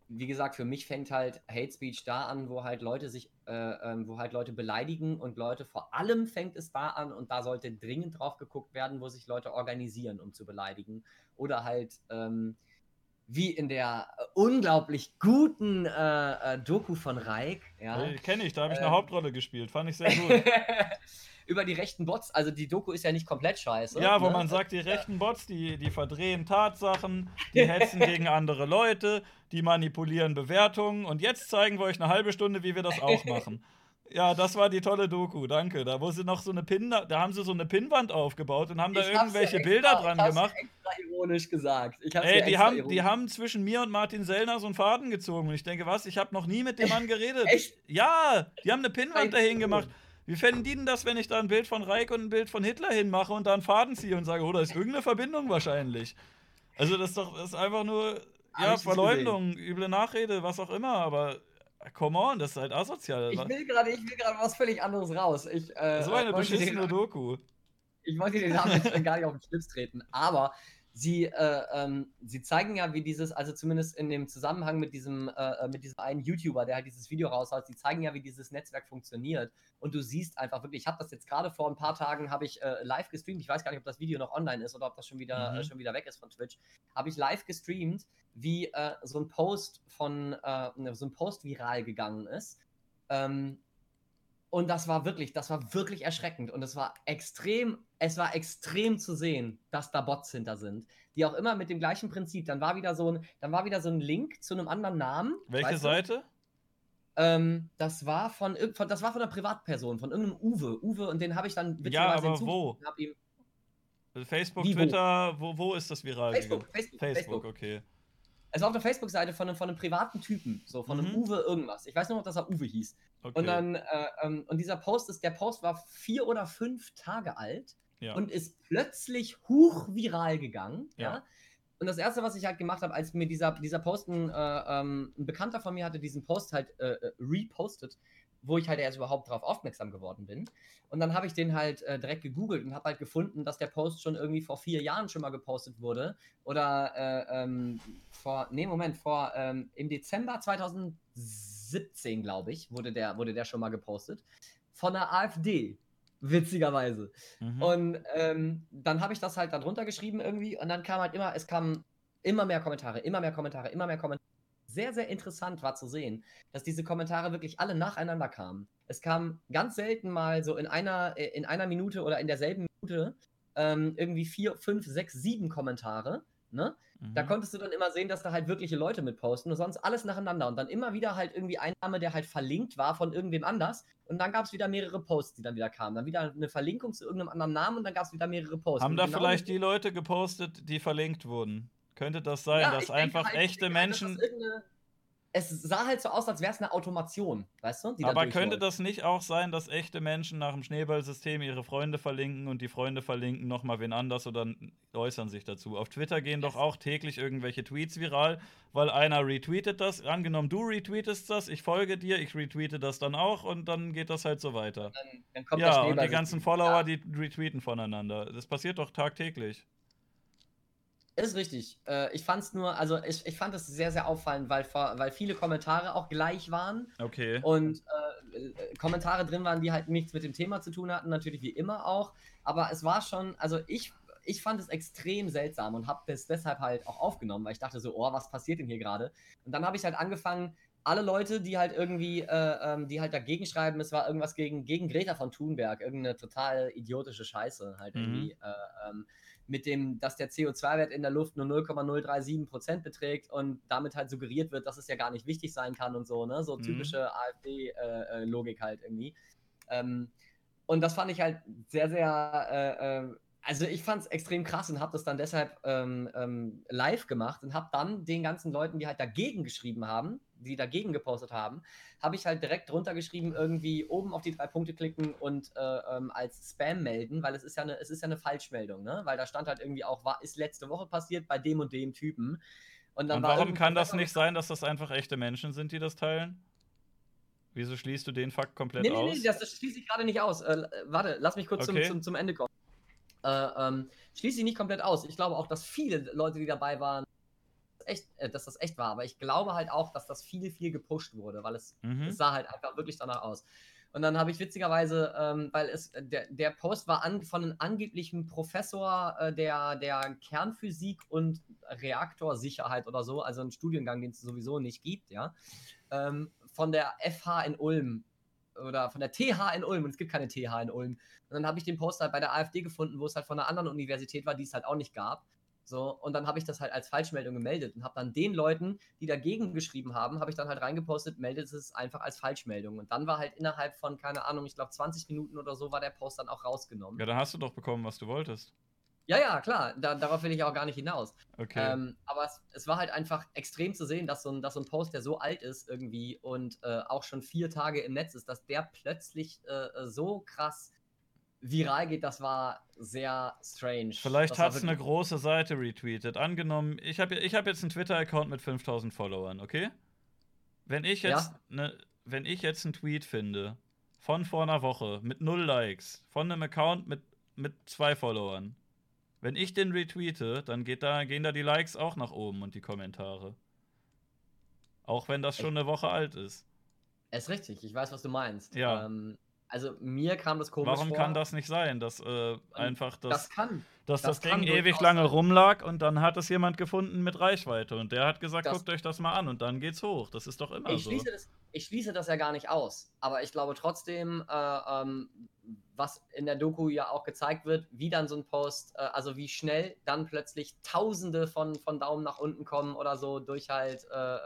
wie gesagt, für mich fängt halt Hate Speech da an, wo halt Leute wo halt Leute beleidigen und Leute, vor allem fängt es da an und da sollte dringend drauf geguckt werden, wo sich Leute organisieren, um zu beleidigen. Oder halt, wie in der unglaublich guten Doku von Reik, ja. Kenne ich, da habe ich eine Hauptrolle gespielt, fand ich sehr gut. Über die rechten Bots, also die Doku ist ja nicht komplett scheiße. Ja, wo man sagt, die rechten Bots, die verdrehen Tatsachen, die hetzen gegen andere Leute, die manipulieren Bewertungen und jetzt zeigen wir euch eine halbe Stunde, wie wir das auch machen. Ja, das war die tolle Doku, danke. Da wo sie noch so eine da haben sie so eine Pinnwand aufgebaut und haben da irgendwelche Bilder dran gemacht. Ich hab's extra ironisch gesagt. Die haben zwischen mir und Martin Sellner so einen Faden gezogen und ich denke, was? Ich habe noch nie mit dem Mann geredet. Echt? Ja, die haben eine Pinnwand dahin gemacht. Wie fänden die denn das, wenn ich da ein Bild von Reik und ein Bild von Hitler hinmache und da einen Faden ziehe und sage, oh, da ist irgendeine Verbindung wahrscheinlich. Also das ist einfach nur, ja, Verleumdung, üble Nachrede, was auch immer, aber come on, das ist halt asozial. Ich will gerade was völlig anderes raus. So eine beschissene Doku. Ich wollte den Namen jetzt gar nicht auf den Schlips treten, aber sie zeigen ja, wie dieses, also zumindest in dem Zusammenhang mit diesem einen YouTuber, der halt dieses Video raushaut, sie zeigen ja, wie dieses Netzwerk funktioniert. Und du siehst einfach wirklich, ich habe das jetzt gerade vor ein paar Tagen, habe ich live gestreamt, ich weiß gar nicht, ob das Video noch online ist oder ob das schon wieder weg ist von Twitch, habe ich live gestreamt, wie so ein Post viral gegangen ist. Und das war wirklich erschreckend. Und es war extrem zu sehen, dass da Bots hinter sind. Die auch immer mit dem gleichen Prinzip. Dann war wieder so ein Link zu einem anderen Namen. Welche Seite? Das war von einer Privatperson, von irgendeinem Uwe. Und den habe ich dann witzigerweise hinzugefügt. Ja, aber wo? Facebook, Twitter, wo ist das viral? Facebook, okay. Es war auf der Facebook-Seite von einem privaten Typen, so von einem Uwe irgendwas. Ich weiß nur noch, dass er Uwe hieß. Okay. Und dann, und der Post war 4 oder 5 Tage alt und ist plötzlich hochviral gegangen. Ja. Und das Erste, was ich halt gemacht habe, als mir dieser Post, ein Bekannter von mir hatte diesen Post halt repostet, wo ich halt erst überhaupt drauf aufmerksam geworden bin. Und dann habe ich den halt direkt gegoogelt und habe halt gefunden, dass der Post schon irgendwie vor 4 Jahren schon mal gepostet wurde. Oder im Dezember 2017, glaube ich, wurde der schon mal gepostet. Von der AfD. Witzigerweise. Und dann habe ich das halt da drunter geschrieben irgendwie und dann kamen immer mehr Kommentare. Sehr, sehr interessant war zu sehen, dass diese Kommentare wirklich alle nacheinander kamen. Es kam ganz selten mal so in einer Minute oder in derselben Minute irgendwie 4, 5, 6, 7 Kommentare. Ne? Da konntest du dann immer sehen, dass da halt wirkliche Leute mit posten und sonst alles nacheinander. Und dann immer wieder halt irgendwie ein Name, der halt verlinkt war von irgendwem anders. Und dann gab es wieder mehrere Posts, die dann wieder kamen. Dann wieder eine Verlinkung zu irgendeinem anderen Namen und dann gab es wieder mehrere Posts. Haben da vielleicht die Leute gepostet, die verlinkt wurden? Könnte das sein, dass einfach halt, echte Menschen... Es sah halt so aus, als wäre es eine Automation, weißt du? Aber könnte das nicht auch sein, dass echte Menschen nach dem Schneeballsystem ihre Freunde verlinken und die Freunde verlinken nochmal wen anders oder äußern sich dazu? Auf Twitter gehen doch auch täglich irgendwelche Tweets viral, weil einer retweetet das. Angenommen, du retweetest das, ich folge dir, ich retweete das dann auch und dann geht das halt so weiter. Dann kommt ja, und die ganzen Follower, die retweeten voneinander. Das passiert doch tagtäglich. Ist richtig. Ich fand es sehr, sehr auffallend, weil viele Kommentare auch gleich waren. Okay. Und Kommentare drin waren, die halt nichts mit dem Thema zu tun hatten, natürlich wie immer auch. Aber es war schon, also ich fand es extrem seltsam und habe das deshalb halt auch aufgenommen, weil ich dachte so, oh, was passiert denn hier gerade? Und dann habe ich halt angefangen, alle Leute, die halt irgendwie, die halt dagegen schreiben, es war irgendwas gegen Greta von Thunberg, irgendeine total idiotische Scheiße halt irgendwie, mit dem, dass der CO2-Wert in der Luft nur 0,037% beträgt und damit halt suggeriert wird, dass es ja gar nicht wichtig sein kann und so, ne? So typische AfD-Logik halt irgendwie. Und das fand ich halt sehr, sehr, also ich fand es extrem krass und habe das dann deshalb live gemacht und habe dann den ganzen Leuten, die halt dagegen geschrieben haben, die dagegen gepostet haben, habe ich halt direkt drunter geschrieben, irgendwie oben auf die 3 Punkte klicken und als Spam melden, weil es ist ja eine Falschmeldung, ne? Weil da stand halt irgendwie auch, ist letzte Woche passiert bei dem und dem Typen. Und warum kann das nicht sein, dass das einfach echte Menschen sind, die das teilen? Wieso schließt du den Fakt komplett aus? Nee, das schließe ich gerade nicht aus. Warte, lass mich kurz zum Ende kommen. Schließe ich nicht komplett aus. Ich glaube auch, dass viele Leute, die dabei waren, dass das echt war. Aber ich glaube halt auch, dass das viel, viel gepusht wurde, weil es sah halt einfach wirklich danach aus. Und dann habe ich witzigerweise, weil der Post war von einem angeblichen Professor der Kernphysik und Reaktorsicherheit oder so, also ein Studiengang, den es sowieso nicht gibt, ja, von der FH in Ulm oder von der TH in Ulm, und es gibt keine TH in Ulm. Und dann habe ich den Post halt bei der AfD gefunden, wo es halt von einer anderen Universität war, die es halt auch nicht gab. So, und dann habe ich das halt als Falschmeldung gemeldet und habe dann den Leuten, die dagegen geschrieben haben, habe ich dann halt reingepostet, meldet es einfach als Falschmeldung. Und dann war halt innerhalb von, keine Ahnung, ich glaube 20 Minuten oder so war der Post dann auch rausgenommen. Ja, dann hast du doch bekommen, was du wolltest. Ja, klar, darauf will ich auch gar nicht hinaus. Okay. Aber es war halt einfach extrem zu sehen, dass so ein Post, der so alt ist irgendwie und auch schon 4 Tage im Netz ist, dass der plötzlich so krass viral geht, das war sehr strange. Vielleicht hat es eine große Seite retweetet. Angenommen, ich hab jetzt einen Twitter-Account mit 5000 Followern, okay? Wenn ich jetzt einen Tweet finde von vor einer Woche mit 0 Likes, von einem Account mit 2 Followern, wenn ich den retweete, dann gehen da die Likes auch nach oben und die Kommentare. Auch wenn das schon eine Woche alt ist. Ist richtig, ich weiß, was du meinst. Ja. Also mir kam das komisch vor. Warum kann das nicht sein, dass einfach das Ding ewig lange rumlag und dann hat es jemand gefunden mit Reichweite und der hat gesagt, guckt euch das mal an und dann geht's hoch. Das ist doch immer so. Ich schließe das ja gar nicht aus, aber ich glaube trotzdem, was in der Doku ja auch gezeigt wird, wie dann so ein Post, also wie schnell dann plötzlich Tausende von Daumen nach unten kommen oder so durch halt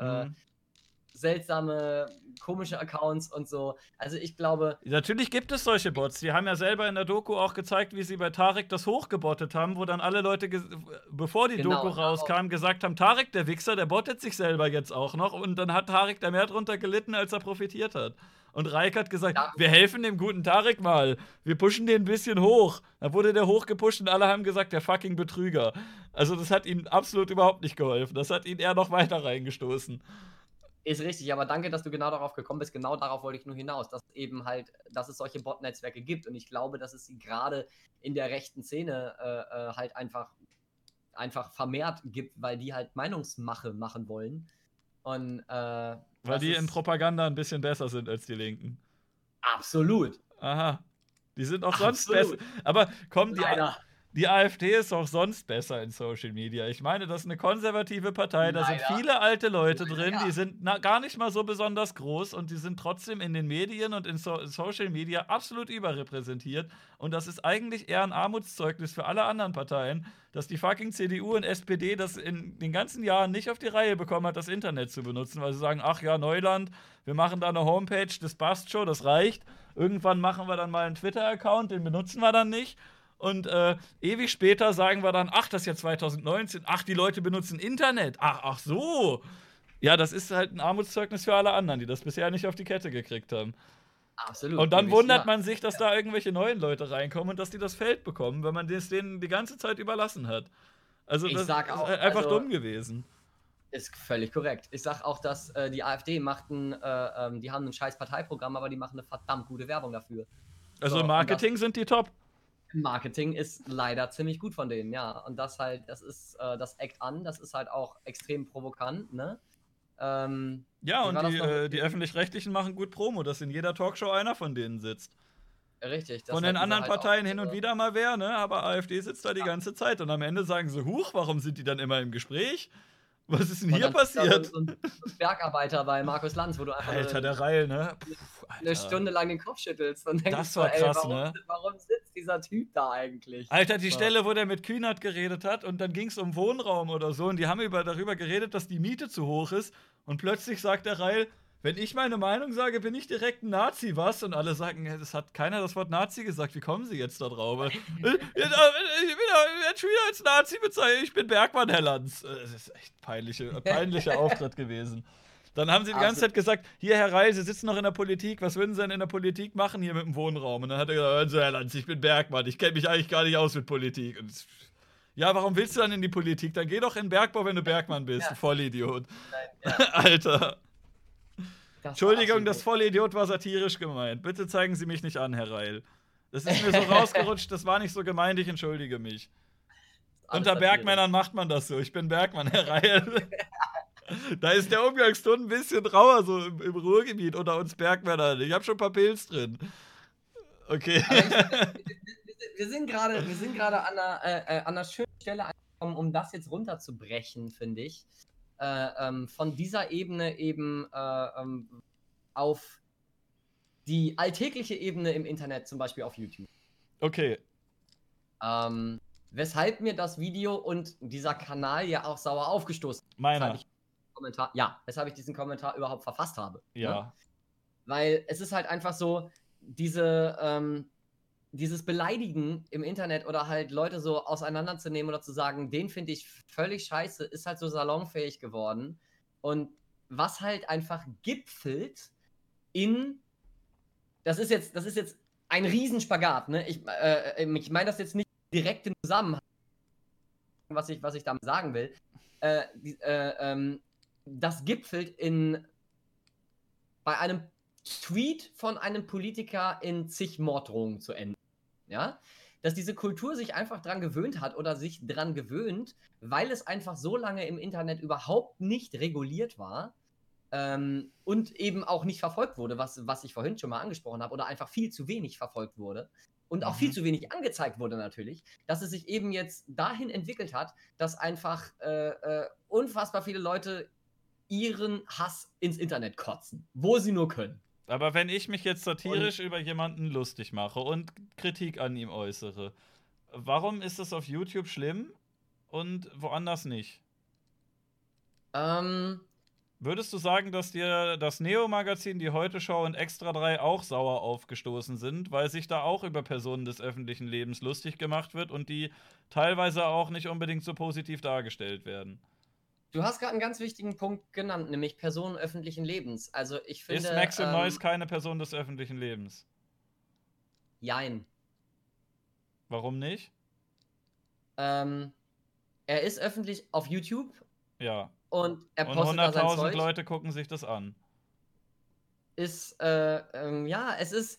seltsame, komische Accounts und so. Also ich glaube... Natürlich gibt es solche Bots. Die haben ja selber in der Doku auch gezeigt, wie sie bei Tarek das hochgebottet haben, wo dann alle Leute, bevor die Doku rauskam, gesagt haben, Tarek, der Wichser, der bottet sich selber jetzt auch noch. Und dann hat Tarek da mehr drunter gelitten, als er profitiert hat. Und Raik hat gesagt, wir helfen dem guten Tarek mal. Wir pushen den ein bisschen hoch. Dann wurde der hochgepusht und alle haben gesagt, der fucking Betrüger. Also das hat ihm absolut überhaupt nicht geholfen. Das hat ihn eher noch weiter reingestoßen. Ist richtig, aber danke, dass du genau darauf gekommen bist. Genau darauf wollte ich nur hinaus, dass es solche Bot-Netzwerke gibt. Und ich glaube, dass es sie gerade in der rechten Szene halt einfach vermehrt gibt, weil die halt Meinungsmache machen wollen. Und weil die in Propaganda ein bisschen besser sind als die Linken. Absolut. Aha. Die sind auch sonst besser. Aber komm, die AfD ist auch sonst besser in Social Media. Ich meine, das ist eine konservative Partei, da sind viele alte Leute drin, die sind gar nicht mal so besonders groß und die sind trotzdem in den Medien und in Social Media absolut überrepräsentiert. Und das ist eigentlich eher ein Armutszeugnis für alle anderen Parteien, dass die fucking CDU und SPD das in den ganzen Jahren nicht auf die Reihe bekommen hat, das Internet zu benutzen, weil sie sagen, ach ja, Neuland, wir machen da eine Homepage, das passt schon, das reicht. Irgendwann machen wir dann mal einen Twitter-Account, den benutzen wir dann nicht. Und ewig später sagen wir dann, ach, das ist ja 2019, ach, die Leute benutzen Internet, ach so. Ja, das ist halt ein Armutszeugnis für alle anderen, die das bisher nicht auf die Kette gekriegt haben. Absolut. Und dann wundert man sich, dass da irgendwelche neuen Leute reinkommen und dass die das Feld bekommen, wenn man das denen die ganze Zeit überlassen hat. Also das ist einfach dumm gewesen. Ist völlig korrekt. Ich sag auch, dass die AfD die haben ein scheiß Parteiprogramm, aber die machen eine verdammt gute Werbung dafür. Also im Marketing sind die top. Marketing ist leider ziemlich gut von denen, ja. Und das ist das Act an, das ist halt auch extrem provokant, ne? Ja, und die Öffentlich-Rechtlichen machen gut Promo, dass in jeder Talkshow einer von denen sitzt. Richtig. Von den anderen Parteien hin und wieder mal wer, ne? Aber AfD sitzt da die ganze Zeit und am Ende sagen sie, huch, warum sind die dann immer im Gespräch? Was ist denn hier passiert? So ein Bergarbeiter bei Markus Lanz, wo du einfach Alter, der Reil, ne? eine Stunde lang den Kopf schüttelst und denkst, das war krass, ne? Warum sitzt dieser Typ da eigentlich? Alter, die Stelle, wo der mit Kühnert geredet hat und dann ging es um Wohnraum oder so und die haben darüber geredet, dass die Miete zu hoch ist und plötzlich sagt der Reil, wenn ich meine Meinung sage, bin ich direkt ein Nazi, was? Und alle sagen, es hat keiner das Wort Nazi gesagt. Wie kommen sie jetzt da drauf? Ich bin schon wieder als Nazi bezeichnet. Ich bin Bergmann, Herr Lanz. Das ist echt peinlicher Auftritt gewesen. Dann haben sie die ganze Zeit gesagt, hier, Herr Reil, Sie sitzen noch in der Politik. Was würden Sie denn in der Politik machen hier mit dem Wohnraum? Und dann hat er gesagt, hören Sie, Herr Lanz, ich bin Bergmann. Ich kenne mich eigentlich gar nicht aus mit Politik. Und ja, warum willst du dann in die Politik? Dann geh doch in den Bergbau, wenn du Bergmann bist. Ja. Vollidiot. Nein, ja. Alter. Entschuldigung, das Vollidiot war satirisch gemeint. Bitte zeigen Sie mich nicht an, Herr Reil. Das ist mir so rausgerutscht, das war nicht so gemeint, ich entschuldige mich. Unter Bergmännern macht man das so. Ich bin Bergmann, Herr Reihe. Da ist der Umgangston ein bisschen rauer, so im Ruhrgebiet unter uns Bergmännern. Ich habe schon ein paar Pilz drin. Okay. Wir sind gerade an einer schönen Stelle angekommen, um das jetzt runterzubrechen, finde ich. Von dieser Ebene eben auf die alltägliche Ebene im Internet, zum Beispiel auf YouTube. Okay. Weshalb mir das Video und dieser Kanal ja auch sauer aufgestoßen ist. Meiner. Weshalb ich diesen Kommentar überhaupt verfasst habe. Ja. Ne? Weil es ist halt einfach so, dieses Beleidigen im Internet oder halt Leute so auseinanderzunehmen oder zu sagen, den finde ich völlig scheiße, ist halt so salonfähig geworden. Und was halt einfach gipfelt in, das ist jetzt ein Riesenspagat, ne? Ich meine das jetzt nicht direkt im Zusammenhang, was ich damit sagen will. Das gipfelt bei einem Tweet von einem Politiker in zig Morddrohungen zu enden. Ja? Dass diese Kultur sich einfach dran gewöhnt hat oder sich dran gewöhnt, weil es einfach so lange im Internet überhaupt nicht reguliert war und eben auch nicht verfolgt wurde, was ich vorhin schon mal angesprochen habe, oder einfach viel zu wenig verfolgt wurde und auch viel zu wenig angezeigt wurde natürlich, dass es sich eben jetzt dahin entwickelt hat, dass einfach unfassbar viele Leute ihren Hass ins Internet kotzen, wo sie nur können. Aber wenn ich mich jetzt satirisch über jemanden lustig mache und Kritik an ihm äußere, warum ist das auf YouTube schlimm und woanders nicht? Würdest du sagen, dass dir das Neo-Magazin, die Heute-Show und Extra 3 auch sauer aufgestoßen sind, weil sich da auch über Personen des öffentlichen Lebens lustig gemacht wird und die teilweise auch nicht unbedingt so positiv dargestellt werden? Du hast gerade einen ganz wichtigen Punkt genannt, nämlich Personen öffentlichen Lebens. Also ich finde. Ist Maxim Neuss keine Person des öffentlichen Lebens? Jein. Warum nicht? Er ist öffentlich auf YouTube. Ja. Und er postet da sein Zeug. 100.000 Leute gucken sich das an. Ja, es ist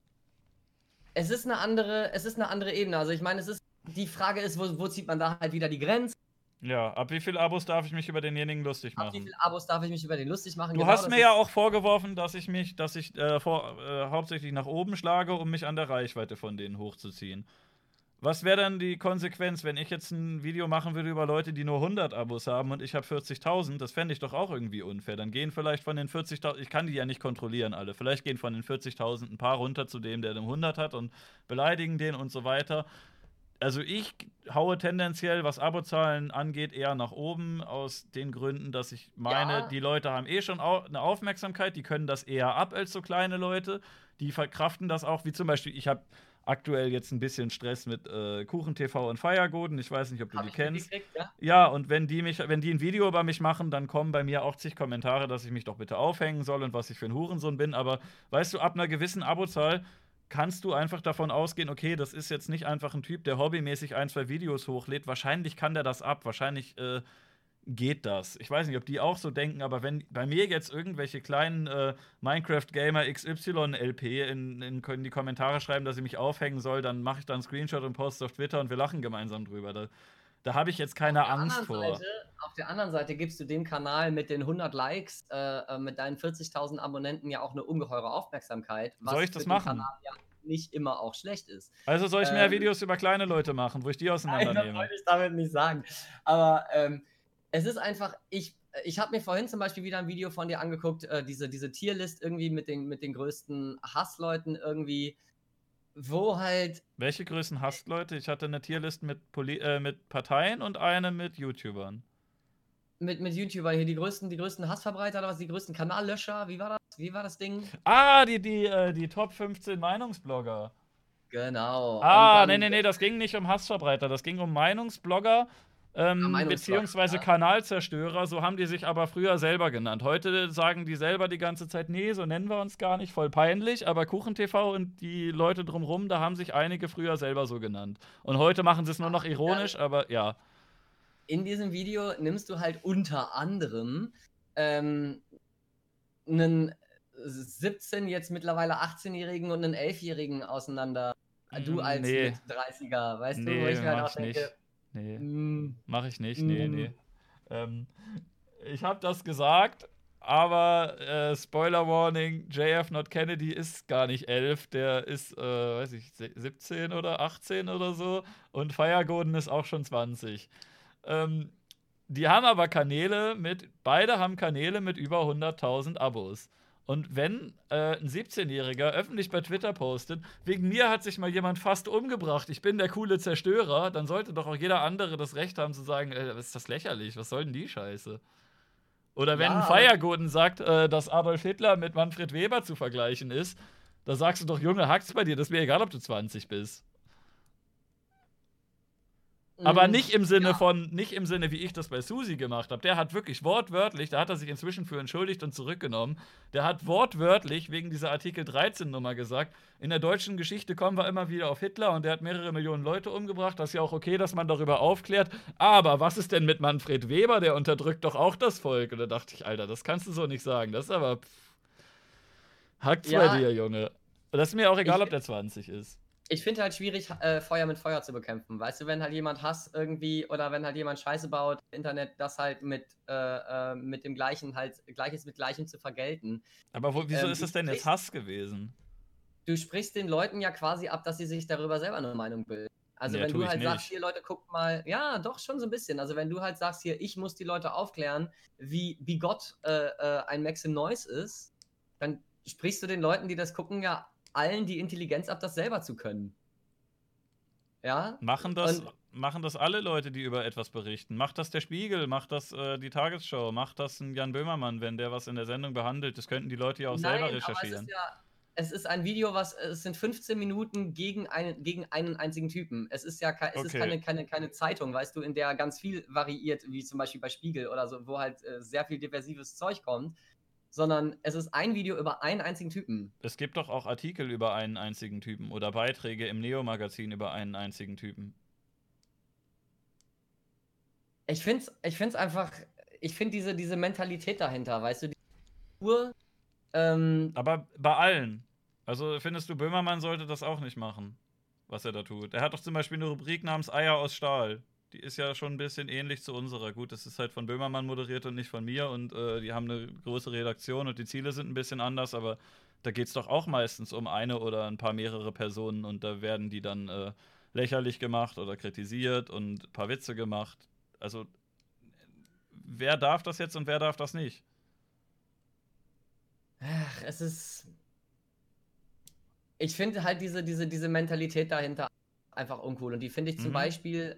eine andere Ebene. Also ich meine, die Frage ist, wo zieht man da halt wieder die Grenze? Ja, ab wie viel Abos darf ich mich über denjenigen lustig machen? Ab wie viel Abos darf ich mich über den lustig machen? Du hast mir ja auch vorgeworfen, dass ich hauptsächlich nach oben schlage, um mich an der Reichweite von denen hochzuziehen. Was wäre dann die Konsequenz, wenn ich jetzt ein Video machen würde über Leute, die nur 100 Abos haben und ich habe 40.000? Das fände ich doch auch irgendwie unfair. Dann gehen vielleicht von den 40.000, ich kann die ja nicht kontrollieren alle, vielleicht gehen von den 40.000 ein paar runter zu dem, der den 100 hat und beleidigen den und so weiter. Also ich haue tendenziell, was Abozahlen angeht, eher nach oben, aus den Gründen, dass ich meine, die Leute haben eh schon eine Aufmerksamkeit, die können das eher ab als so kleine Leute, die verkraften das auch, wie zum Beispiel, ich habe aktuell jetzt ein bisschen Stress mit KuchenTV und Feiergoden, ich weiß nicht, ob du die kennst. Ja, und wenn die ein Video über mich machen, dann kommen bei mir auch zig Kommentare, dass ich mich doch bitte aufhängen soll und was ich für ein Hurensohn bin, aber weißt du, ab einer gewissen Abozahl kannst du einfach davon ausgehen, okay, das ist jetzt nicht einfach ein Typ, der hobbymäßig 1, 2 Videos hochlädt. Wahrscheinlich kann der das ab. Wahrscheinlich geht das. Ich weiß nicht, ob die auch so denken, aber wenn bei mir jetzt irgendwelche kleinen Minecraft-Gamer XY-LP in die Kommentare schreiben, dass ich mich aufhängen soll, dann mache ich da einen Screenshot und poste auf Twitter und wir lachen gemeinsam drüber. Da habe ich jetzt keine Angst vor. Auf der anderen Seite gibst du dem Kanal mit den 100 Likes, mit deinen 40.000 Abonnenten ja auch eine ungeheure Aufmerksamkeit. Was soll ich das machen? Kanal ja nicht immer auch schlecht ist. Also soll ich mehr Videos über kleine Leute machen, wo ich die auseinandernehme? Nein, das wollte ich damit nicht sagen. Aber es ist einfach, ich habe mir vorhin zum Beispiel wieder ein Video von dir angeguckt, diese Tierlist irgendwie mit den größten Hassleuten irgendwie, wo halt. Welche größten Hassleute? Ich hatte eine Tierlist mit Parteien und eine mit YouTubern. Mit YouTubern hier, die größten Hassverbreiter oder was, die größten Kanallöscher, wie war das Ding? Ah, die Top 15 Meinungsblogger. Genau. Nee, das ging nicht um Hassverbreiter, das ging um Meinungsblogger, beziehungsweise Kanalzerstörer, so haben die sich aber früher selber genannt. Heute sagen die selber die ganze Zeit, nee, so nennen wir uns gar nicht, voll peinlich, aber KuchenTV und die Leute drumrum, da haben sich einige früher selber so genannt. Und heute machen sie es nur noch ironisch, aber ja. In diesem Video nimmst du halt unter anderem einen 17, jetzt mittlerweile 18-Jährigen und einen 11-Jährigen auseinander. Du als mit 30er, weißt du, wo ich mir halt auch denke. Nee. Mm, Mach ich nicht. mm. Nee. Ich habe das gesagt, aber Spoiler Warning, JF Not Kennedy ist gar nicht 11, der ist, weiß ich, 17 oder 18 oder so und Firegoden ist auch schon 20. Ähm, Die haben aber beide haben Kanäle mit über 100.000 Abos. Und wenn ein 17-Jähriger öffentlich bei Twitter postet, wegen mir hat sich mal jemand fast umgebracht, ich bin der coole Zerstörer, dann sollte doch auch jeder andere das Recht haben zu sagen, ist das lächerlich, was soll denn die Scheiße? Oder wenn ein Ja, aber Feiergoden sagt, dass Adolf Hitler mit Manfred Weber zu vergleichen ist, da sagst du doch, Junge, hackt's bei dir, das ist mir egal, ob du 20 bist. Aber mm, nicht im Sinne, wie ich das bei Susi gemacht habe. Der hat wirklich wortwörtlich, da hat er sich inzwischen für entschuldigt und zurückgenommen. Der hat wortwörtlich wegen dieser Artikel 13-Nummer gesagt, in der deutschen Geschichte kommen wir immer wieder auf Hitler und der hat mehrere Millionen Leute umgebracht. Das ist ja auch okay, dass man darüber aufklärt. Aber was ist denn mit Manfred Weber? Der unterdrückt doch auch das Volk. Und da dachte ich, Alter, das kannst du so nicht sagen. Das ist aber. Hackt's bei ja, dir, Junge. Das ist mir auch egal, ich, ob der 20 ist. ich finde halt schwierig, Feuer mit Feuer zu bekämpfen. Weißt du, wenn halt jemand Hass irgendwie oder wenn halt jemand Scheiße baut im Internet, das halt mit dem Gleichen halt, Gleiches mit Gleichem zu vergelten. Aber wieso ist Du es denn jetzt sprichst, Hass gewesen? du sprichst den Leuten ja quasi ab, dass sie sich darüber selber eine Meinung bilden. Also Nee, wenn tue du ich halt sagst, nicht. hier Leute, guckt mal, ja, doch schon so ein bisschen. Also wenn du halt sagst, hier, ich muss die Leute aufklären, wie bigott ein Maxim Noise ist, dann sprichst du den Leuten, die das gucken, ja allen die Intelligenz ab, das selber zu können. Ja? Und Machen das alle Leute, die über etwas berichten? Macht das der Spiegel? Macht das die Tagesschau? Macht das ein Jan Böhmermann, wenn der was in der Sendung behandelt? Das könnten die Leute ja auch selber nein, aber recherchieren. es ist ein Video, es sind 15 Minuten gegen einen einzigen Typen. Es ist ja es ist Okay. keine Zeitung, weißt du, in der ganz viel variiert, wie zum Beispiel bei Spiegel oder so, wo halt sehr viel diversives Zeug kommt, sondern es ist ein Video über einen einzigen Typen. Es gibt doch auch Artikel über einen einzigen Typen oder Beiträge im Neo-Magazin über einen einzigen Typen. Ich find's einfach, ich finde diese Mentalität dahinter, weißt du, die Uhr, Aber bei allen. Also findest du, Böhmermann sollte das auch nicht machen, was er da tut? Er hat doch zum Beispiel eine Rubrik namens Eier aus Stahl. Die ist ja schon ein bisschen ähnlich zu unserer. Gut, das ist halt von Böhmermann moderiert und nicht von mir und die haben eine größere Redaktion und die Ziele sind ein bisschen anders, aber da geht es doch auch meistens um eine oder ein paar mehrere Personen und da werden die dann lächerlich gemacht oder kritisiert und ein paar Witze gemacht. Also, wer darf das jetzt und wer darf das nicht? ach, es ist, ich finde halt diese Mentalität dahinter einfach uncool. Und die finde ich zum Mhm. Beispiel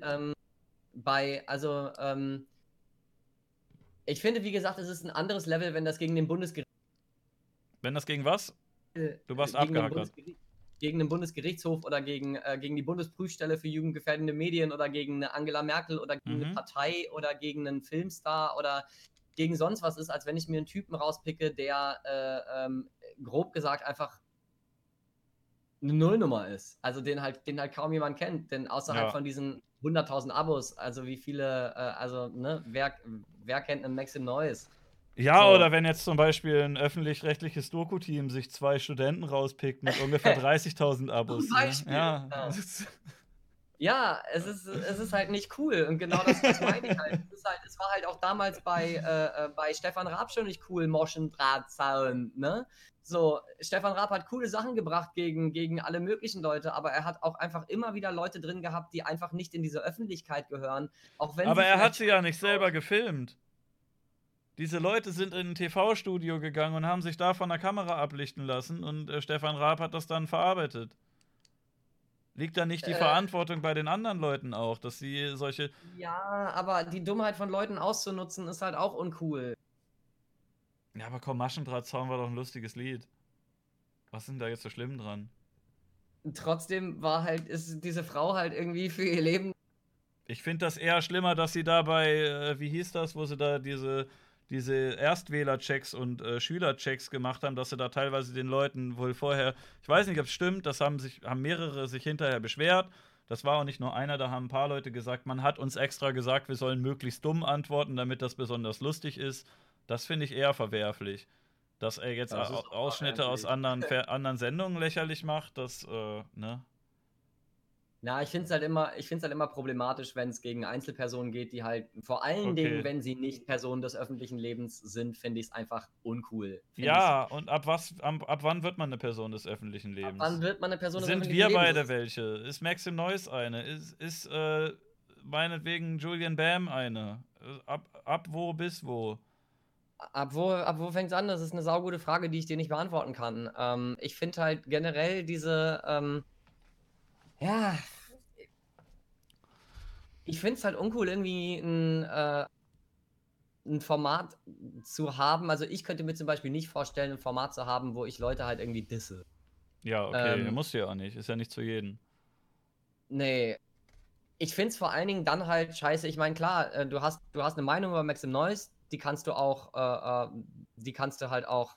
ich finde, wie gesagt, es ist ein anderes Level, wenn das gegen den Wenn das gegen was? Du warst gegen den abgehackert. gegen den Bundesgerichtshof oder gegen die Bundesprüfstelle für jugendgefährdende Medien oder gegen eine Angela Merkel oder gegen eine Mhm. Partei oder gegen einen Filmstar oder gegen sonst was ist, als wenn ich mir einen Typen rauspicke, der grob gesagt einfach eine Nullnummer ist. Also den halt kaum jemand kennt, denn außerhalb Ja. von diesen 100.000 Abos, also wie viele, also ne, wer kennt einen Maxim Noise? Ja, So, oder wenn jetzt zum Beispiel ein öffentlich-rechtliches Doku-Team sich 2 Studenten rauspickt mit ungefähr 30.000 zum Abos. Ne? Beispiel. Ja. Ja. Ja, es ist halt nicht cool und genau das meine ich halt. Es war halt auch damals bei Stefan Raab schon nicht cool, Moschen, Drahtzaun, ne? So, Stefan Raab hat coole Sachen gebracht gegen alle möglichen Leute, aber er hat auch einfach immer wieder Leute drin gehabt, die einfach nicht in diese Öffentlichkeit gehören, auch wenn Aber sie er hat vielleicht sie ja Scheiße nicht bauen. selber gefilmt. Diese Leute sind in ein TV-Studio gegangen und haben sich da von der Kamera ablichten lassen und Stefan Raab hat das dann verarbeitet. Liegt da nicht die Äh, Verantwortung bei den anderen Leuten auch, dass sie solche. ja, aber die Dummheit von Leuten auszunutzen, ist halt auch uncool. Ja, aber komm, Maschendrahtzaun war doch ein lustiges Lied. Was ist denn da jetzt so schlimm dran? Trotzdem ist diese Frau halt irgendwie für ihr Leben. Ich finde das eher schlimmer, dass sie dabei, wie hieß das, wo sie da diese Erstwählerchecks und Schülerchecks gemacht haben, dass sie da teilweise den Leuten wohl vorher, ich weiß nicht, ob es stimmt, haben mehrere sich hinterher beschwert. Das war auch nicht nur einer, da haben ein paar Leute gesagt, man hat uns extra gesagt, wir sollen möglichst dumm antworten, damit das besonders lustig ist. Das finde ich eher verwerflich. Dass er jetzt Das ist doch Ausschnitte aus verwerflich. anderen Sendungen lächerlich macht, ne? Na, ich finde es halt immer problematisch, wenn es gegen Einzelpersonen geht, die halt vor allen Dingen, Okay. wenn sie nicht Personen des öffentlichen Lebens sind, finde ich es einfach uncool. Ja, und ab wann wird man eine Person des öffentlichen Ab wann Lebens? wird man eine Person des Sind öffentlichen wir Lebens? beide welche? Ist Maxim Neuss eine? Ist meinetwegen Julian Bam eine? Ab wo bis wo? Ab wo fängt es an? Das ist eine saugute Frage, die ich dir nicht beantworten kann. Ich finde halt generell ja, ich finde es halt uncool, irgendwie ein Format zu haben. Also ich könnte mir zum Beispiel nicht vorstellen, ein Format zu haben, wo ich Leute halt irgendwie disse. Ja, okay, Ähm, musst du ja auch nicht. Ist ja nicht zu jedem. nee, ich finde es vor allen Dingen dann halt scheiße. Ich meine, klar, du hast eine Meinung über Maxim Neuss, die kannst du halt auch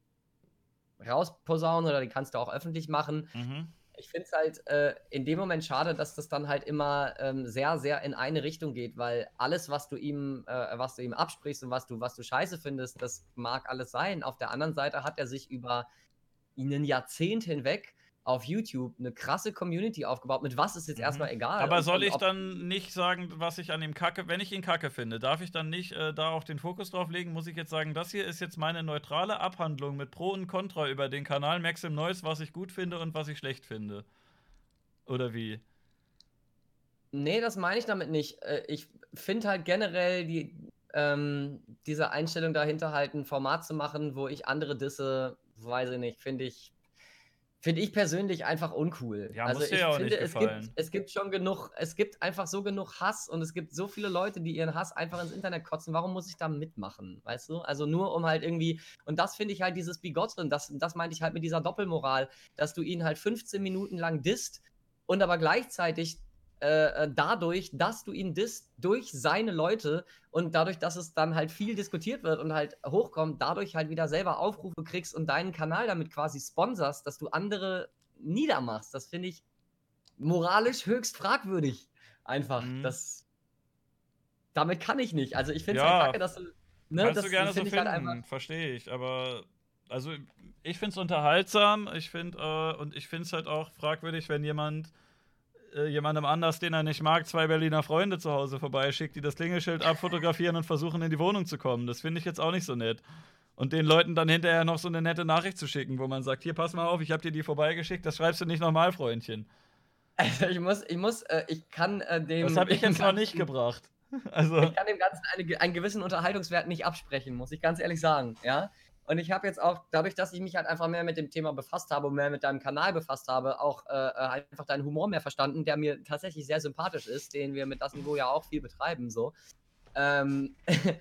rausposaunen oder die kannst du auch öffentlich machen. Mhm. Ich finde es halt in dem Moment schade, dass das dann halt immer sehr, sehr in eine Richtung geht, weil alles, was du ihm absprichst und was du scheiße findest, das mag alles sein. Auf der anderen Seite hat er sich über ein Jahrzehnt hinweg auf YouTube eine krasse Community aufgebaut. Mit was ist jetzt erstmal egal. Aber soll Und ich ob, dann nicht sagen, was ich an ihm kacke, wenn ich ihn kacke finde? Darf ich dann nicht da auch den Fokus drauf legen? Muss ich jetzt sagen, das hier ist jetzt meine neutrale Abhandlung mit Pro und Contra über den Kanal Maxim Neuss, was ich gut finde und was ich schlecht finde? Oder wie? Nee, das meine ich damit nicht. Ich finde halt generell diese Einstellung dahinter halt ein Format zu machen, wo ich andere disse, weiß ich nicht, finde ich persönlich einfach uncool. Ja, Also muss dir ich ja auch nicht finde, gefallen. es gibt schon genug, es gibt einfach so genug Hass und es gibt so viele Leute, die ihren Hass einfach ins Internet kotzen. Warum muss ich da mitmachen? Weißt du? Also nur um halt irgendwie, und das finde ich halt dieses Bigotten, das meinte ich halt mit dieser Doppelmoral, dass du ihn halt 15 Minuten lang disst und aber gleichzeitig dadurch, dass du ihn disst, durch seine Leute und dadurch, dass es dann halt viel diskutiert wird und halt hochkommt, dadurch halt wieder selber Aufrufe kriegst und deinen Kanal damit quasi sponsorst, dass du andere niedermachst. Das finde ich moralisch höchst fragwürdig. Einfach. Mhm. Damit kann ich nicht. Also ich finde es halt Ja, kacke, dass du, ne, kannst du das gerne so finde ich halt einfach. finden, verstehe ich. Aber, also, ich finde es unterhaltsam. Und ich finde es halt auch fragwürdig, wenn jemandem anders, den er nicht mag, 2 Berliner Freunde zu Hause vorbeischickt, die das Klingelschild abfotografieren und versuchen, in die Wohnung zu kommen. Das finde ich jetzt auch nicht so nett. Und den Leuten dann hinterher noch so eine nette Nachricht zu schicken, wo man sagt, hier, pass mal auf, ich hab dir die vorbeigeschickt, das schreibst du nicht nochmal, Freundchen. Also ich kann Das dem, habe ich dem jetzt noch nicht Ganzen, gebracht. Also, ich kann dem Ganzen einen gewissen Unterhaltungswert nicht absprechen, muss ich ganz ehrlich sagen, ja. Und ich habe jetzt auch, dadurch, dass ich mich halt einfach mehr mit dem Thema befasst habe und mehr mit deinem Kanal befasst habe, auch einfach deinen Humor mehr verstanden, der mir tatsächlich sehr sympathisch ist, den wir mit das Niveau ja auch viel betreiben, so. Ähm,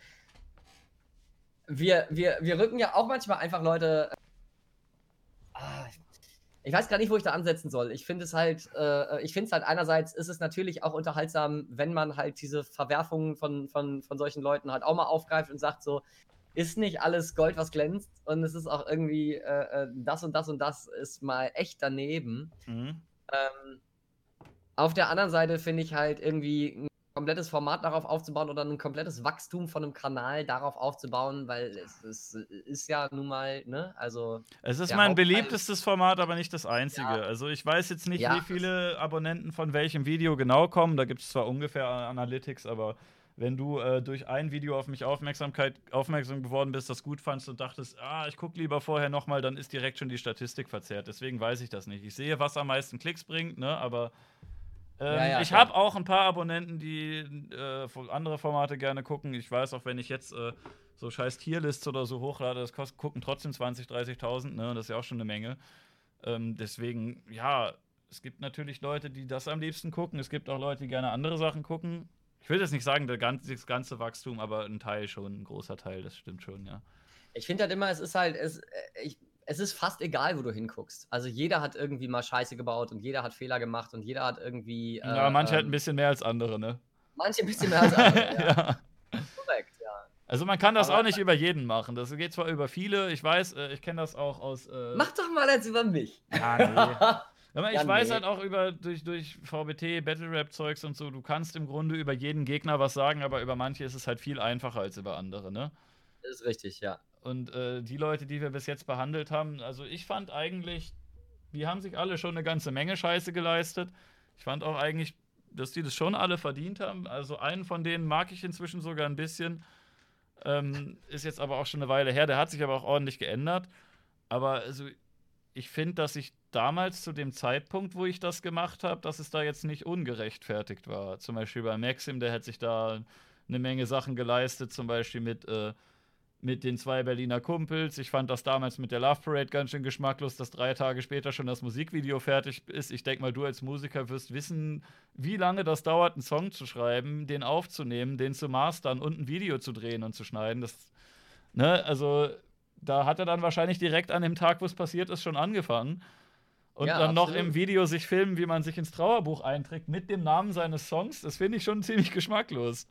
wir rücken ja auch manchmal einfach Leute. Ah, ich weiß gar nicht, wo ich da ansetzen soll. Ich finde es halt einerseits ist es natürlich auch unterhaltsam, wenn man halt diese Verwerfungen von solchen Leuten halt auch mal aufgreift und sagt so, ist nicht alles Gold, was glänzt und es ist auch irgendwie das und das und das ist mal echt daneben. mhm. Ähm, auf der anderen Seite finde ich halt irgendwie ein komplettes Format darauf aufzubauen oder ein komplettes Wachstum von einem Kanal darauf aufzubauen, weil es ist ja nun mal, ne, also Es ist der mein Hauptteil, beliebtestes Format, aber nicht das ja, einzige. Also ich weiß jetzt nicht, wie ja, viele Abonnenten von welchem Video genau kommen. Da gibt es zwar ungefähr Analytics, aber wenn du durch ein Video auf mich aufmerksam geworden bist, das gut fandst und dachtest, ich gucke lieber vorher nochmal, dann ist direkt schon die Statistik verzerrt. Deswegen weiß ich das nicht. Ich sehe, was am meisten Klicks bringt, ne? Aber ja, ja, ich klar. habe auch ein paar Abonnenten, die andere Formate gerne gucken. Ich weiß auch, wenn ich jetzt so scheiß Tierlists oder so hochlade, gucken trotzdem 20.000, 30.000, ne? Das ist ja auch schon eine Menge. Deswegen, ja, es gibt natürlich Leute, die das am liebsten gucken. Es gibt auch Leute, die gerne andere Sachen gucken. Ich will jetzt nicht sagen, das ganze Wachstum, aber ein Teil schon, ein großer Teil, das stimmt schon, ja. Ich finde halt immer, es ist fast egal, wo du hinguckst. Also jeder hat irgendwie mal Scheiße gebaut und jeder hat Fehler gemacht und jeder hat irgendwie Ja, manche halt ein bisschen mehr als andere, ne? manche ein bisschen mehr als andere, ja. Ja. Korrekt, ja. Also man kann das Aber auch nicht über jeden machen. Das geht zwar über viele, ich weiß, ich kenne das auch aus. mach doch mal jetzt über mich. Ja, nee. Aber ich Ja, weiß nee. halt auch durch VBT, Battle Rap Zeugs und so, du kannst im Grunde über jeden Gegner was sagen, aber über manche ist es halt viel einfacher als über andere, ne? Das ist richtig, ja. Und die Leute, die wir bis jetzt behandelt haben, also ich fand eigentlich, die haben sich alle schon eine ganze Menge Scheiße geleistet. Ich fand auch eigentlich, dass die das schon alle verdient haben. Also einen von denen mag ich inzwischen sogar ein bisschen. Ist jetzt aber auch schon eine Weile her. Der hat sich aber auch ordentlich geändert. Aber also, ich finde, dass ich damals zu dem Zeitpunkt, wo ich das gemacht habe, dass es da jetzt nicht ungerechtfertigt war. Zum Beispiel bei Maxim, der hat sich da eine Menge Sachen geleistet, zum Beispiel mit den zwei Berliner Kumpels. Ich fand das damals mit der Love Parade ganz schön geschmacklos, dass 3 Tage später schon das Musikvideo fertig ist. Ich denke mal, du als Musiker wirst wissen, wie lange das dauert, einen Song zu schreiben, den aufzunehmen, den zu mastern und ein Video zu drehen und zu schneiden. Das, ne, also da hat er dann wahrscheinlich direkt an dem Tag, wo es passiert ist, schon angefangen. Und Ja, dann noch absolut. im Video sich filmen, wie man sich ins Trauerbuch einträgt mit dem Namen seines Songs, das finde ich schon ziemlich geschmacklos.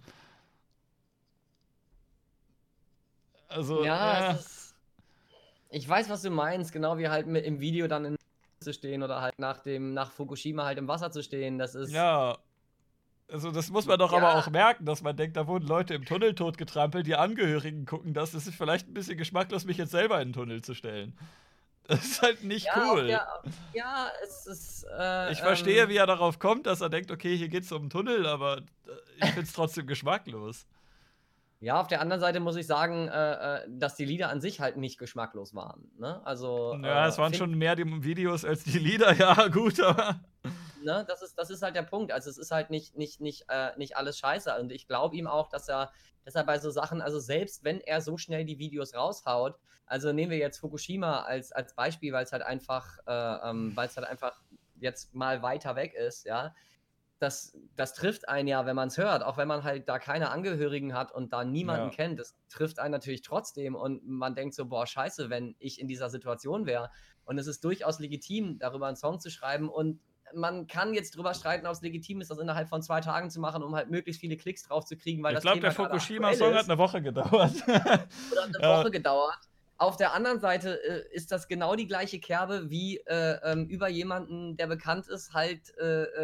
Also, Ja, es ja, ist. Ich weiß, was du meinst, genau wie halt im Video dann in zu stehen oder halt nach Fukushima halt im Wasser zu stehen. Das ist. ja. Also, das muss man doch aber Ja, auch merken, dass man denkt, da wurden Leute im Tunnel totgetrampelt, die Angehörigen gucken das. Das ist vielleicht ein bisschen geschmacklos, mich jetzt selber in den Tunnel zu stellen. Das ist halt nicht ja, cool. ja, es ist. Ich verstehe, wie er darauf kommt, dass er denkt, okay, hier geht's um einen Tunnel, aber ich find's trotzdem geschmacklos. Ja, auf der anderen Seite muss ich sagen, dass die Lieder an sich halt nicht geschmacklos waren. Ne? Also, Ja, es waren schon mehr die Videos als die Lieder, ja, gut, aber. ne, das ist halt der Punkt. Also es ist halt nicht alles scheiße. Und ich glaube ihm auch, dass er bei so Sachen, also selbst wenn er so schnell die Videos raushaut, also nehmen wir jetzt Fukushima als Beispiel, weil es halt einfach jetzt mal weiter weg ist, ja. Das trifft einen ja, wenn man es hört, auch wenn man halt da keine Angehörigen hat und da niemanden Ja. kennt, das trifft einen natürlich trotzdem und man denkt so, boah, scheiße, wenn ich in dieser Situation wäre. Und es ist durchaus legitim, darüber einen Song zu schreiben und man kann jetzt drüber streiten, ob es legitim ist, das innerhalb von 2 Tagen zu machen, um halt möglichst viele Klicks drauf zu kriegen, weil Ich das glaube, der Thema gerade aktuell Fukushima-Song hat ist eine Woche gedauert. oder eine Ja, Woche gedauert. Auf der anderen Seite ist das genau die gleiche Kerbe, wie über jemanden, der bekannt ist, halt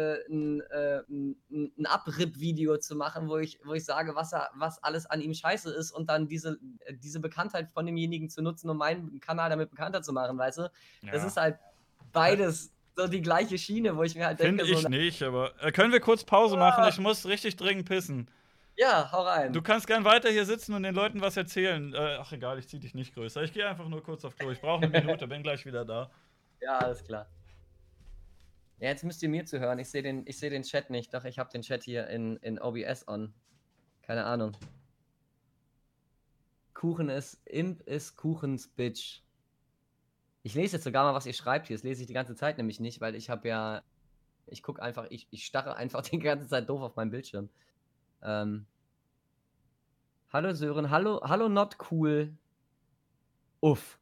ein Abripp-Video zu machen, wo ich sage, was alles an ihm scheiße ist und dann diese Bekanntheit von demjenigen zu nutzen, um meinen Kanal damit bekannter zu machen, weißt du? Das ja. ist halt beides so die gleiche Schiene, wo ich mir halt Finde denke, so, ich nicht, aber können wir kurz Pause machen? Ich muss richtig dringend pissen. ja, hau Du rein. kannst gern weiter hier sitzen und den Leuten was erzählen. Ach egal, ich zieh dich nicht größer. Ich gehe einfach nur kurz auf Klo. Ich brauche eine Minute, bin gleich wieder da. Ja, alles klar. Ja, jetzt müsst ihr mir zuhören. Ich seh den Chat nicht. Doch, ich habe den Chat hier in OBS on. Keine Ahnung. Imp ist Kuchens Bitch. Ich lese jetzt sogar mal, was ihr schreibt hier. Das lese ich die ganze Zeit nämlich nicht, weil ich gucke einfach, ich starre einfach die ganze Zeit doof auf meinen Bildschirm. Hallo Sören, hallo not cool. Uff.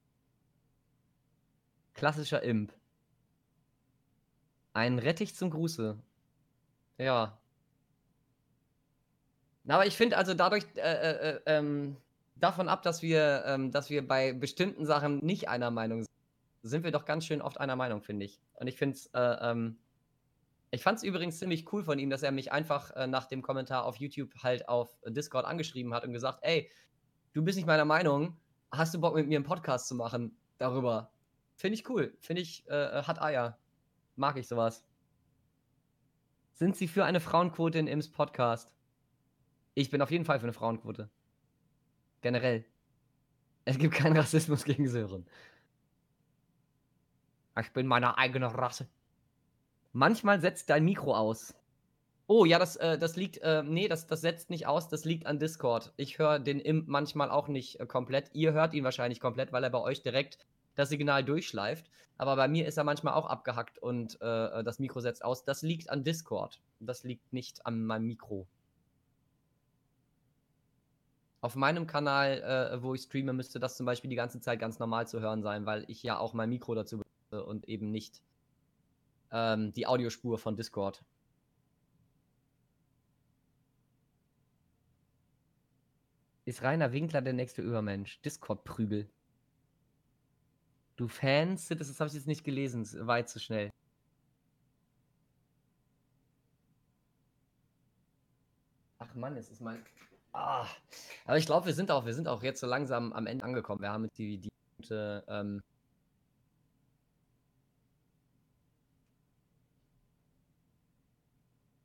Klassischer Imp. Ein Rettich zum Gruße. Ja. Aber ich finde also dadurch, davon ab, dass wir bei bestimmten Sachen nicht einer Meinung sind wir doch ganz schön oft einer Meinung, finde ich. Und ich fand es übrigens ziemlich cool von ihm, dass er mich einfach nach dem Kommentar auf YouTube halt auf Discord angeschrieben hat und gesagt, ey, du bist nicht meiner Meinung, hast du Bock mit mir einen Podcast zu machen darüber? Finde ich cool. Finde ich, hat Eier. Mag ich sowas. Sind Sie für eine Frauenquote in Ims Podcast? Ich bin auf jeden Fall für eine Frauenquote. Generell. Es gibt keinen Rassismus gegen Sören. Ich bin meine eigene Rasse. Manchmal setzt dein Mikro aus. Oh, ja, das liegt, nee, das setzt nicht aus, das liegt an Discord. Ich höre den Imp manchmal auch nicht komplett. Ihr hört ihn wahrscheinlich komplett, weil er bei euch direkt das Signal durchschleift. Aber bei mir ist er manchmal auch abgehackt und das Mikro setzt aus. Das liegt an Discord. Das liegt nicht an meinem Mikro. Auf meinem Kanal, wo ich streame, müsste das zum Beispiel die ganze Zeit ganz normal zu hören sein, weil ich ja auch mein Mikro dazu benutze und eben nicht die Audiospur von Discord. Ist Rainer Winkler der nächste Übermensch? Discord-Prügel. Du Fans? Das habe ich jetzt nicht gelesen, das war jetzt zu schnell. Ach Mann, es ist mein. Ah. Aber ich glaube, wir sind auch jetzt so langsam am Ende angekommen. Wir haben jetzt die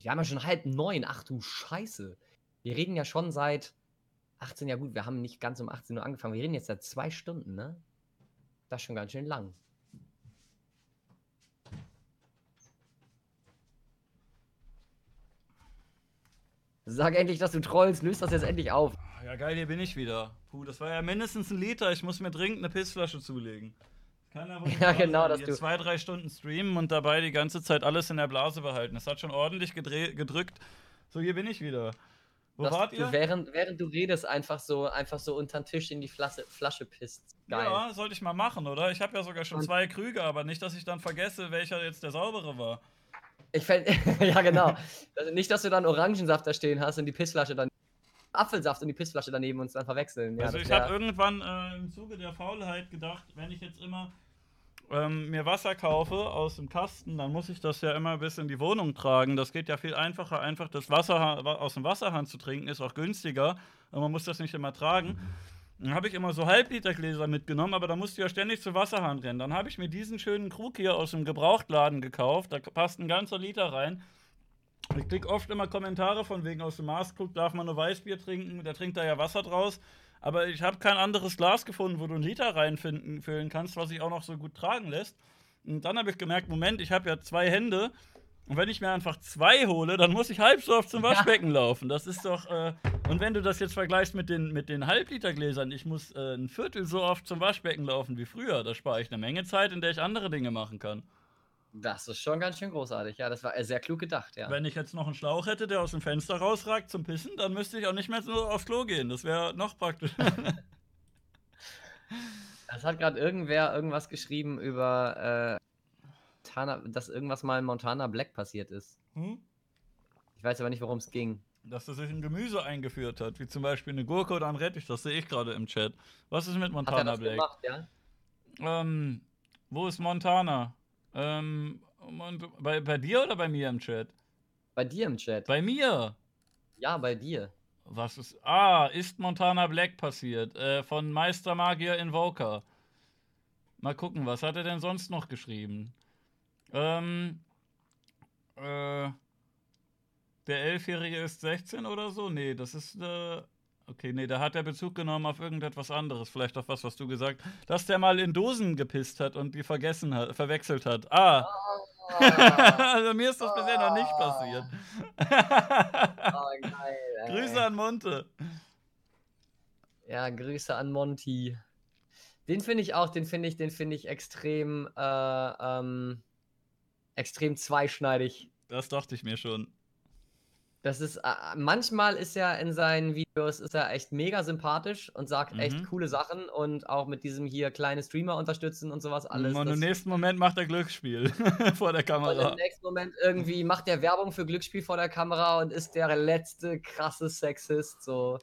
Wir haben ja schon 8:30. Ach du Scheiße. Wir reden ja schon seit 18, ja gut, wir haben nicht ganz um 18 Uhr angefangen. Wir reden jetzt seit 2 Stunden, ne? Das ist schon ganz schön lang. Sag endlich, dass du trollst. Löst das jetzt endlich auf. Ja, geil, hier bin ich wieder. Puh, das war ja mindestens 1 Liter. Ich muss mir dringend eine Pissflasche zulegen. Kann aber nicht Ja, wahr genau, sein. dass Hier du. 2-3 Stunden streamen und dabei die ganze Zeit alles in der Blase behalten. Das hat schon ordentlich gedrückt. So, hier bin ich wieder. Wo wart Du ihr? während du redest, einfach so unter den Tisch in die Flasche pisst. Geil. Ja, sollte ich mal machen, oder? Ich habe ja sogar schon Und- 2 Krüge, aber nicht, dass ich dann vergesse, welcher jetzt der saubere war. Ich fänd, ja, genau. Also nicht, dass du dann Orangensaft da stehen hast und die Pissflasche dann. Apfelsaft und die Pissflasche daneben uns dann verwechseln. Ja, Also das ich habe wär- irgendwann im Zuge der Faulheit gedacht, wenn ich jetzt immer mir Wasser kaufe aus dem Kasten, dann muss ich das ja immer bis in die Wohnung tragen. Das geht ja viel einfacher, einfach das Wasser aus dem Wasserhahn zu trinken, ist auch günstiger. Und man muss das nicht immer tragen. Dann habe ich immer so Halblitergläser mitgenommen, aber da musste ich ja ständig zum Wasserhahn rennen. Dann habe ich mir diesen schönen Krug hier aus dem Gebrauchtladen gekauft. Da passt ein ganzer Liter rein. Ich krieg oft immer Kommentare von wegen aus dem Maßkrug darf man nur Weißbier trinken, der trinkt da ja Wasser draus. Aber ich habe kein anderes Glas gefunden, wo du einen Liter reinfüllen kannst, was sich auch noch so gut tragen lässt. Und dann habe ich gemerkt, Moment, ich habe ja 2 Hände. Und wenn ich mir einfach 2 hole, dann muss ich halb so oft zum Waschbecken laufen. Das ist doch. Und wenn du das jetzt vergleichst mit den Halblitergläsern, ich muss 1/4 so oft zum Waschbecken laufen wie früher. Da spare ich eine Menge Zeit, in der ich andere Dinge machen kann. Das ist schon ganz schön großartig. Ja, das war sehr klug gedacht, ja. Wenn ich jetzt noch einen Schlauch hätte, der aus dem Fenster rausragt zum Pissen, dann müsste ich auch nicht mehr so aufs Klo gehen. Das wäre noch praktisch. Das hat gerade irgendwer irgendwas geschrieben über, dass irgendwas mal in Montana Black passiert ist. Hm? Ich weiß aber nicht, worum es ging. Dass er sich ein Gemüse eingeführt hat, wie zum Beispiel eine Gurke oder ein Rettich, das sehe ich gerade im Chat. Was ist mit Hat er Montana das Black? gemacht, ja? Wo ist Montana? Bei dir oder bei mir im Chat? Bei dir im Chat. Bei mir! Ja, bei dir. Was ist. Ist Montana Black passiert? Von Meistermagier Invoker. Mal gucken, was hat er denn sonst noch geschrieben? Der 11-Jährige ist 16 oder so? Nee, das ist. Okay, nee, da hat er Bezug genommen auf irgendetwas anderes. Vielleicht auf was du gesagt hast. Dass der mal in Dosen gepisst hat und die verwechselt hat. Also mir ist das bisher noch nicht passiert. Oh, geil, ey. Grüße an Monte. Ja, Grüße an Monty. Den finde ich extrem, extrem zweischneidig. Das dachte ich mir schon. Das ist, manchmal ist er in seinen Videos echt mega sympathisch und sagt echt coole Sachen und auch mit diesem hier kleine Streamer unterstützen und sowas alles. Und im nächsten Moment macht er Glücksspiel vor der Und Kamera. im nächsten Moment irgendwie macht er Werbung für Glücksspiel vor der Kamera und ist der letzte krasse Sexist, so.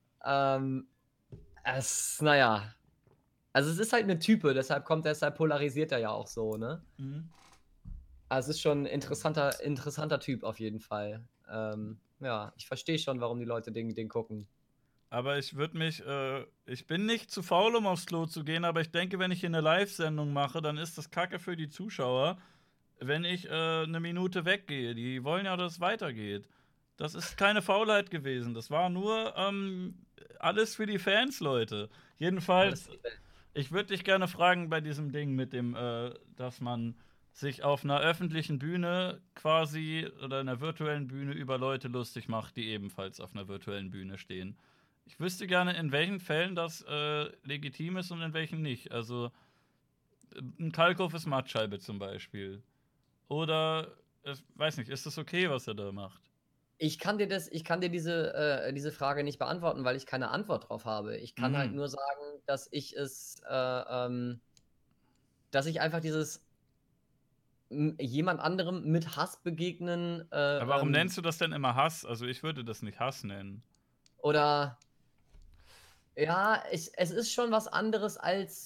Naja. Also es ist halt eine Type, deshalb polarisiert er ja auch so, ne? Also es ist schon ein interessanter Typ auf jeden Fall. Ja, ich verstehe schon, warum die Leute den gucken. Aber ich bin nicht zu faul, um aufs Klo zu gehen, aber ich denke, wenn ich hier eine Live-Sendung mache, dann ist das Kacke für die Zuschauer, wenn ich eine Minute weggehe. Die wollen ja, dass es weitergeht. Das ist keine Faulheit gewesen. Das war nur alles für die Fans, Leute. Jedenfalls, ich würde dich gerne fragen bei diesem Ding mit dem, dass man sich auf einer öffentlichen Bühne quasi oder einer virtuellen Bühne über Leute lustig macht, die ebenfalls auf einer virtuellen Bühne stehen. Ich wüsste gerne, in welchen Fällen das legitim ist und in welchen nicht. Also ein Kalkofe ist Mattscheibe zum Beispiel. Oder, ich weiß nicht, ist das okay, was er da macht? Ich kann dir diese Frage nicht beantworten, weil ich keine Antwort drauf habe. Ich kann halt nur sagen, dass ich einfach dieses jemand anderem mit Hass begegnen. Aber warum nennst du das denn immer Hass? Also ich würde das nicht Hass nennen. Oder ja, es ist schon was anderes als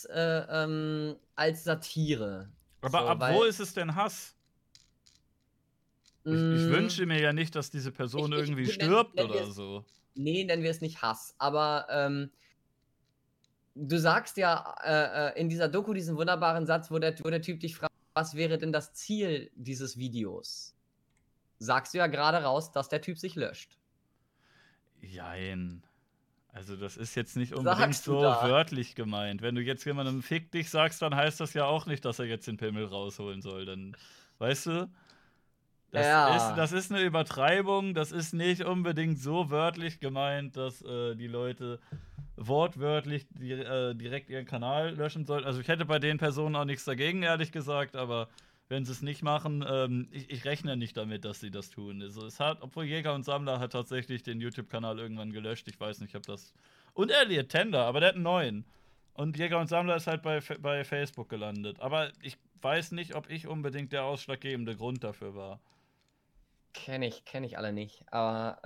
Satire. Aber So, ab wo ist es denn Hass? Ich wünsche mir ja nicht, dass diese Person irgendwie stirbt oder so. Nee, nennen wir es nicht Hass. Aber du sagst ja in dieser Doku diesen wunderbaren Satz, wo der Typ dich fragt, was wäre denn das Ziel dieses Videos? sagst du ja gerade raus, dass der Typ sich löscht. Jein. Also das ist jetzt nicht unbedingt Sagst du so da? wörtlich gemeint. Wenn du jetzt jemandem Fick dich sagst, dann heißt das ja auch nicht, dass er jetzt den Pimmel rausholen soll. Dann, weißt du, Ja. das ist eine Übertreibung, das ist nicht unbedingt so wörtlich gemeint, dass die Leute wortwörtlich direkt ihren Kanal löschen sollten. Also ich hätte bei den Personen auch nichts dagegen, ehrlich gesagt, aber wenn sie es nicht machen, ich rechne nicht damit, dass sie das tun. Also obwohl Jäger und Sammler hat tatsächlich den YouTube-Kanal irgendwann gelöscht. Ich weiß nicht, ob das. Und Elliot Tender, aber der hat einen neuen. Und Jäger und Sammler ist halt bei Facebook gelandet. Aber ich weiß nicht, ob ich unbedingt der ausschlaggebende Grund dafür war. Kenn ich alle nicht. Aber,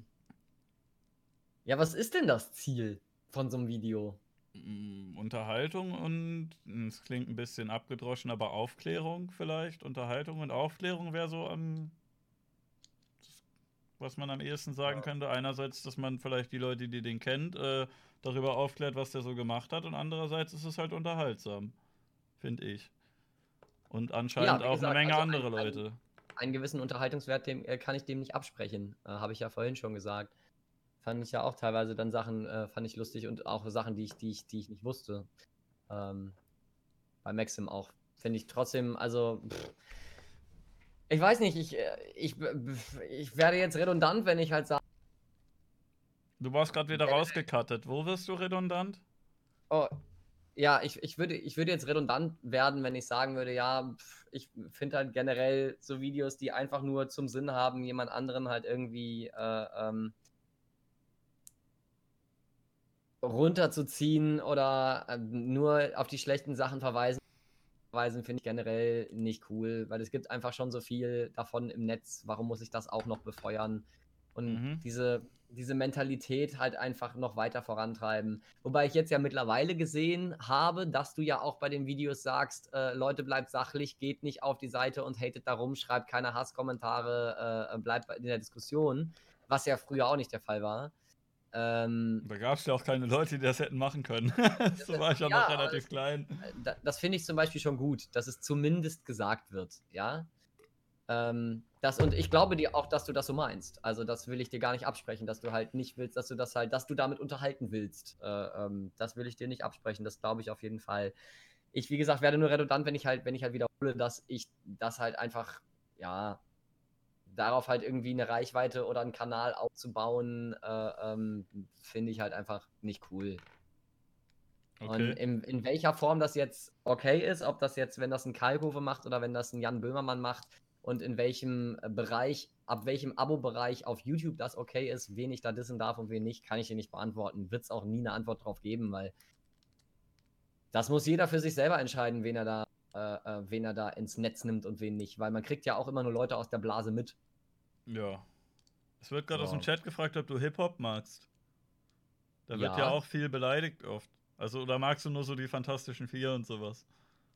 ja, was ist denn das Ziel von so einem Video? Unterhaltung und es klingt ein bisschen abgedroschen, aber Aufklärung vielleicht. Unterhaltung und Aufklärung wäre so was man am ehesten sagen könnte. Einerseits, dass man vielleicht die Leute, die den kennt, darüber aufklärt, was der so gemacht hat, und andererseits ist es halt unterhaltsam, finde ich. Und Ja, anscheinend wie auch eine gesagt, Menge also andere Leute. einen gewissen Unterhaltungswert, kann ich dem nicht absprechen. Habe ich ja vorhin schon gesagt. Fand ich ja auch teilweise dann Sachen, fand ich lustig und auch Sachen, die ich nicht wusste. Bei Maxim auch. Finde ich trotzdem, also, ich weiß nicht, ich werde jetzt redundant, wenn ich halt sage, Du warst gerade wieder rausgecuttet. Wo wirst du redundant? oh, ja, ich würde jetzt redundant werden, wenn ich sagen würde, ja, ich finde halt generell so Videos, die einfach nur zum Sinn haben, jemand anderen halt irgendwie runterzuziehen oder nur auf die schlechten Sachen verweisen, finde ich generell nicht cool, weil es gibt einfach schon so viel davon im Netz. Warum muss ich das auch noch befeuern? Und Mhm. diese Mentalität halt einfach noch weiter vorantreiben. Wobei ich jetzt ja mittlerweile gesehen habe, dass du ja auch bei den Videos sagst, Leute, bleibt sachlich, geht nicht auf die Seite und hatet darum, schreibt keine Hasskommentare, bleibt in der Diskussion, was ja früher auch nicht der Fall war. Da gab es ja auch keine Leute, die das hätten machen können. So war ich ja noch Ja, aber relativ klein. das finde ich zum Beispiel schon gut, dass es zumindest gesagt wird, ja. Und ich glaube dir auch, dass du das so meinst. Also, das will ich dir gar nicht absprechen, dass du halt nicht willst, dass du damit unterhalten willst. Das will ich dir nicht absprechen, das glaube ich auf jeden Fall. Ich, wie gesagt, werde nur redundant, wenn ich halt wiederhole, dass ich das halt einfach, ja, darauf halt irgendwie eine Reichweite oder einen Kanal aufzubauen, finde ich halt einfach nicht cool. Und Okay. in welcher Form das jetzt okay ist, ob das jetzt, wenn das ein Kalkofe macht oder wenn das ein Jan Böhmermann macht und in welchem Bereich, ab welchem Abo-Bereich auf YouTube das okay ist, wen ich da dissen darf und wen nicht, kann ich dir nicht beantworten. Wird es auch nie eine Antwort drauf geben, weil das muss jeder für sich selber entscheiden, wen er da ins Netz nimmt und wen nicht. Weil man kriegt ja auch immer nur Leute aus der Blase mit. Ja. Es wird gerade aus dem Ja. Chat gefragt, ob du Hip-Hop magst. Da wird ja Ja. auch viel beleidigt oft. Also, oder magst du nur so die Fantastischen Vier und sowas?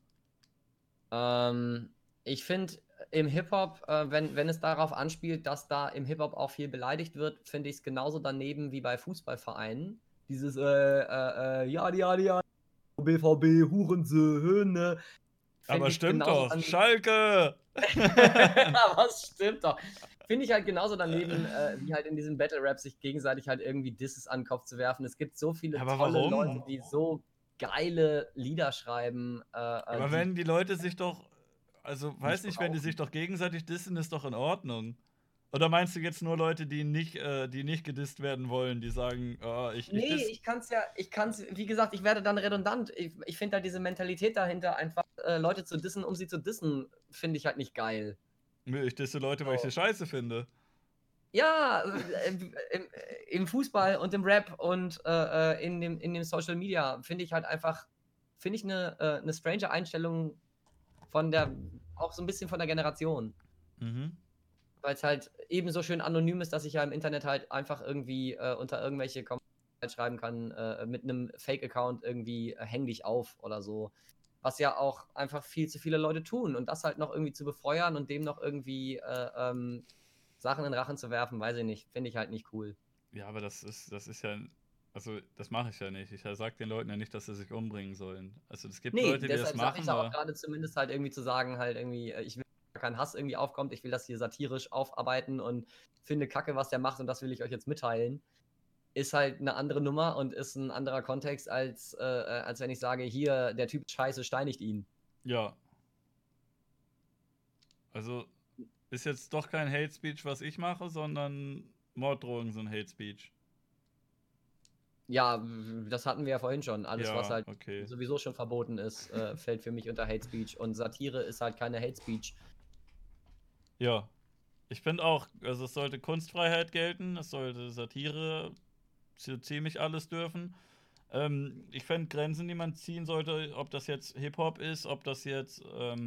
Ich finde im Hip-Hop, wenn es darauf anspielt, dass da im Hip-Hop auch viel beleidigt wird, finde ich es genauso daneben wie bei Fußballvereinen. Dieses, ja, BVB, Hurensöhne, finde Aber ich stimmt genauso doch. daneben. Schalke! Was stimmt doch. Finde ich halt genauso daneben, wie halt in diesem Battle-Rap sich gegenseitig halt irgendwie Disses an den Kopf zu werfen. Es gibt so viele Aber tolle warum? Leute, die so geile Lieder schreiben, Aber die wenn die Leute sich doch. Also, weiß nicht nicht, wenn die sich brauchen. doch gegenseitig dissen, ist doch in Ordnung. Oder meinst du jetzt nur Leute, die nicht gedisst werden wollen, die sagen, ich Nee, diss. ich kann's, wie gesagt, ich werde dann redundant. Ich finde halt diese Mentalität dahinter, einfach Leute zu dissen, um sie zu dissen, finde ich halt nicht geil. Nö, ich disse Leute, weil ich sie So. scheiße finde. Ja, im Fußball und im Rap und in dem Social Media finde ich halt einfach, finde ich eine strange Einstellung auch so ein bisschen von der Generation. Mhm. Weil es halt eben so schön anonym ist, dass ich ja im Internet halt einfach irgendwie unter irgendwelche Kommentare schreiben kann, mit einem Fake-Account irgendwie häng dich auf oder so. Was ja auch einfach viel zu viele Leute tun. Und das halt noch irgendwie zu befeuern und dem noch irgendwie Sachen in den Rachen zu werfen, weiß ich nicht. Finde ich halt nicht cool. Ja, aber das ist ja. Also, das mache ich ja nicht. Ich sag den Leuten ja nicht, dass sie sich umbringen sollen. Also, es gibt Nee, Leute, die das deshalb sage ich machen, ja auch aber. gerade zumindest halt irgendwie zu sagen, halt irgendwie, ich will kein Hass irgendwie aufkommt. Ich will das hier satirisch aufarbeiten und finde Kacke, was der macht und das will ich euch jetzt mitteilen. Ist halt eine andere Nummer und ist ein anderer Kontext, als wenn ich sage, hier, der Typ ist scheiße, steinigt ihn. Ja. Also ist jetzt doch kein Hate Speech, was ich mache, sondern Morddrohungen sind Hate Speech. Ja, das hatten wir ja vorhin schon. Alles, was Ja, halt okay. sowieso schon verboten ist, fällt für mich unter Hate Speech. Und Satire ist halt keine Hate Speech. Ja. Ich finde auch, also es sollte Kunstfreiheit gelten, es sollte Satire so ziemlich alles dürfen. Ich fände Grenzen, die man ziehen sollte, ob das jetzt Hip-Hop ist, ob das jetzt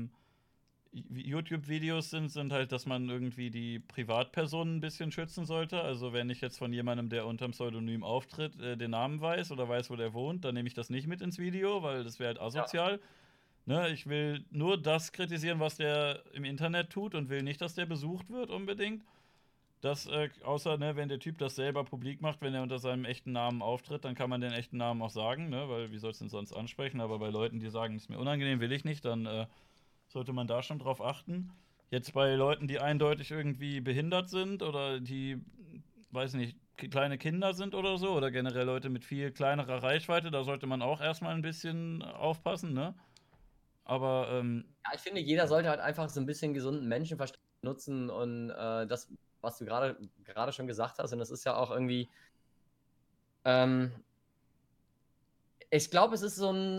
YouTube-Videos sind halt, dass man irgendwie die Privatpersonen ein bisschen schützen sollte. Also wenn ich jetzt von jemandem, der unter dem Pseudonym auftritt, den Namen weiß oder weiß, wo der wohnt, dann nehme ich das nicht mit ins Video, weil das wäre halt asozial. Ne, ich will nur das kritisieren, was der im Internet tut und will nicht, dass der besucht wird unbedingt. Das, außer, ne, wenn der Typ das selber publik macht, wenn er unter seinem echten Namen auftritt, dann kann man den echten Namen auch sagen, ne, weil wie soll es denn sonst ansprechen? Aber bei Leuten, die sagen, ist mir unangenehm, will ich nicht, dann sollte man da schon drauf achten. Jetzt bei Leuten, die eindeutig irgendwie behindert sind oder die, weiß nicht, kleine Kinder sind oder so, oder generell Leute mit viel kleinerer Reichweite, da sollte man auch erstmal ein bisschen aufpassen, ne? Aber, Ja, ich finde, jeder sollte halt einfach so ein bisschen gesunden Menschenverstand nutzen und das, was du gerade schon gesagt hast, und das ist ja auch irgendwie, ähm, ich glaube, es ist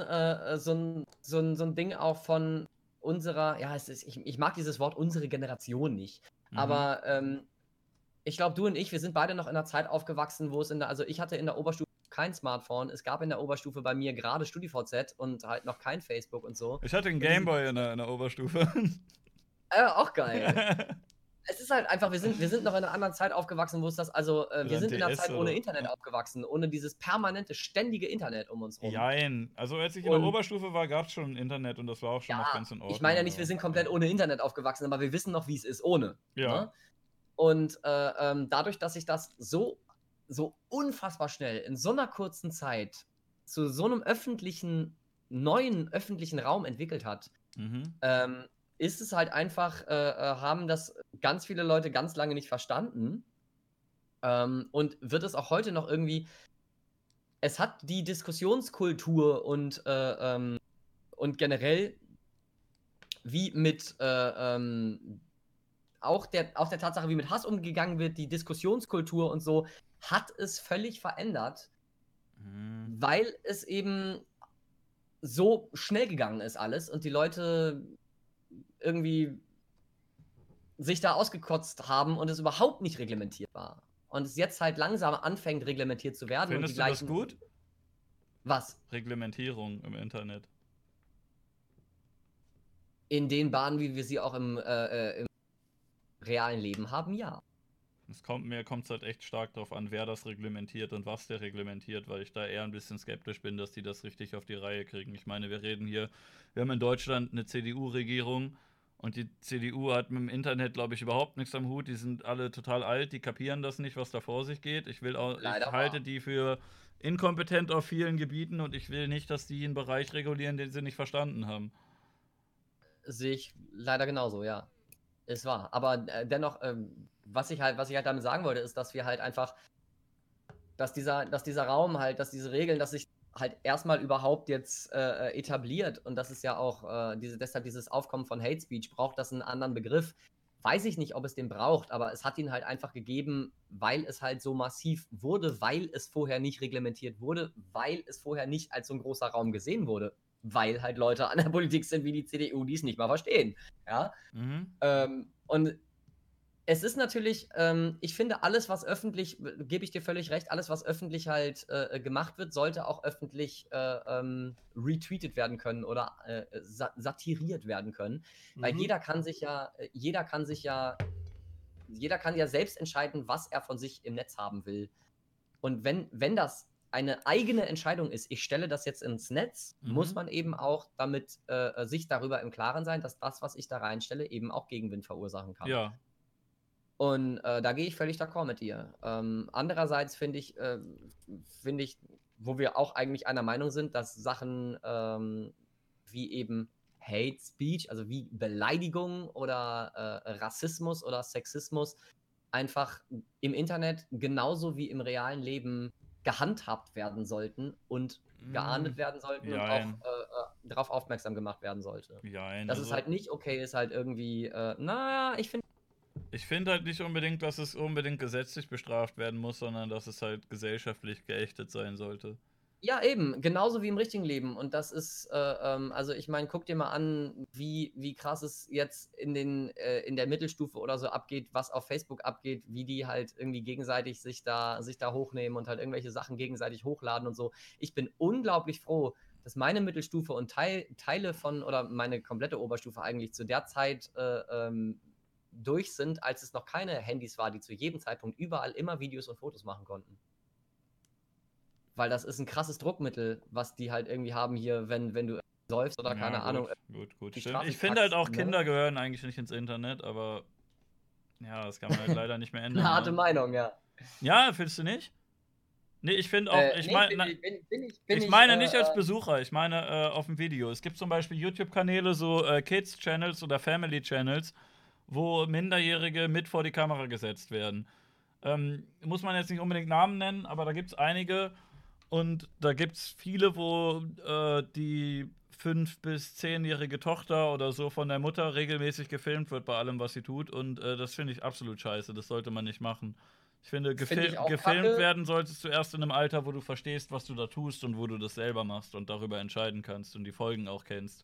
so ein Ding auch von unserer, ja, ich mag dieses Wort unsere Generation nicht, mhm. aber ich glaube, du und ich, wir sind beide noch in einer Zeit aufgewachsen, wo es also ich hatte in der Oberstufe kein Smartphone, es gab in der Oberstufe bei mir gerade StudiVZ und halt noch kein Facebook und so. Ich hatte einen Und diese, Gameboy in der Oberstufe. auch geil. Es ist halt einfach, wir sind noch in einer anderen Zeit aufgewachsen, wo es das, also Oder wir ein sind in einer DS Zeit ohne oder. Internet Ja. aufgewachsen, ohne dieses permanente, ständige Internet um uns rum. Jein. Also als ich in der Und Oberstufe war, gab es schon Internet und das war auch schon ja, noch ganz in ich meine ja Ordnung. nicht, wir Aber, sind ja. komplett ohne Internet aufgewachsen, aber wir wissen noch, wie es ist ohne. Ja. Ne? Und dadurch, dass sich das so unfassbar schnell in so einer kurzen Zeit zu so einem neuen öffentlichen Raum entwickelt hat, Mhm. ist es halt einfach, haben das ganz viele Leute ganz lange nicht verstanden. Und wird es auch heute noch irgendwie, es hat die Diskussionskultur und generell wie mit auch der Tatsache, wie mit Hass umgegangen wird, die Diskussionskultur und so, hat es völlig verändert, Mhm. weil es eben so schnell gegangen ist alles und die Leute irgendwie sich da ausgekotzt haben und es überhaupt nicht reglementiert war. Und es jetzt halt langsam anfängt, reglementiert zu werden und die Findest du das gleichen. gut? Was? Reglementierung im Internet. In den Bahnen, wie wir sie auch im realen Leben haben, ja. Mir kommt es halt echt stark darauf an, wer das reglementiert und was der reglementiert, weil ich da eher ein bisschen skeptisch bin, dass die das richtig auf die Reihe kriegen. Ich meine, wir haben in Deutschland eine CDU-Regierung und die CDU hat mit dem Internet, glaube ich, überhaupt nichts am Hut. Die sind alle total alt, die kapieren das nicht, was da vor sich geht. Ich Leider halte wahr. die für inkompetent auf vielen Gebieten und ich will nicht, dass die einen Bereich regulieren, den sie nicht verstanden haben. Sehe ich leider genauso, ja. Ist wahr. Aber dennoch, was ich halt damit sagen wollte, ist, dass wir halt einfach, dass dieser Raum halt, dass diese Regeln, dass sich halt erstmal überhaupt jetzt etabliert und das ist ja auch deshalb dieses Aufkommen von Hate Speech, braucht das einen anderen Begriff. Weiß ich nicht, ob es den braucht, aber es hat ihn halt einfach gegeben, weil es halt so massiv wurde, weil es vorher nicht reglementiert wurde, weil es vorher nicht als so ein großer Raum gesehen wurde, weil halt Leute an der Politik sind wie die CDU, die es nicht mal verstehen. Ja. Mhm. Und es ist natürlich, ich finde, alles, was öffentlich, gebe ich dir völlig recht, alles, was öffentlich halt gemacht wird, sollte auch öffentlich retweetet werden können oder satiriert werden können. Weil Mhm. jeder kann ja selbst entscheiden, was er von sich im Netz haben will. Und wenn das eine eigene Entscheidung ist, ich stelle das jetzt ins Netz, muss Mhm. man eben auch damit sich darüber im Klaren sein, dass das, was ich da reinstelle, eben auch Gegenwind verursachen kann. Ja. Und da gehe ich völlig d'accord mit dir. Andererseits finde ich, wo wir auch eigentlich einer Meinung sind, dass Sachen wie eben Hate Speech, also wie Beleidigung oder Rassismus oder Sexismus einfach im Internet genauso wie im realen Leben gehandhabt werden sollten und geahndet werden sollten und auch Jein. darauf aufmerksam gemacht werden sollte. Jein. Dass es Also, halt nicht okay ist, halt irgendwie, naja, ich finde, ich finde halt nicht unbedingt, dass es unbedingt gesetzlich bestraft werden muss, sondern dass es halt gesellschaftlich geächtet sein sollte. ja, eben, genauso wie im richtigen Leben. Und das ist, also ich meine, guck dir mal an, wie krass es jetzt in der Mittelstufe oder so abgeht, was auf Facebook abgeht, wie die halt irgendwie gegenseitig sich da hochnehmen und halt irgendwelche Sachen gegenseitig hochladen und so. Ich bin unglaublich froh, dass meine Mittelstufe und Teile von, oder meine komplette Oberstufe eigentlich zu der Zeit durch sind, als es noch keine Handys war, die zu jedem Zeitpunkt überall immer Videos und Fotos machen konnten. Weil das ist ein krasses Druckmittel, was die halt irgendwie haben hier, wenn du säufst oder keine Ja, Ahnung, gut, die stimmt. Straße Ich finde halt kackst, auch, ne? Kinder gehören eigentlich nicht ins Internet, aber ja, das kann man halt leider nicht mehr Eine ändern, harte ne? Meinung, ja. Ja, findest du nicht? Nee, ich finde auch, ich Nee, meine, bin ich ich, meine nicht als Besucher, ich meine auf dem Video. Es gibt zum Beispiel YouTube-Kanäle, so Kids-Channels oder Family-Channels, wo Minderjährige mit vor die Kamera gesetzt werden. Muss man jetzt nicht unbedingt Namen nennen, aber da gibt es einige und da gibt es viele, wo die 5- bis 10-jährige Tochter oder so von der Mutter regelmäßig gefilmt wird bei allem, was sie tut. Und das finde ich absolut scheiße. Das sollte man nicht machen. Ich finde, finde ich auch gefilmt kacke. werden solltest du erst in einem Alter, wo du verstehst, was du da tust und wo du das selber machst und darüber entscheiden kannst und die Folgen auch kennst.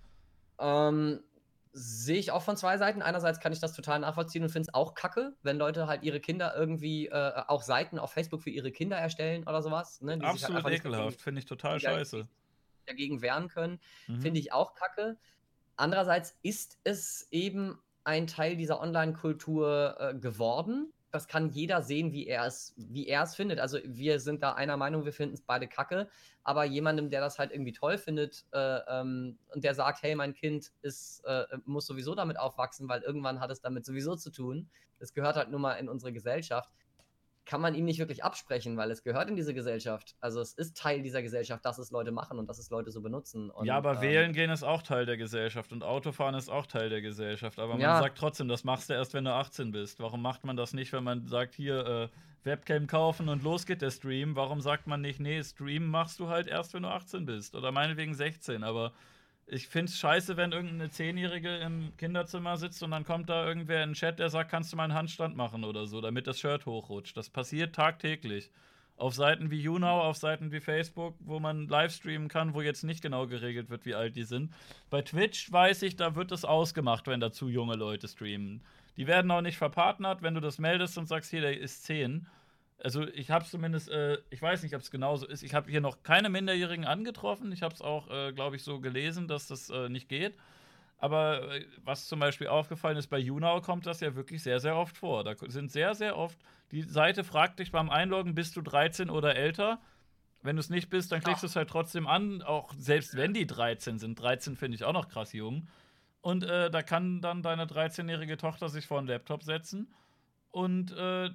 Sehe ich auch von zwei Seiten. Einerseits kann ich das total nachvollziehen und finde es auch kacke, wenn Leute halt ihre Kinder irgendwie auch Seiten auf Facebook für ihre Kinder erstellen oder sowas, ne, die sich halt Absolut einfach nicht dagegen, ekelhaft, finde ich total die scheiße. sich dagegen wehren können. Mhm. Finde ich auch kacke. Andererseits ist es eben ein Teil dieser Online-Kultur geworden. Das kann jeder sehen, wie er es findet. Also wir sind da einer Meinung, wir finden es beide kacke. Aber jemandem, der das halt irgendwie toll findet und der sagt, hey, mein Kind muss sowieso damit aufwachsen, weil irgendwann hat es damit sowieso zu tun. Das gehört halt nun mal in unsere Gesellschaft, kann man ihm nicht wirklich absprechen, weil es gehört in diese Gesellschaft. Also es ist Teil dieser Gesellschaft, dass es Leute machen und dass es Leute so benutzen. Ja, Und aber wählen gehen ist auch Teil der Gesellschaft und Autofahren ist auch Teil der Gesellschaft. Aber man ja, sagt trotzdem, das machst du erst, wenn du 18 bist. Warum macht man das nicht, wenn man sagt, hier Webcam kaufen und los geht der Stream? Warum sagt man nicht, nee, Stream machst du halt erst, wenn du 18 bist? Oder meinetwegen 16. Aber ich find's scheiße, wenn irgendeine 10-Jährige im Kinderzimmer sitzt und dann kommt da irgendwer in den Chat, der sagt, kannst du mal einen Handstand machen oder so, damit das Shirt hochrutscht. Das passiert tagtäglich. Auf Seiten wie YouNow, auf Seiten wie Facebook, wo man live streamen kann, wo jetzt nicht genau geregelt wird, wie alt die sind. Bei Twitch weiß ich, da wird es ausgemacht, wenn da zu junge Leute streamen. Die werden auch nicht verpartnert, wenn du das meldest und sagst, hier, der ist 10. Also ich habe zumindest, ich weiß nicht, ob es genauso ist. Ich habe hier noch keine Minderjährigen angetroffen. Ich habe es auch, glaube ich, so gelesen, dass das nicht geht. Aber was zum Beispiel aufgefallen ist, bei YouNow kommt das ja wirklich sehr, sehr oft vor. Da sind sehr, sehr oft, die Seite fragt dich beim Einloggen, bist du 13 oder älter? Wenn du es nicht bist, dann klickst du es halt trotzdem an, auch selbst wenn die 13 sind. 13 finde ich auch noch krass jung. Und da kann dann deine 13-jährige Tochter sich vor einen Laptop setzen und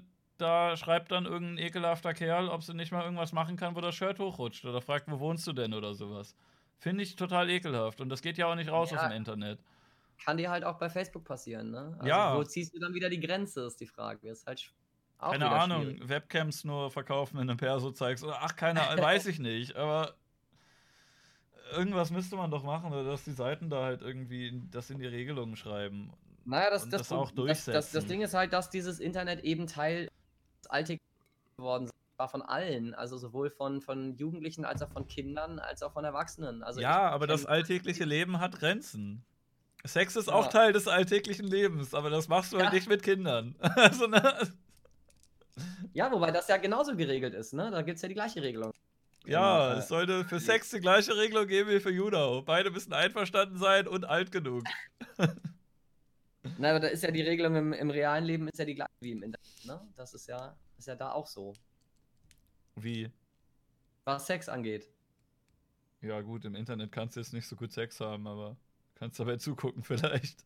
da schreibt dann irgendein ekelhafter Kerl, ob sie nicht mal irgendwas machen kann, wo das Shirt hochrutscht oder fragt, wo wohnst du denn oder sowas. Finde ich total ekelhaft und das geht ja auch nicht raus aus dem ja, Internet. kann dir halt auch bei Facebook passieren, ne? Also, wo Ja, ziehst du dann wieder die Grenze, ist die Frage. Ist halt auch keine wieder schwierig. Ahnung, Webcams nur verkaufen, wenn du Perso zeigst oder ach, keine Ahnung, weiß ich nicht, aber irgendwas müsste man doch machen, oder dass die Seiten da halt irgendwie das in die Regelungen schreiben Naja, und das auch das durchsetzen. Ding ist halt, dass dieses Internet eben Teil des Alltags geworden ist. War von allen, also sowohl von Jugendlichen als auch von Kindern, als auch von Erwachsenen. Also ich Ja, aber das kenne, alltägliche Leben hat Grenzen. Sex ist auch ja, Teil des alltäglichen Lebens, aber das machst du halt ja, nicht mit Kindern. Also, ne? ja, wobei das ja genauso geregelt ist, ne? Da gibt es ja die gleiche Regelung. Ja, es sollte für Sex die gleiche Regelung geben wie für YouNow. Beide müssen einverstanden sein und alt genug. Na, aber da ist ja die Regelung im realen Leben ist ja die gleiche wie im Internet, ne? Das ist ja da auch so, Wie? was Sex angeht. Ja, gut, im Internet kannst du jetzt nicht so gut Sex haben, aber kannst dabei zugucken vielleicht.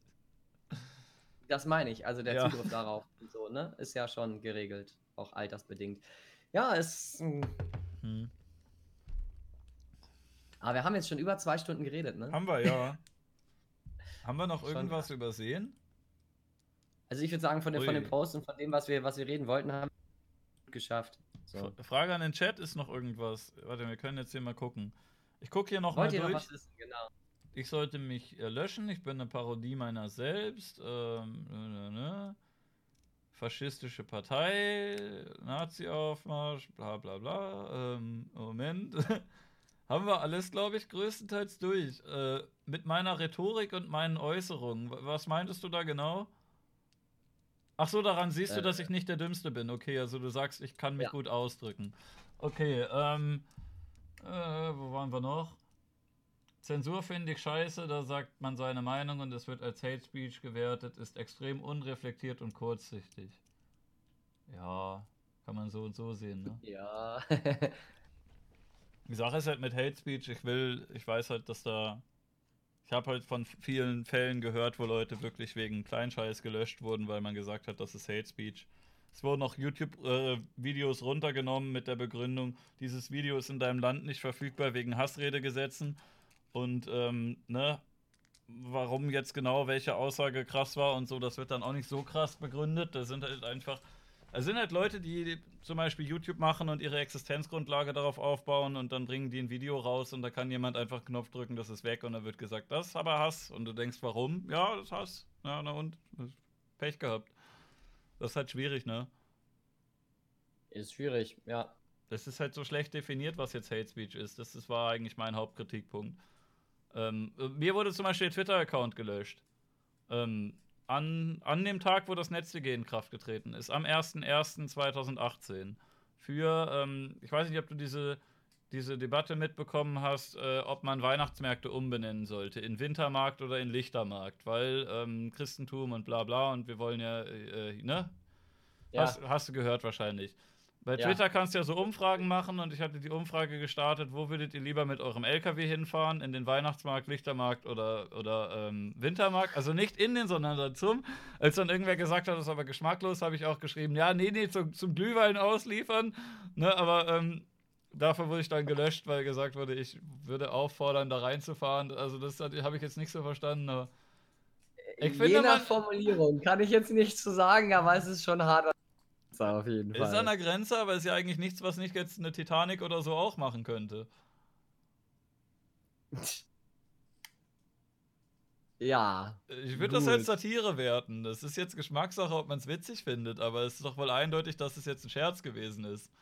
Das meine ich, also der Ja. Zugriff darauf und so, ne? Ist ja schon geregelt, auch altersbedingt. Ja, Hm. aber wir haben jetzt schon über 2 Stunden geredet, ne? Haben wir, ja. Haben wir noch Schon irgendwas krass. übersehen? Also ich würde sagen, von Ui. den Posts und von dem, was wir reden wollten, haben wir geschafft. So. Frage an den Chat, ist noch irgendwas? Warte, wir können jetzt hier mal gucken. Ich gucke hier noch mal Wollt ihr noch durch. was wissen? Genau. Ich sollte mich löschen. Ich bin eine Parodie meiner selbst. Faschistische Partei, Nazi-Aufmarsch, bla bla bla. Moment. Haben wir alles, glaube ich, größtenteils durch. Mit meiner Rhetorik und meinen Äußerungen. Was meintest du da genau? Ach so, daran siehst du, Äh, dass ich nicht der Dümmste bin. Okay, also du sagst, ich kann mich ja. gut ausdrücken. Okay, wo waren wir noch? Zensur finde ich scheiße, da sagt man seine Meinung und es wird als Hate Speech gewertet, ist extrem unreflektiert und kurzsichtig. Ja, kann man so und so sehen, ne? Ja. Die Sache ist halt mit Hate Speech, ich weiß halt, ich habe halt von vielen Fällen gehört, wo Leute wirklich wegen Kleinscheiß gelöscht wurden, weil man gesagt hat, das ist Hate Speech. Es wurden auch YouTube-Videos runtergenommen mit der Begründung, dieses Video ist in deinem Land nicht verfügbar wegen Hassredegesetzen. Und, ne, warum jetzt genau welche Aussage krass war und so, das wird dann auch nicht so krass begründet. Es sind halt Leute, die zum Beispiel YouTube machen und ihre Existenzgrundlage darauf aufbauen und dann bringen die ein Video raus und da kann jemand einfach einen Knopf drücken, das ist weg und dann wird gesagt, das ist aber Hass. Und du denkst, warum? Ja, das ist Hass. Ja, na und? Pech gehabt. Das ist halt schwierig, ne? Ist schwierig, ja. Das ist halt so schlecht definiert, was jetzt Hate Speech ist. Das war eigentlich mein Hauptkritikpunkt. Mir wurde zum Beispiel der Twitter-Account gelöscht. Ähm, an dem Tag, wo das NetzDG in Kraft getreten ist, am 01.01.2018. Ich weiß nicht, ob du diese Debatte mitbekommen hast, ob man Weihnachtsmärkte umbenennen sollte, in Wintermarkt oder in Lichtermarkt, weil Christentum und bla bla und wir wollen ja, ne? Ja, Hast du gehört wahrscheinlich. Bei ja. Twitter kannst du ja so Umfragen machen und ich hatte die Umfrage gestartet, wo würdet ihr lieber mit eurem LKW hinfahren? In den Weihnachtsmarkt, Lichtermarkt oder Wintermarkt? Also nicht in den, sondern dazu. Als dann irgendwer gesagt hat, das ist aber geschmacklos, habe ich auch geschrieben, ja, nee, zum Glühwein ausliefern. Ne, aber dafür wurde ich dann gelöscht, weil gesagt wurde, ich würde auffordern, da reinzufahren. Also das habe ich jetzt nicht so verstanden, aber ich Je finde, nach man Formulierung kann ich jetzt nichts zu sagen, aber es ist schon hart auf jeden ist an Fall. der Grenze, aber ist ja eigentlich nichts, was nicht jetzt eine Titanic oder so auch machen könnte. Ja, Ich würde das als gut. Satire werten. Das ist jetzt Geschmackssache, ob man es witzig findet, aber es ist doch wohl eindeutig, dass es jetzt ein Scherz gewesen ist.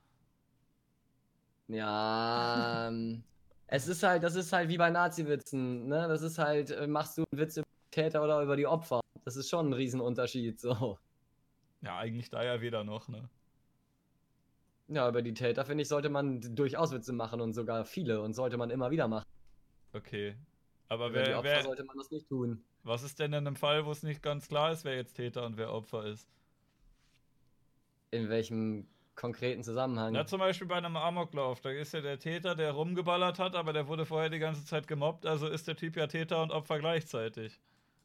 Ja, das ist halt wie bei Nazi-Witzen, ne? Das ist halt, machst du einen Witz über die Täter oder über die Opfer? Das ist schon ein Riesenunterschied, so. Ja, eigentlich da ja weder noch, ne? Ja, über die Täter, finde ich, sollte man durchaus Witze machen und sogar viele und sollte man immer wieder machen. Okay. Aber Über die Opfer sollte man das nicht tun. was ist denn in einem Fall, wo es nicht ganz klar ist, wer jetzt Täter und wer Opfer ist? In welchem konkreten Na, Zusammenhang? zum Beispiel bei einem Amoklauf. Da ist ja der Täter, der rumgeballert hat, aber der wurde vorher die ganze Zeit gemobbt, also ist der Typ ja Täter und Opfer gleichzeitig.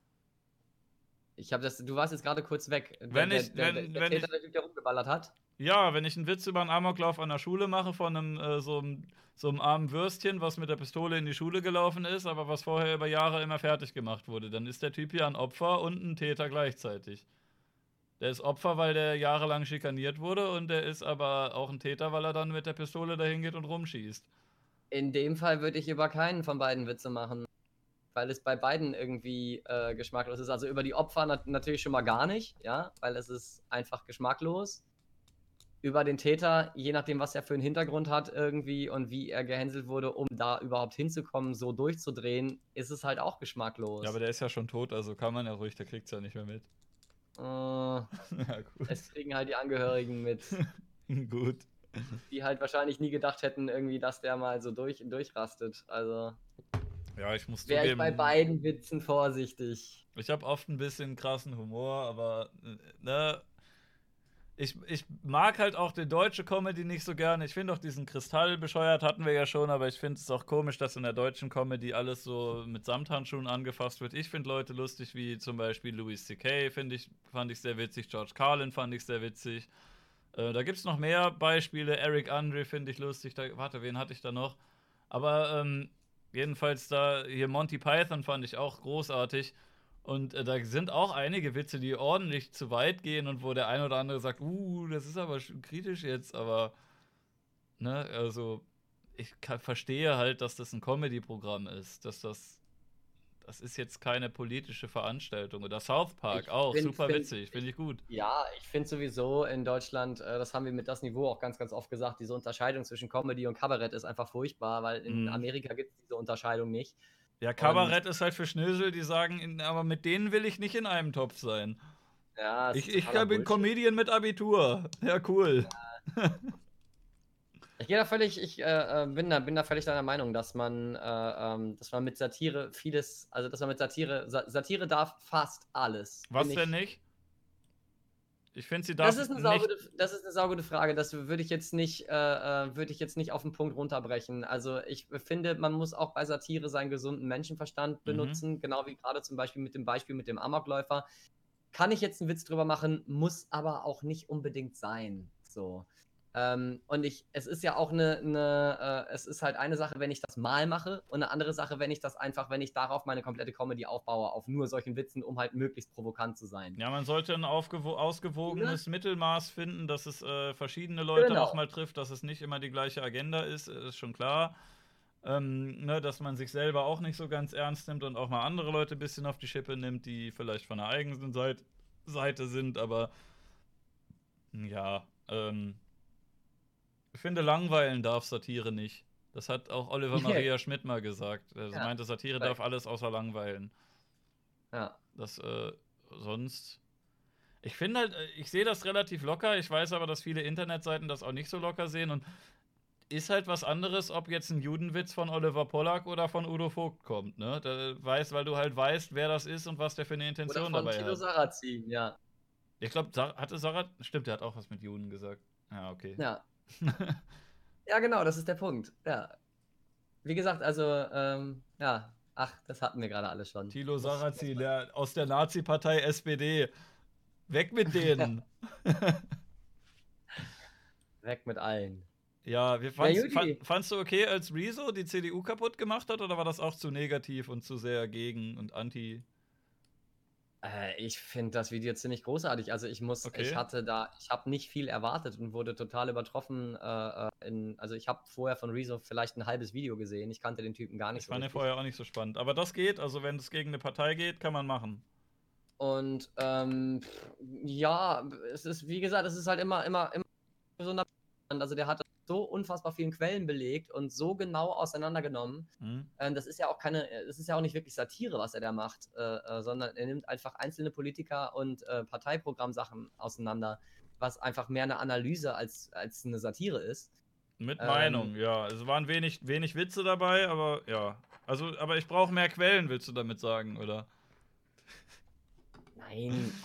Du warst jetzt gerade kurz weg. Wenn ich, Der wenn Täter, ich, der Typ, der rumgeballert hat? Ja, wenn ich einen Witz über einen Amoklauf an der Schule mache von so einem armen Würstchen, was mit der Pistole in die Schule gelaufen ist, aber was vorher über Jahre immer fertig gemacht wurde, dann ist der Typ hier ein Opfer und ein Täter gleichzeitig. Der ist Opfer, weil der jahrelang schikaniert wurde und der ist aber auch ein Täter, weil er dann mit der Pistole dahin geht und rumschießt. In dem Fall würde ich über keinen von beiden Witze machen, weil es bei beiden irgendwie geschmacklos ist. Also über die Opfer natürlich schon mal gar nicht, ja, weil es ist einfach geschmacklos. Über den Täter, je nachdem, was er für einen Hintergrund hat irgendwie und wie er gehänselt wurde, um da überhaupt hinzukommen, so durchzudrehen, ist es halt auch Ja, aber geschmacklos. der ist ja schon tot, also kann man ja ruhig, der kriegt's ja nicht mehr mit. Äh, Ja, Es gut. kriegen halt die Angehörigen mit, Gut. die halt wahrscheinlich nie gedacht hätten, irgendwie, dass der mal so durchrastet. Also Ja, ich muss wäre ich bei zugeben, beiden Witzen vorsichtig. ich habe oft ein bisschen krassen Humor, aber ne, ich mag halt auch die deutsche Comedy nicht so gerne. Ich finde auch diesen Kristall bescheuert, hatten wir ja schon, aber ich finde es auch komisch, dass in der deutschen Comedy alles so mit Samthandschuhen angefasst wird. Ich finde Leute lustig, wie zum Beispiel Louis C.K., fand ich sehr witzig. George Carlin fand ich sehr witzig. Da gibt es noch mehr Beispiele. Eric Andre finde ich lustig. Warte, wen hatte ich da noch? Aber jedenfalls da, hier Monty Python fand ich auch großartig. Und da sind auch einige Witze, die ordentlich zu weit gehen und wo der eine oder andere sagt, das ist aber schon kritisch jetzt, aber, ne, also verstehe halt, dass das ein Comedy-Programm ist, das ist jetzt keine politische Veranstaltung. Oder South Park Ich auch, find, super find, witzig, finde ich gut. Ja, ich finde sowieso in Deutschland, das haben wir mit das Niveau auch ganz, ganz oft gesagt, diese Unterscheidung zwischen Comedy und Kabarett ist einfach furchtbar, weil in Mhm. Amerika gibt es diese Unterscheidung nicht. Ja, Und Kabarett ist halt für Schnösel, die sagen, aber mit denen will ich nicht in einem Topf sein. ja, es ist Ich totaler bin Bullshit. Comedian mit Abitur. Ja, cool. Ich gehe da völlig, bin da völlig deiner Meinung, dass man mit Satire vieles, also dass man mit Satire darf fast alles. Was Bin denn ich, nicht? Ich finde, sie das darf ist eine nicht. das ist eine saugute Frage. Das würde ich jetzt nicht, auf den Punkt runterbrechen. Also ich finde, man muss auch bei Satire seinen gesunden Menschenverstand benutzen, genau wie gerade zum Beispiel mit dem Beispiel mit dem Amokläufer. Kann ich jetzt einen Witz drüber machen, muss aber auch nicht unbedingt sein. So. Es ist ja auch es ist halt eine Sache, wenn ich das mal mache und eine andere Sache, wenn ich darauf meine komplette Comedy aufbaue, auf nur solchen Witzen, um halt möglichst provokant zu sein. Ja, man sollte ein ausgewogenes Ne? Mittelmaß finden, dass es verschiedene Leute auch Genau. mal trifft, dass es nicht immer die gleiche Agenda ist schon klar. Ne, dass man sich selber auch nicht so ganz ernst nimmt und auch mal andere Leute ein bisschen auf die Schippe nimmt, die vielleicht von der eigenen Seite sind, aber ja, ich finde, langweilen darf Satire nicht. Das hat auch Oliver Maria Schmidt mal gesagt. Er Ja, meinte, Satire darf korrekt. alles außer langweilen. Ja. Das, sonst. Ich finde halt, ich sehe das relativ locker. Ich weiß aber, dass viele Internetseiten das auch nicht so locker sehen. Und ist halt was anderes, ob jetzt ein Judenwitz von Oliver Pollack oder von Udo Vogt kommt, ne? Weil du halt weißt, wer das ist und was der für eine Oder Intention von dabei Thilo hat. Sarrazin, ja. Ich glaube, hatte Sarah. Stimmt, der hat auch was mit Juden gesagt. Ja, okay. Ja. Ja, genau, das ist der Punkt. Ja. Wie gesagt, also, ja, ach, das hatten wir gerade alles schon. Thilo Muss Sarrazin, man. der aus der Nazi-Partei SPD. Weg mit denen. Weg mit allen. Ja, Ja, Judy. fandst du okay, als Rezo die CDU kaputt gemacht hat, oder war das auch zu negativ und zu sehr gegen und anti? Ich finde das Video ziemlich großartig. Also Okay. ich habe nicht viel erwartet und wurde total übertroffen. Also ich habe vorher von Rezo vielleicht ein halbes Video gesehen. Ich kannte den Typen gar nicht Ich so fand den richtig. vorher auch nicht so spannend. Aber das geht, also wenn es gegen eine Partei geht, kann man machen. Und ja, es ist, wie gesagt, es ist halt immer so eine. Also der hat so unfassbar vielen Quellen belegt und so genau auseinandergenommen. Hm? Das ist ja auch nicht wirklich Satire, was er da macht, sondern er nimmt einfach einzelne Politiker und Parteiprogrammsachen auseinander, was einfach mehr eine Analyse als eine Satire ist. Mit Ähm, Meinung, ja. Es waren wenig Witze dabei, aber ja. Also, aber ich brauche mehr Quellen, willst du damit sagen, oder? nein,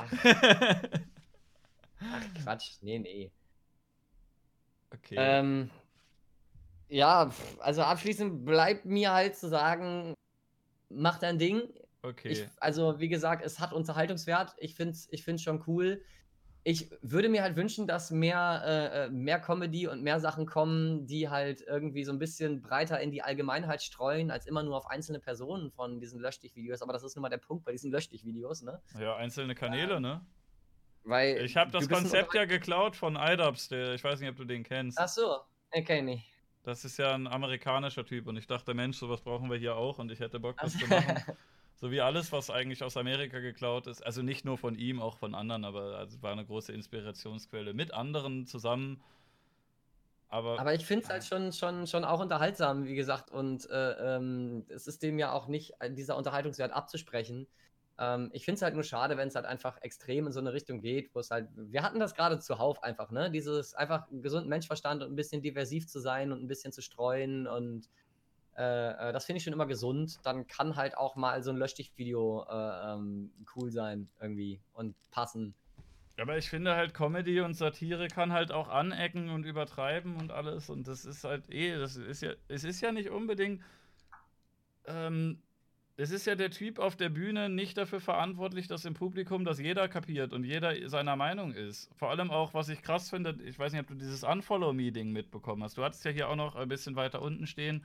ach Quatsch, nee. Okay, Ähm, ja, also abschließend bleibt mir halt zu sagen, mach dein Ding. okay. Also wie gesagt, es hat Unterhaltungswert. Ich find's schon cool. Ich würde mir halt wünschen, dass mehr Comedy und mehr Sachen kommen, die halt irgendwie so ein bisschen breiter in die Allgemeinheit streuen, als immer nur auf einzelne Personen von diesen Löschdich-Videos. Aber das ist nun mal der Punkt bei diesen Löschdich-Videos, ne? Ja, einzelne Kanäle, ne? Weil Ich habe du das bist ein Konzept ja geklaut von iDubbbz, ich weiß nicht, ob du den kennst. Ach so, okay, nicht. Das ist ja ein amerikanischer Typ und ich dachte, Mensch, sowas brauchen wir hier auch und ich hätte Bock, das Also, zu machen. So wie alles, was eigentlich aus Amerika geklaut ist. Also nicht nur von ihm, auch von anderen, aber also war eine große Inspirationsquelle mit anderen zusammen. Aber aber ich finde es halt schon auch unterhaltsam, wie gesagt, und es ist dem ja auch nicht dieser Unterhaltungswert abzusprechen. Ich finde es halt nur schade, wenn es halt einfach extrem in so eine Richtung geht, wo es halt, wir hatten das gerade zuhauf einfach, ne? Dieses einfach einen gesunden Menschverstand und ein bisschen diversiv zu sein und ein bisschen zu streuen und das finde ich schon immer gesund. Dann kann halt auch mal so ein Löschdich-Video cool sein irgendwie und passen. Aber ich finde halt, Comedy und Satire kann halt auch anecken und übertreiben und alles. Und das ist halt es ist ja nicht unbedingt, ähm, es ist ja der Typ auf der Bühne nicht dafür verantwortlich, dass im Publikum das jeder kapiert und jeder seiner Meinung ist. Vor allem auch, was ich krass finde, ich weiß nicht, ob du dieses Unfollow-Me-Ding mitbekommen hast. Du hattest ja hier auch noch ein bisschen weiter unten stehen,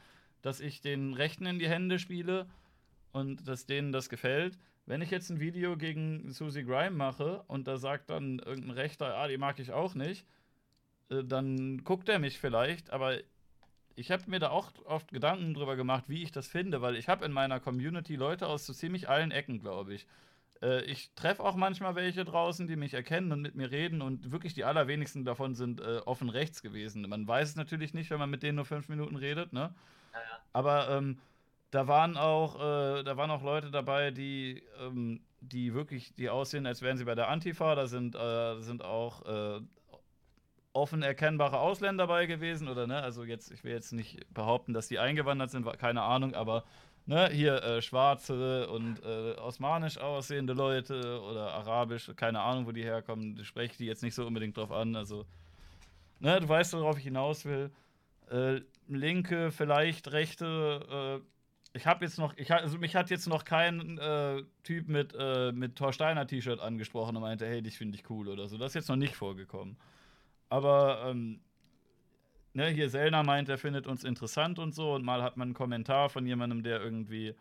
dass ich den Rechten in die Hände spiele und dass denen das gefällt. Wenn ich jetzt ein Video gegen Susie Grime mache und da sagt dann irgendein Rechter, die mag ich auch nicht, dann guckt er mich vielleicht, aber ich habe mir da auch oft Gedanken drüber gemacht, wie ich das finde, weil ich habe in meiner Community Leute aus so ziemlich allen Ecken, glaube ich. Ich treffe auch manchmal welche draußen, die mich erkennen und mit mir reden und wirklich die allerwenigsten davon sind offen rechts gewesen. Man weiß es natürlich nicht, wenn man mit denen nur 5 Minuten redet, ne? Ja, ja. Aber da waren auch Leute dabei, die wirklich, die aussehen, als wären sie bei der Antifa. Da sind auch offen erkennbare Ausländer dabei gewesen, oder ne? Also jetzt, ich will jetzt nicht behaupten, dass die eingewandert sind, keine Ahnung, aber ne, hier schwarze und osmanisch aussehende Leute oder arabisch, keine Ahnung, wo die herkommen, spreche ich die jetzt nicht so unbedingt drauf an. Also, ne, du weißt, worauf ich hinaus will. Linke, vielleicht Rechte, also mich hat jetzt noch kein Typ mit Thor Steiner T-Shirt angesprochen und meinte, hey, dich finde ich cool oder so. Das ist jetzt noch nicht vorgekommen. Aber ne, hier Selner meint, er findet uns interessant und so. Und mal hat man einen Kommentar von jemandem, der irgendwie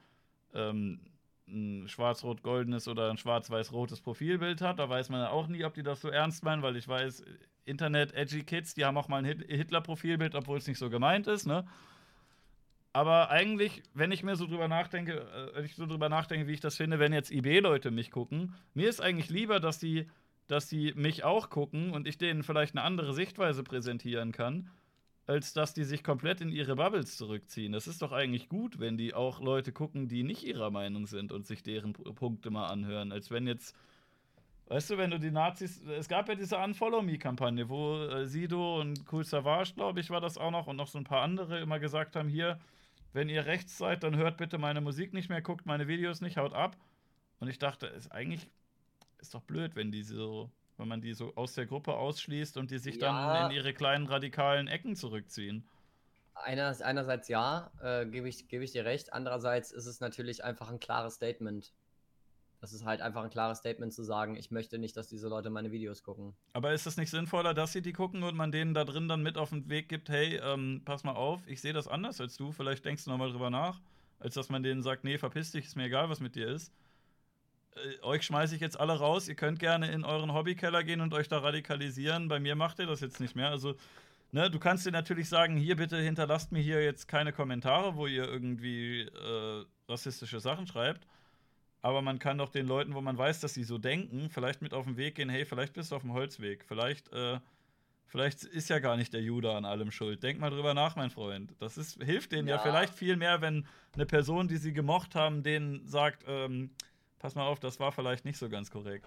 ein schwarz-rot-goldenes oder ein schwarz-weiß-rotes Profilbild hat. Da weiß man ja auch nie, ob die das so ernst meinen, weil ich weiß, Internet-Edgy-Kids, die haben auch mal ein Hitler-Profilbild, obwohl es nicht so gemeint ist, ne? Aber eigentlich, wenn ich so drüber nachdenke, wie ich das finde, wenn jetzt IB-Leute mich gucken, mir ist eigentlich lieber, dass die mich auch gucken und ich denen vielleicht eine andere Sichtweise präsentieren kann, als dass die sich komplett in ihre Bubbles zurückziehen. Das ist doch eigentlich gut, wenn die auch Leute gucken, die nicht ihrer Meinung sind und sich deren Punkte mal anhören. Als wenn jetzt, weißt du, wenn du die Nazis, es gab ja diese Unfollow-Me-Kampagne, wo Sido und Cool Savage, glaube ich, war das auch noch und noch so ein paar andere immer gesagt haben, hier, wenn ihr rechts seid, dann hört bitte meine Musik nicht mehr, guckt meine Videos nicht, haut ab. Und ich dachte, ist doch blöd, wenn man die so aus der Gruppe ausschließt und die sich dann in Ja, ihre kleinen radikalen Ecken zurückziehen. einerseits ja, gebe ich dir recht. Andererseits ist es natürlich einfach ein klares Statement. Das ist halt einfach ein klares Statement zu sagen, ich möchte nicht, dass diese Leute meine Videos gucken. Aber ist es nicht sinnvoller, dass sie die gucken und man denen da drin dann mit auf den Weg gibt, hey, pass mal auf, ich sehe das anders als du, vielleicht denkst du nochmal drüber nach, als dass man denen sagt, nee, verpiss dich, ist mir egal, was mit dir ist. Euch schmeiße ich jetzt alle raus, ihr könnt gerne in euren Hobbykeller gehen und euch da radikalisieren, bei mir macht ihr das jetzt nicht mehr. Also, ne, du kannst dir natürlich sagen, hier bitte hinterlasst mir hier jetzt keine Kommentare, wo ihr irgendwie rassistische Sachen schreibt. Aber man kann doch den Leuten, wo man weiß, dass sie so denken, vielleicht mit auf den Weg gehen, hey, vielleicht bist du auf dem Holzweg. Vielleicht ist ja gar nicht der Jude an allem schuld. Denk mal drüber nach, mein Freund. Hilft denen ja Ja, vielleicht viel mehr, wenn eine Person, die sie gemocht haben, denen sagt, pass mal auf, das war vielleicht nicht so ganz korrekt.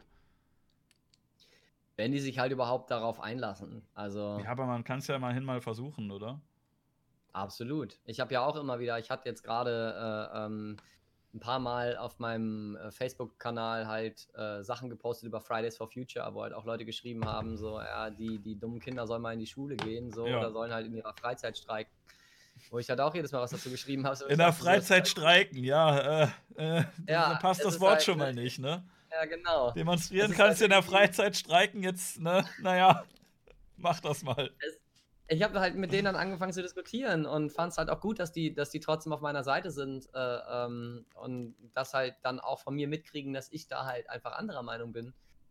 wenn die sich halt überhaupt darauf einlassen. Also Ja, aber man kann es ja mal versuchen, oder? absolut. Ich habe ja auch immer wieder, ich hatte jetzt gerade ein paar Mal auf meinem Facebook-Kanal halt Sachen gepostet über Fridays for Future, wo halt auch Leute geschrieben haben, so, ja, die dummen Kinder sollen mal in die Schule gehen, so, Ja. oder sollen halt in ihrer Freizeit streiken. Wo ich halt auch jedes Mal was dazu geschrieben habe. So, In der Freizeit streiken, ja. Da passt es das ist Wort halt, schon mal nicht, ne? ja, genau. Demonstrieren Es ist kannst du halt in der irgendwie- Freizeit, streiken jetzt, ne? Naja, mach das mal. Ich habe halt mit denen dann angefangen zu diskutieren und fand es halt auch gut, dass die trotzdem auf meiner Seite sind und das halt dann auch von mir mitkriegen, dass ich da halt einfach anderer Meinung bin.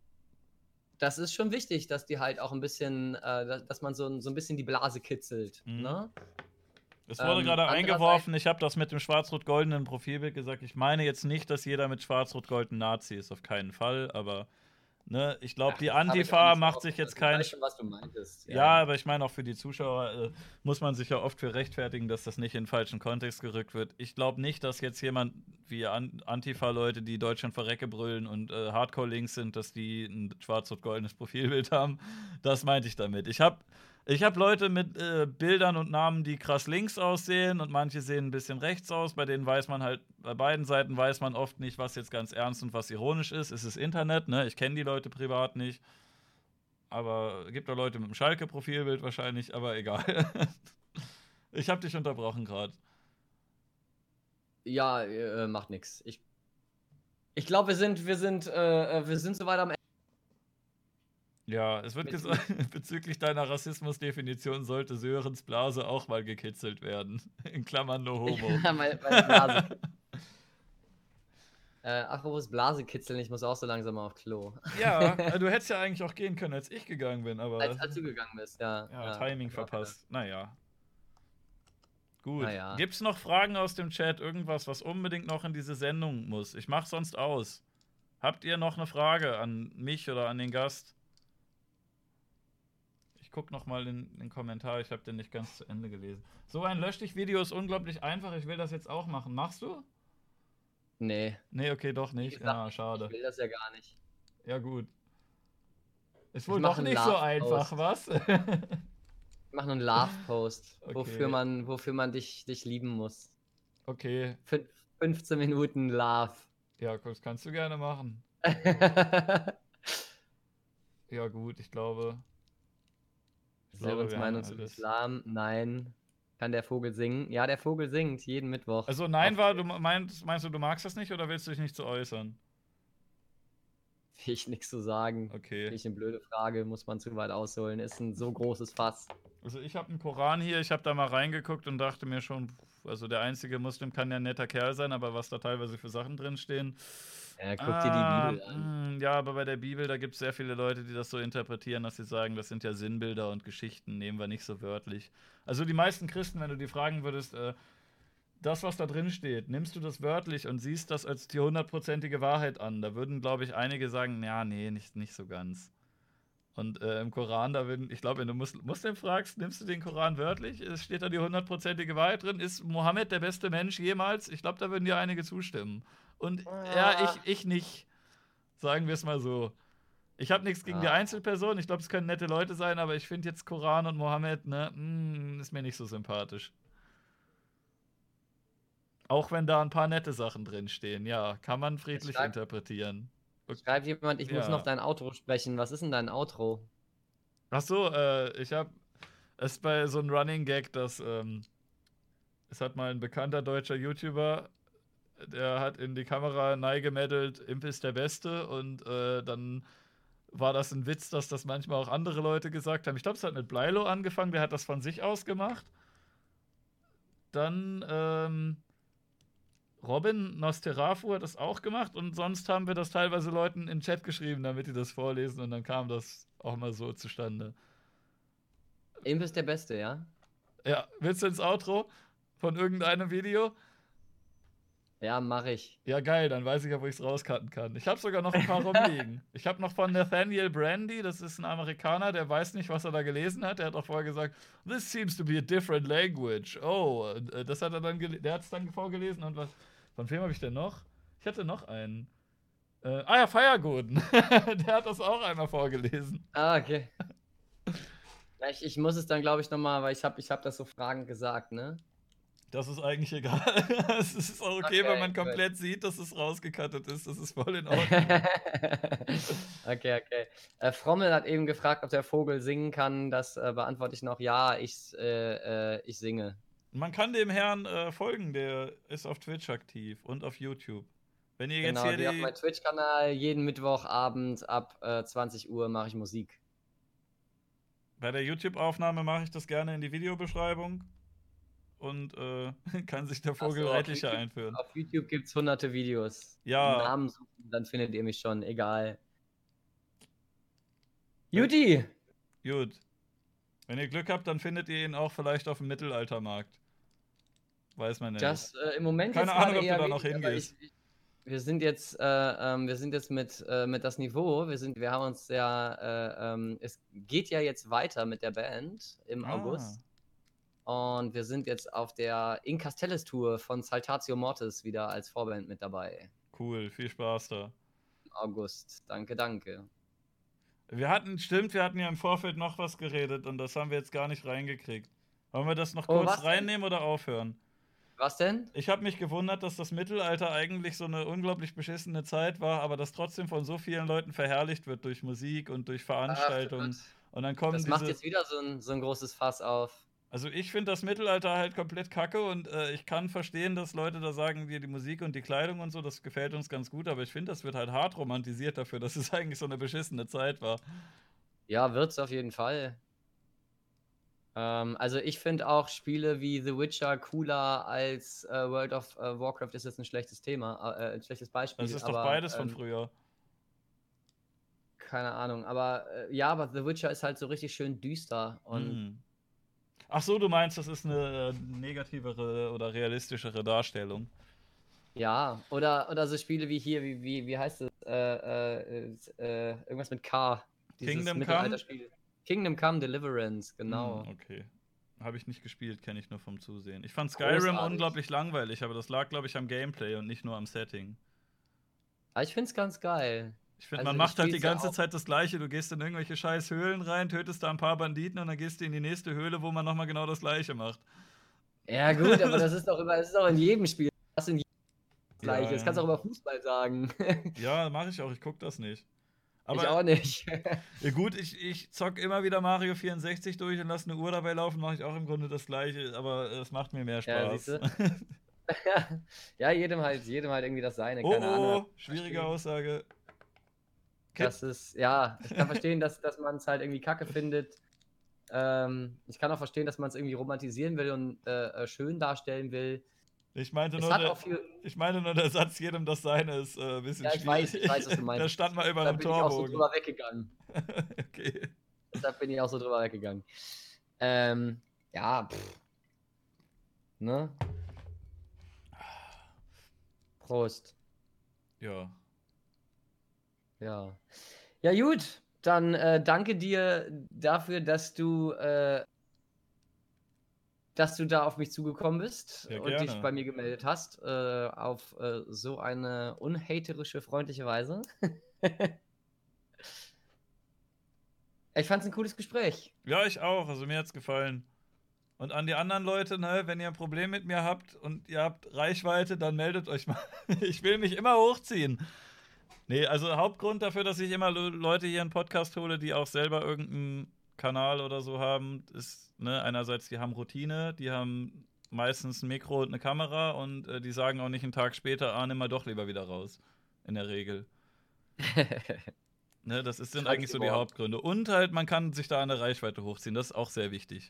Das ist schon wichtig, dass die halt auch ein bisschen, dass man so ein bisschen die Blase kitzelt. Mhm. Ne? Es wurde gerade Andererseits- eingeworfen, ich habe das mit dem schwarz-rot-goldenen Profilbild gesagt. Ich meine jetzt nicht, dass jeder mit schwarz-rot-golden Nazi ist, auf keinen Fall, aber ne, ich glaube, Ach, die das hab ich auch Antifa nicht so macht oft. sich jetzt Ich keinen. weiß schon, was du meintest. Ja, aber ich meine auch für die Zuschauer muss man sich ja oft für rechtfertigen, dass das nicht in den falschen Kontext gerückt wird. Ich glaube nicht, dass jetzt jemand wie Antifa-Leute, die Deutschland verrecke brüllen und Hardcore-Links sind, dass die ein schwarz-rot-goldenes Profilbild haben. Das meinte ich damit. Ich hab Leute mit Bildern und Namen, die krass links aussehen und manche sehen ein bisschen rechts aus. Bei denen weiß man halt, bei beiden Seiten weiß man oft nicht, was jetzt ganz ernst und was ironisch ist. Es ist Internet, ne? Ich kenne die Leute privat nicht. Aber gibt auch Leute mit einem Schalke-Profilbild wahrscheinlich, aber egal. Ich hab dich unterbrochen gerade. Ja, macht nichts. Ich glaube, wir sind soweit am Ende. Ja, es wird Mit, gesagt, bezüglich deiner Rassismusdefinition sollte Sörens Blase auch mal gekitzelt werden. In Klammern no homo. meine Blase. Apropos Blase kitzeln, ich muss auch so langsam mal auf Klo. Ja, du hättest ja eigentlich auch gehen können, als ich gegangen bin, aber Als du gegangen bist, ja. ja, Timing war wieder. verpasst. Naja, gut. Naja. Gibt's noch Fragen aus dem Chat? Irgendwas, was unbedingt noch in diese Sendung muss? Ich mach sonst aus. Habt ihr noch eine Frage an mich oder an den Gast? Ich guck noch mal in den Kommentar, ich habe den nicht ganz zu Ende gelesen. So ein Lösch dich-Video ist unglaublich einfach, ich will das jetzt auch machen. Machst du? Nee. Nee, okay, doch Wie nicht. gesagt, Ja, schade. ich will das ja gar nicht. Ja, gut. Ist Ich wohl mach doch einen nicht so Love-Post. einfach, was? Ich mache einen Love-Post, Okay. wofür man dich lieben muss. Okay, 15 Minuten Love. ja, das kannst du gerne machen. Ja, gut, ich glaube, Sörens wir Meinung haben zum alles. Islam? Nein. Kann der Vogel singen? Ja, der Vogel singt jeden Mittwoch. Also nein war, du meinst du magst das nicht oder willst du dich nicht so äußern? Will ich nichts zu sagen. Okay. Finde ich eine blöde Frage, muss man zu weit ausholen. Ist ein so großes Fass. Also ich habe einen Koran hier, ich habe da mal reingeguckt und dachte mir schon, also der einzige Muslim kann ja ein netter Kerl sein, aber was da teilweise für Sachen drinstehen. Ja, guck dir die Bibel an. Ja, aber bei der Bibel, da gibt es sehr viele Leute, die das so interpretieren, dass sie sagen, das sind ja Sinnbilder und Geschichten, nehmen wir nicht so wörtlich. Also die meisten Christen, wenn du die fragen würdest, das, was da drin steht, nimmst du das wörtlich und siehst das als die 100%ige Wahrheit an? Da würden, glaube ich, einige sagen, ja, nee, nicht so ganz. Und im Koran, da würden, ich glaube, wenn du Muslim fragst, nimmst du den Koran wörtlich? Es steht da die 100%ige Wahrheit drin. Ist Mohammed der beste Mensch jemals? Ich glaube, da würden dir einige zustimmen. Und ja, ich nicht. Sagen wir es mal so. Ich habe nichts gegen die Einzelperson. Ich glaube, es können nette Leute sein, aber ich finde jetzt Koran und Mohammed, ne, ist mir nicht so sympathisch. Auch wenn da ein paar nette Sachen drinstehen. Ja, kann man friedlich interpretieren. Schreibt jemand, ich muss Ja. noch dein Outro sprechen. Was ist denn dein Outro? Ach so, ich habe es bei so einem Running Gag, dass es hat mal ein bekannter deutscher YouTuber, der hat in die Kamera neigemeddelt, Imp ist der Beste und dann war das ein Witz, dass das manchmal auch andere Leute gesagt haben. Ich glaube, es hat mit Bleilo angefangen, der hat das von sich aus gemacht. Dann Robin Nosterafu hat das auch gemacht und sonst haben wir das teilweise Leuten in den Chat geschrieben, damit die das vorlesen und dann kam das auch mal so zustande. Imp ist der Beste, ja? Ja, willst du ins Outro von irgendeinem Video? Ja, mach ich. Ja, geil, dann weiß ich ja, wo ich es rauscutten kann. Ich habe sogar noch ein paar rumliegen. Ich habe noch von Nathaniel Brandy, das ist ein Amerikaner, der weiß nicht, was er da gelesen hat. Der hat auch vorher gesagt, this seems to be a different language. Oh, das hat er dann der hat es dann vorgelesen und was. Von wem habe ich denn noch? Ich hatte noch einen. Ja, Feiergoden. Der hat das auch einmal vorgelesen. Ah, okay. Ja, ich muss es dann, glaube ich, nochmal, weil ich hab das so fragend gesagt, ne? Das ist eigentlich egal. Es ist auch okay, wenn man komplett sieht, dass es rausgekattet ist. Das ist voll in Ordnung. Okay. Frommel hat eben gefragt, ob der Vogel singen kann. Das beantworte ich noch. Ja, ich singe. Man kann dem Herrn folgen, der ist auf Twitch aktiv und auf YouTube. Wenn ihr Genau, jetzt hier auf meinem Twitch-Kanal jeden Mittwochabend ab 20 Uhr mache ich Musik. Bei der YouTube-Aufnahme mache ich das gerne in die Videobeschreibung und kann sich der Vogel reichlicher einführen. Auf YouTube gibt es hunderte Videos. Ja. Namen suchen, dann findet ihr mich schon, egal. Juti! Gut. Wenn ihr Glück habt, dann findet ihr ihn auch vielleicht auf dem Mittelaltermarkt. Weiß man nicht. Das im Moment keine jetzt Ahnung, ob eher du da noch hingehst. Wir sind jetzt mit das Niveau. Wir haben uns ja, es geht ja jetzt weiter mit der Band im August. Und wir sind jetzt auf der In Castellis Tour von Saltatio Mortis wieder als Vorband mit dabei. Cool, viel Spaß da. Im August. Danke. Wir hatten ja im Vorfeld noch was geredet und das haben wir jetzt gar nicht reingekriegt. Wollen wir das noch kurz reinnehmen oder aufhören? Was denn? Ich habe mich gewundert, dass das Mittelalter eigentlich so eine unglaublich beschissene Zeit war, aber das trotzdem von so vielen Leuten verherrlicht wird durch Musik und durch Veranstaltungen. Und dann kommen das macht jetzt wieder so ein großes Fass auf. Also ich finde das Mittelalter halt komplett kacke und ich kann verstehen, dass Leute da sagen, die Musik und die Kleidung und so, das gefällt uns ganz gut, aber ich finde, das wird halt hart romantisiert dafür, dass es eigentlich so eine beschissene Zeit war. Ja, wird's auf jeden Fall. Also ich finde auch Spiele wie The Witcher cooler als World of Warcraft ist jetzt ein schlechtes Thema, ein schlechtes Beispiel, Das ist doch aber beides von früher. keine Ahnung. Aber ja, aber The Witcher ist halt so richtig schön düster und Ach so, du meinst, das ist eine negativere oder realistischere Darstellung. ja, oder so Spiele wie hier, wie heißt es? Irgendwas mit K. Dieses Kingdom Come? Mittelalterspiel. Kingdom Come Deliverance, genau. Okay. Habe ich nicht gespielt, kenne ich nur vom Zusehen. Ich fand Skyrim Großartig. unglaublich langweilig, aber das lag, glaube ich, am Gameplay und nicht nur am Setting. Aber ich finde es ganz geil. Ich finde, Also man ich macht halt die spiel's ja ganze auch. Zeit das Gleiche. Du gehst in irgendwelche scheiß Höhlen rein, tötest da ein paar Banditen und dann gehst du in die nächste Höhle, wo man nochmal genau das Gleiche macht. Ja, gut, aber das ist doch in jedem Spiel. Das in jedem Gleiche. Das kannst du Ja, auch über Fußball sagen. ja, mache ich auch. Ich guck das nicht. Ich Aber auch nicht. ja gut, ich zock immer wieder Mario 64 durch und lasse eine Uhr dabei laufen, mache ich auch im Grunde das Gleiche, aber es macht mir mehr Ja, Spaß. siehst du? Ja, jedem halt irgendwie das Seine, keine Ahnung. Schwierige Aussage. Das ist, ja, ich kann verstehen, dass man es halt irgendwie kacke findet. Ich kann auch verstehen, dass man es irgendwie romantisieren will und schön darstellen will. Ich meinte Es nur, hat auch viel. ich meine nur, der Satz, jedem das Seine ist ein bisschen Ja, ich weiß, schwierig. was du meinst. Der stand mal über Da einem bin ich auch so Torbogen. drüber weggegangen. Okay. Deshalb bin ich auch so drüber weggegangen. Ja, ne? Prost. Ja. Ja. Ja, gut. Dann danke dir dafür, dass du da auf mich zugekommen bist Ja, und dich gerne. bei mir gemeldet hast, auf so eine unhaterische, freundliche Weise. Ich fand es ein cooles Gespräch. Ja, ich auch. Also mir hat's gefallen. Und an die anderen Leute, ne, wenn ihr ein Problem mit mir habt und ihr habt Reichweite, dann meldet euch mal. Ich will mich immer hochziehen. Nee, also Hauptgrund dafür, dass ich immer Leute hier in den Podcast hole, die auch selber irgendeinen Kanal oder so haben, ist, ne, einerseits, die haben Routine, die haben meistens ein Mikro und eine Kamera und die sagen auch nicht einen Tag später, nimm mal doch lieber wieder raus. In der Regel. Ne, das sind eigentlich so die Hauptgründe. Und halt, man kann sich da eine Reichweite hochziehen, das ist auch sehr wichtig.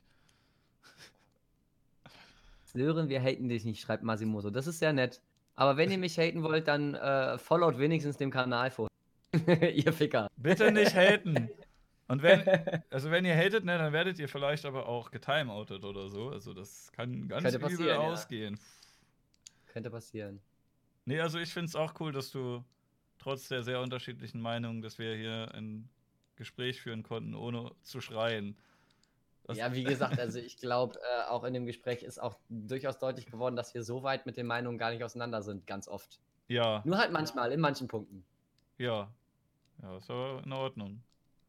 Sören, wir haten dich nicht, schreibt Masimoto. Das ist sehr nett. Aber wenn ihr mich haten wollt, dann followt wenigstens dem Kanal vor. Ihr Ficker. Bitte nicht haten. Und wenn ihr hatet, ne, dann werdet ihr vielleicht aber auch getimeoutet oder so. Also das kann ganz übel ausgehen. Könnte passieren. Nee, also ich finde es auch cool, dass du trotz der sehr unterschiedlichen Meinungen, dass wir hier ein Gespräch führen konnten, ohne zu schreien. Ja, wie gesagt, also ich glaube, auch in dem Gespräch ist auch durchaus deutlich geworden, dass wir so weit mit den Meinungen gar nicht auseinander sind, ganz oft. Ja. Nur halt manchmal, in manchen Punkten. Ja. Ja, ist aber in Ordnung.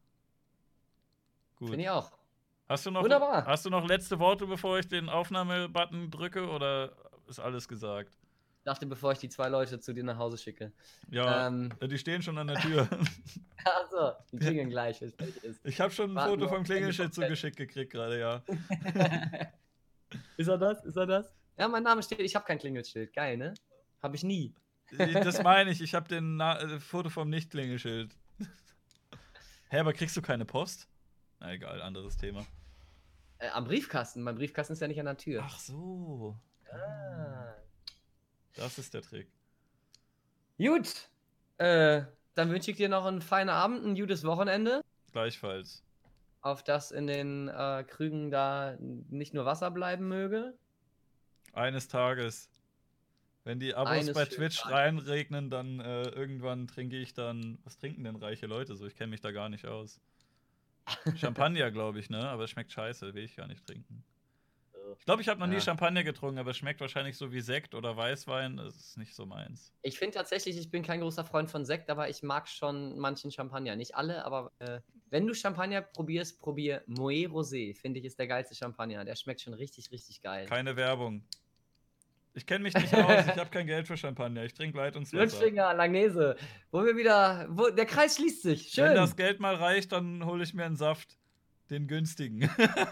Gut. Finde ich auch. Wunderbar. Hast du noch letzte Worte, bevor ich den Aufnahmebutton drücke, oder ist alles gesagt? Ich dachte, bevor ich die 2 Leute zu dir nach Hause schicke. Ja, die stehen schon an der Tür. Achso, die klingeln gleich, wenn es fertig ist. Ich habe schon ein Foto vom Klingelschild zugeschickt gekriegt gerade, ja. Ist er das? Ist er das? Ja, mein Name steht, ich habe kein Klingelschild. Geil, ne? Habe ich nie. Das meine ich habe den Foto vom Nicht-Klingelschild. Hä, aber kriegst du keine Post? Na egal, anderes Thema. Am Briefkasten. Mein Briefkasten ist ja nicht an der Tür. Ach so. Das ist der Trick. Gut. Dann wünsche ich dir noch einen feinen Abend, ein gutes Wochenende. Gleichfalls. Auf das in den Krügen da nicht nur Wasser bleiben möge. Eines Tages. Wenn die Abos bei Twitch reinregnen, dann irgendwann trinke ich dann. Was trinken denn reiche Leute so? Ich kenne mich da gar nicht aus. Champagner, glaube ich, ne? Aber es schmeckt scheiße, will ich gar nicht trinken. Ich glaube, ich habe noch nie Champagner getrunken, aber es schmeckt wahrscheinlich so wie Sekt oder Weißwein. Das ist nicht so meins. Ich finde tatsächlich, ich bin kein großer Freund von Sekt, aber ich mag schon manchen Champagner. Nicht alle, aber wenn du Champagner probierst, probier Moët Rosé. Finde ich, ist der geilste Champagner. Der schmeckt schon richtig, richtig geil. Keine Werbung. Ich kenne mich nicht aus, ich habe kein Geld für Champagner. Ich trinke Leitungswasser. Lutschfinger, Langnese. Der Kreis schließt sich. Schön. Wenn das Geld mal reicht, dann hole ich mir einen Saft. Den günstigen.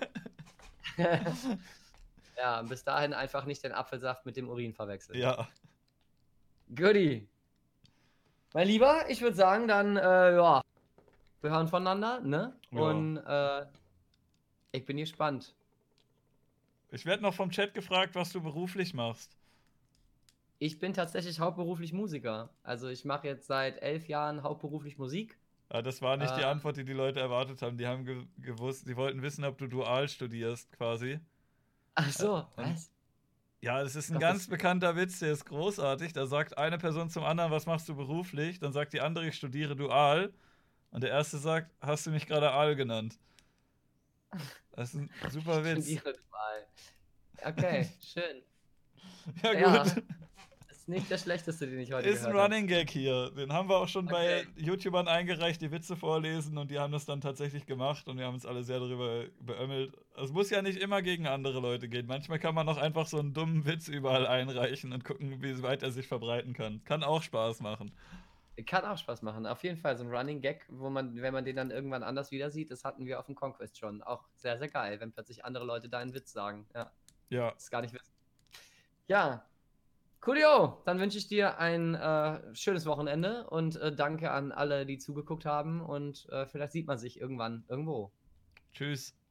Ja, bis dahin einfach nicht den Apfelsaft mit dem Urin verwechseln. Ja. Goodie. Mein Lieber, ich würde sagen, dann, ja, Wir hören voneinander, ne? Ja. Und ich bin gespannt. Ich werde noch vom Chat gefragt, was du beruflich machst. Ich bin tatsächlich hauptberuflich Musiker. Also ich mache jetzt seit 11 Jahren hauptberuflich Musik. Ja, das war nicht die Äh, Antwort, die die Leute erwartet haben. Die haben gewusst, die wollten wissen, ob du dual studierst, quasi. Ach so, Und was? ja, das ist ein Doch, ganz bekannter Witz, der ist großartig. Da sagt eine Person zum anderen, was machst du beruflich? Dann sagt die andere, ich studiere dual. Und der erste sagt, hast du mich gerade Aal genannt? Das ist ein super ich Witz. studiere dual. Okay, schön. Ja, Ja, gut. ist nicht der schlechteste, den ich heute Ist ein gehört habe. Running Gag hier. Den haben wir auch schon bei Okay. YouTubern eingereicht, die Witze vorlesen und die haben das dann tatsächlich gemacht und wir haben uns alle sehr darüber beömmelt. Es muss ja nicht immer gegen andere Leute gehen. Manchmal kann man auch einfach so einen dummen Witz überall einreichen und gucken, wie weit er sich verbreiten kann. Kann auch Spaß machen. Kann auch Spaß machen. Auf jeden Fall so ein Running Gag, wo man, wenn man den dann irgendwann anders wieder sieht, das hatten wir auf dem Conquest schon. Auch sehr, sehr geil, wenn plötzlich andere Leute da einen Witz sagen. Ja, Ja, das gar nicht wissen. Ja, coolio. Dann wünsche ich dir ein schönes Wochenende und danke an alle, die zugeguckt haben. Und vielleicht sieht man sich irgendwann irgendwo. tschüss.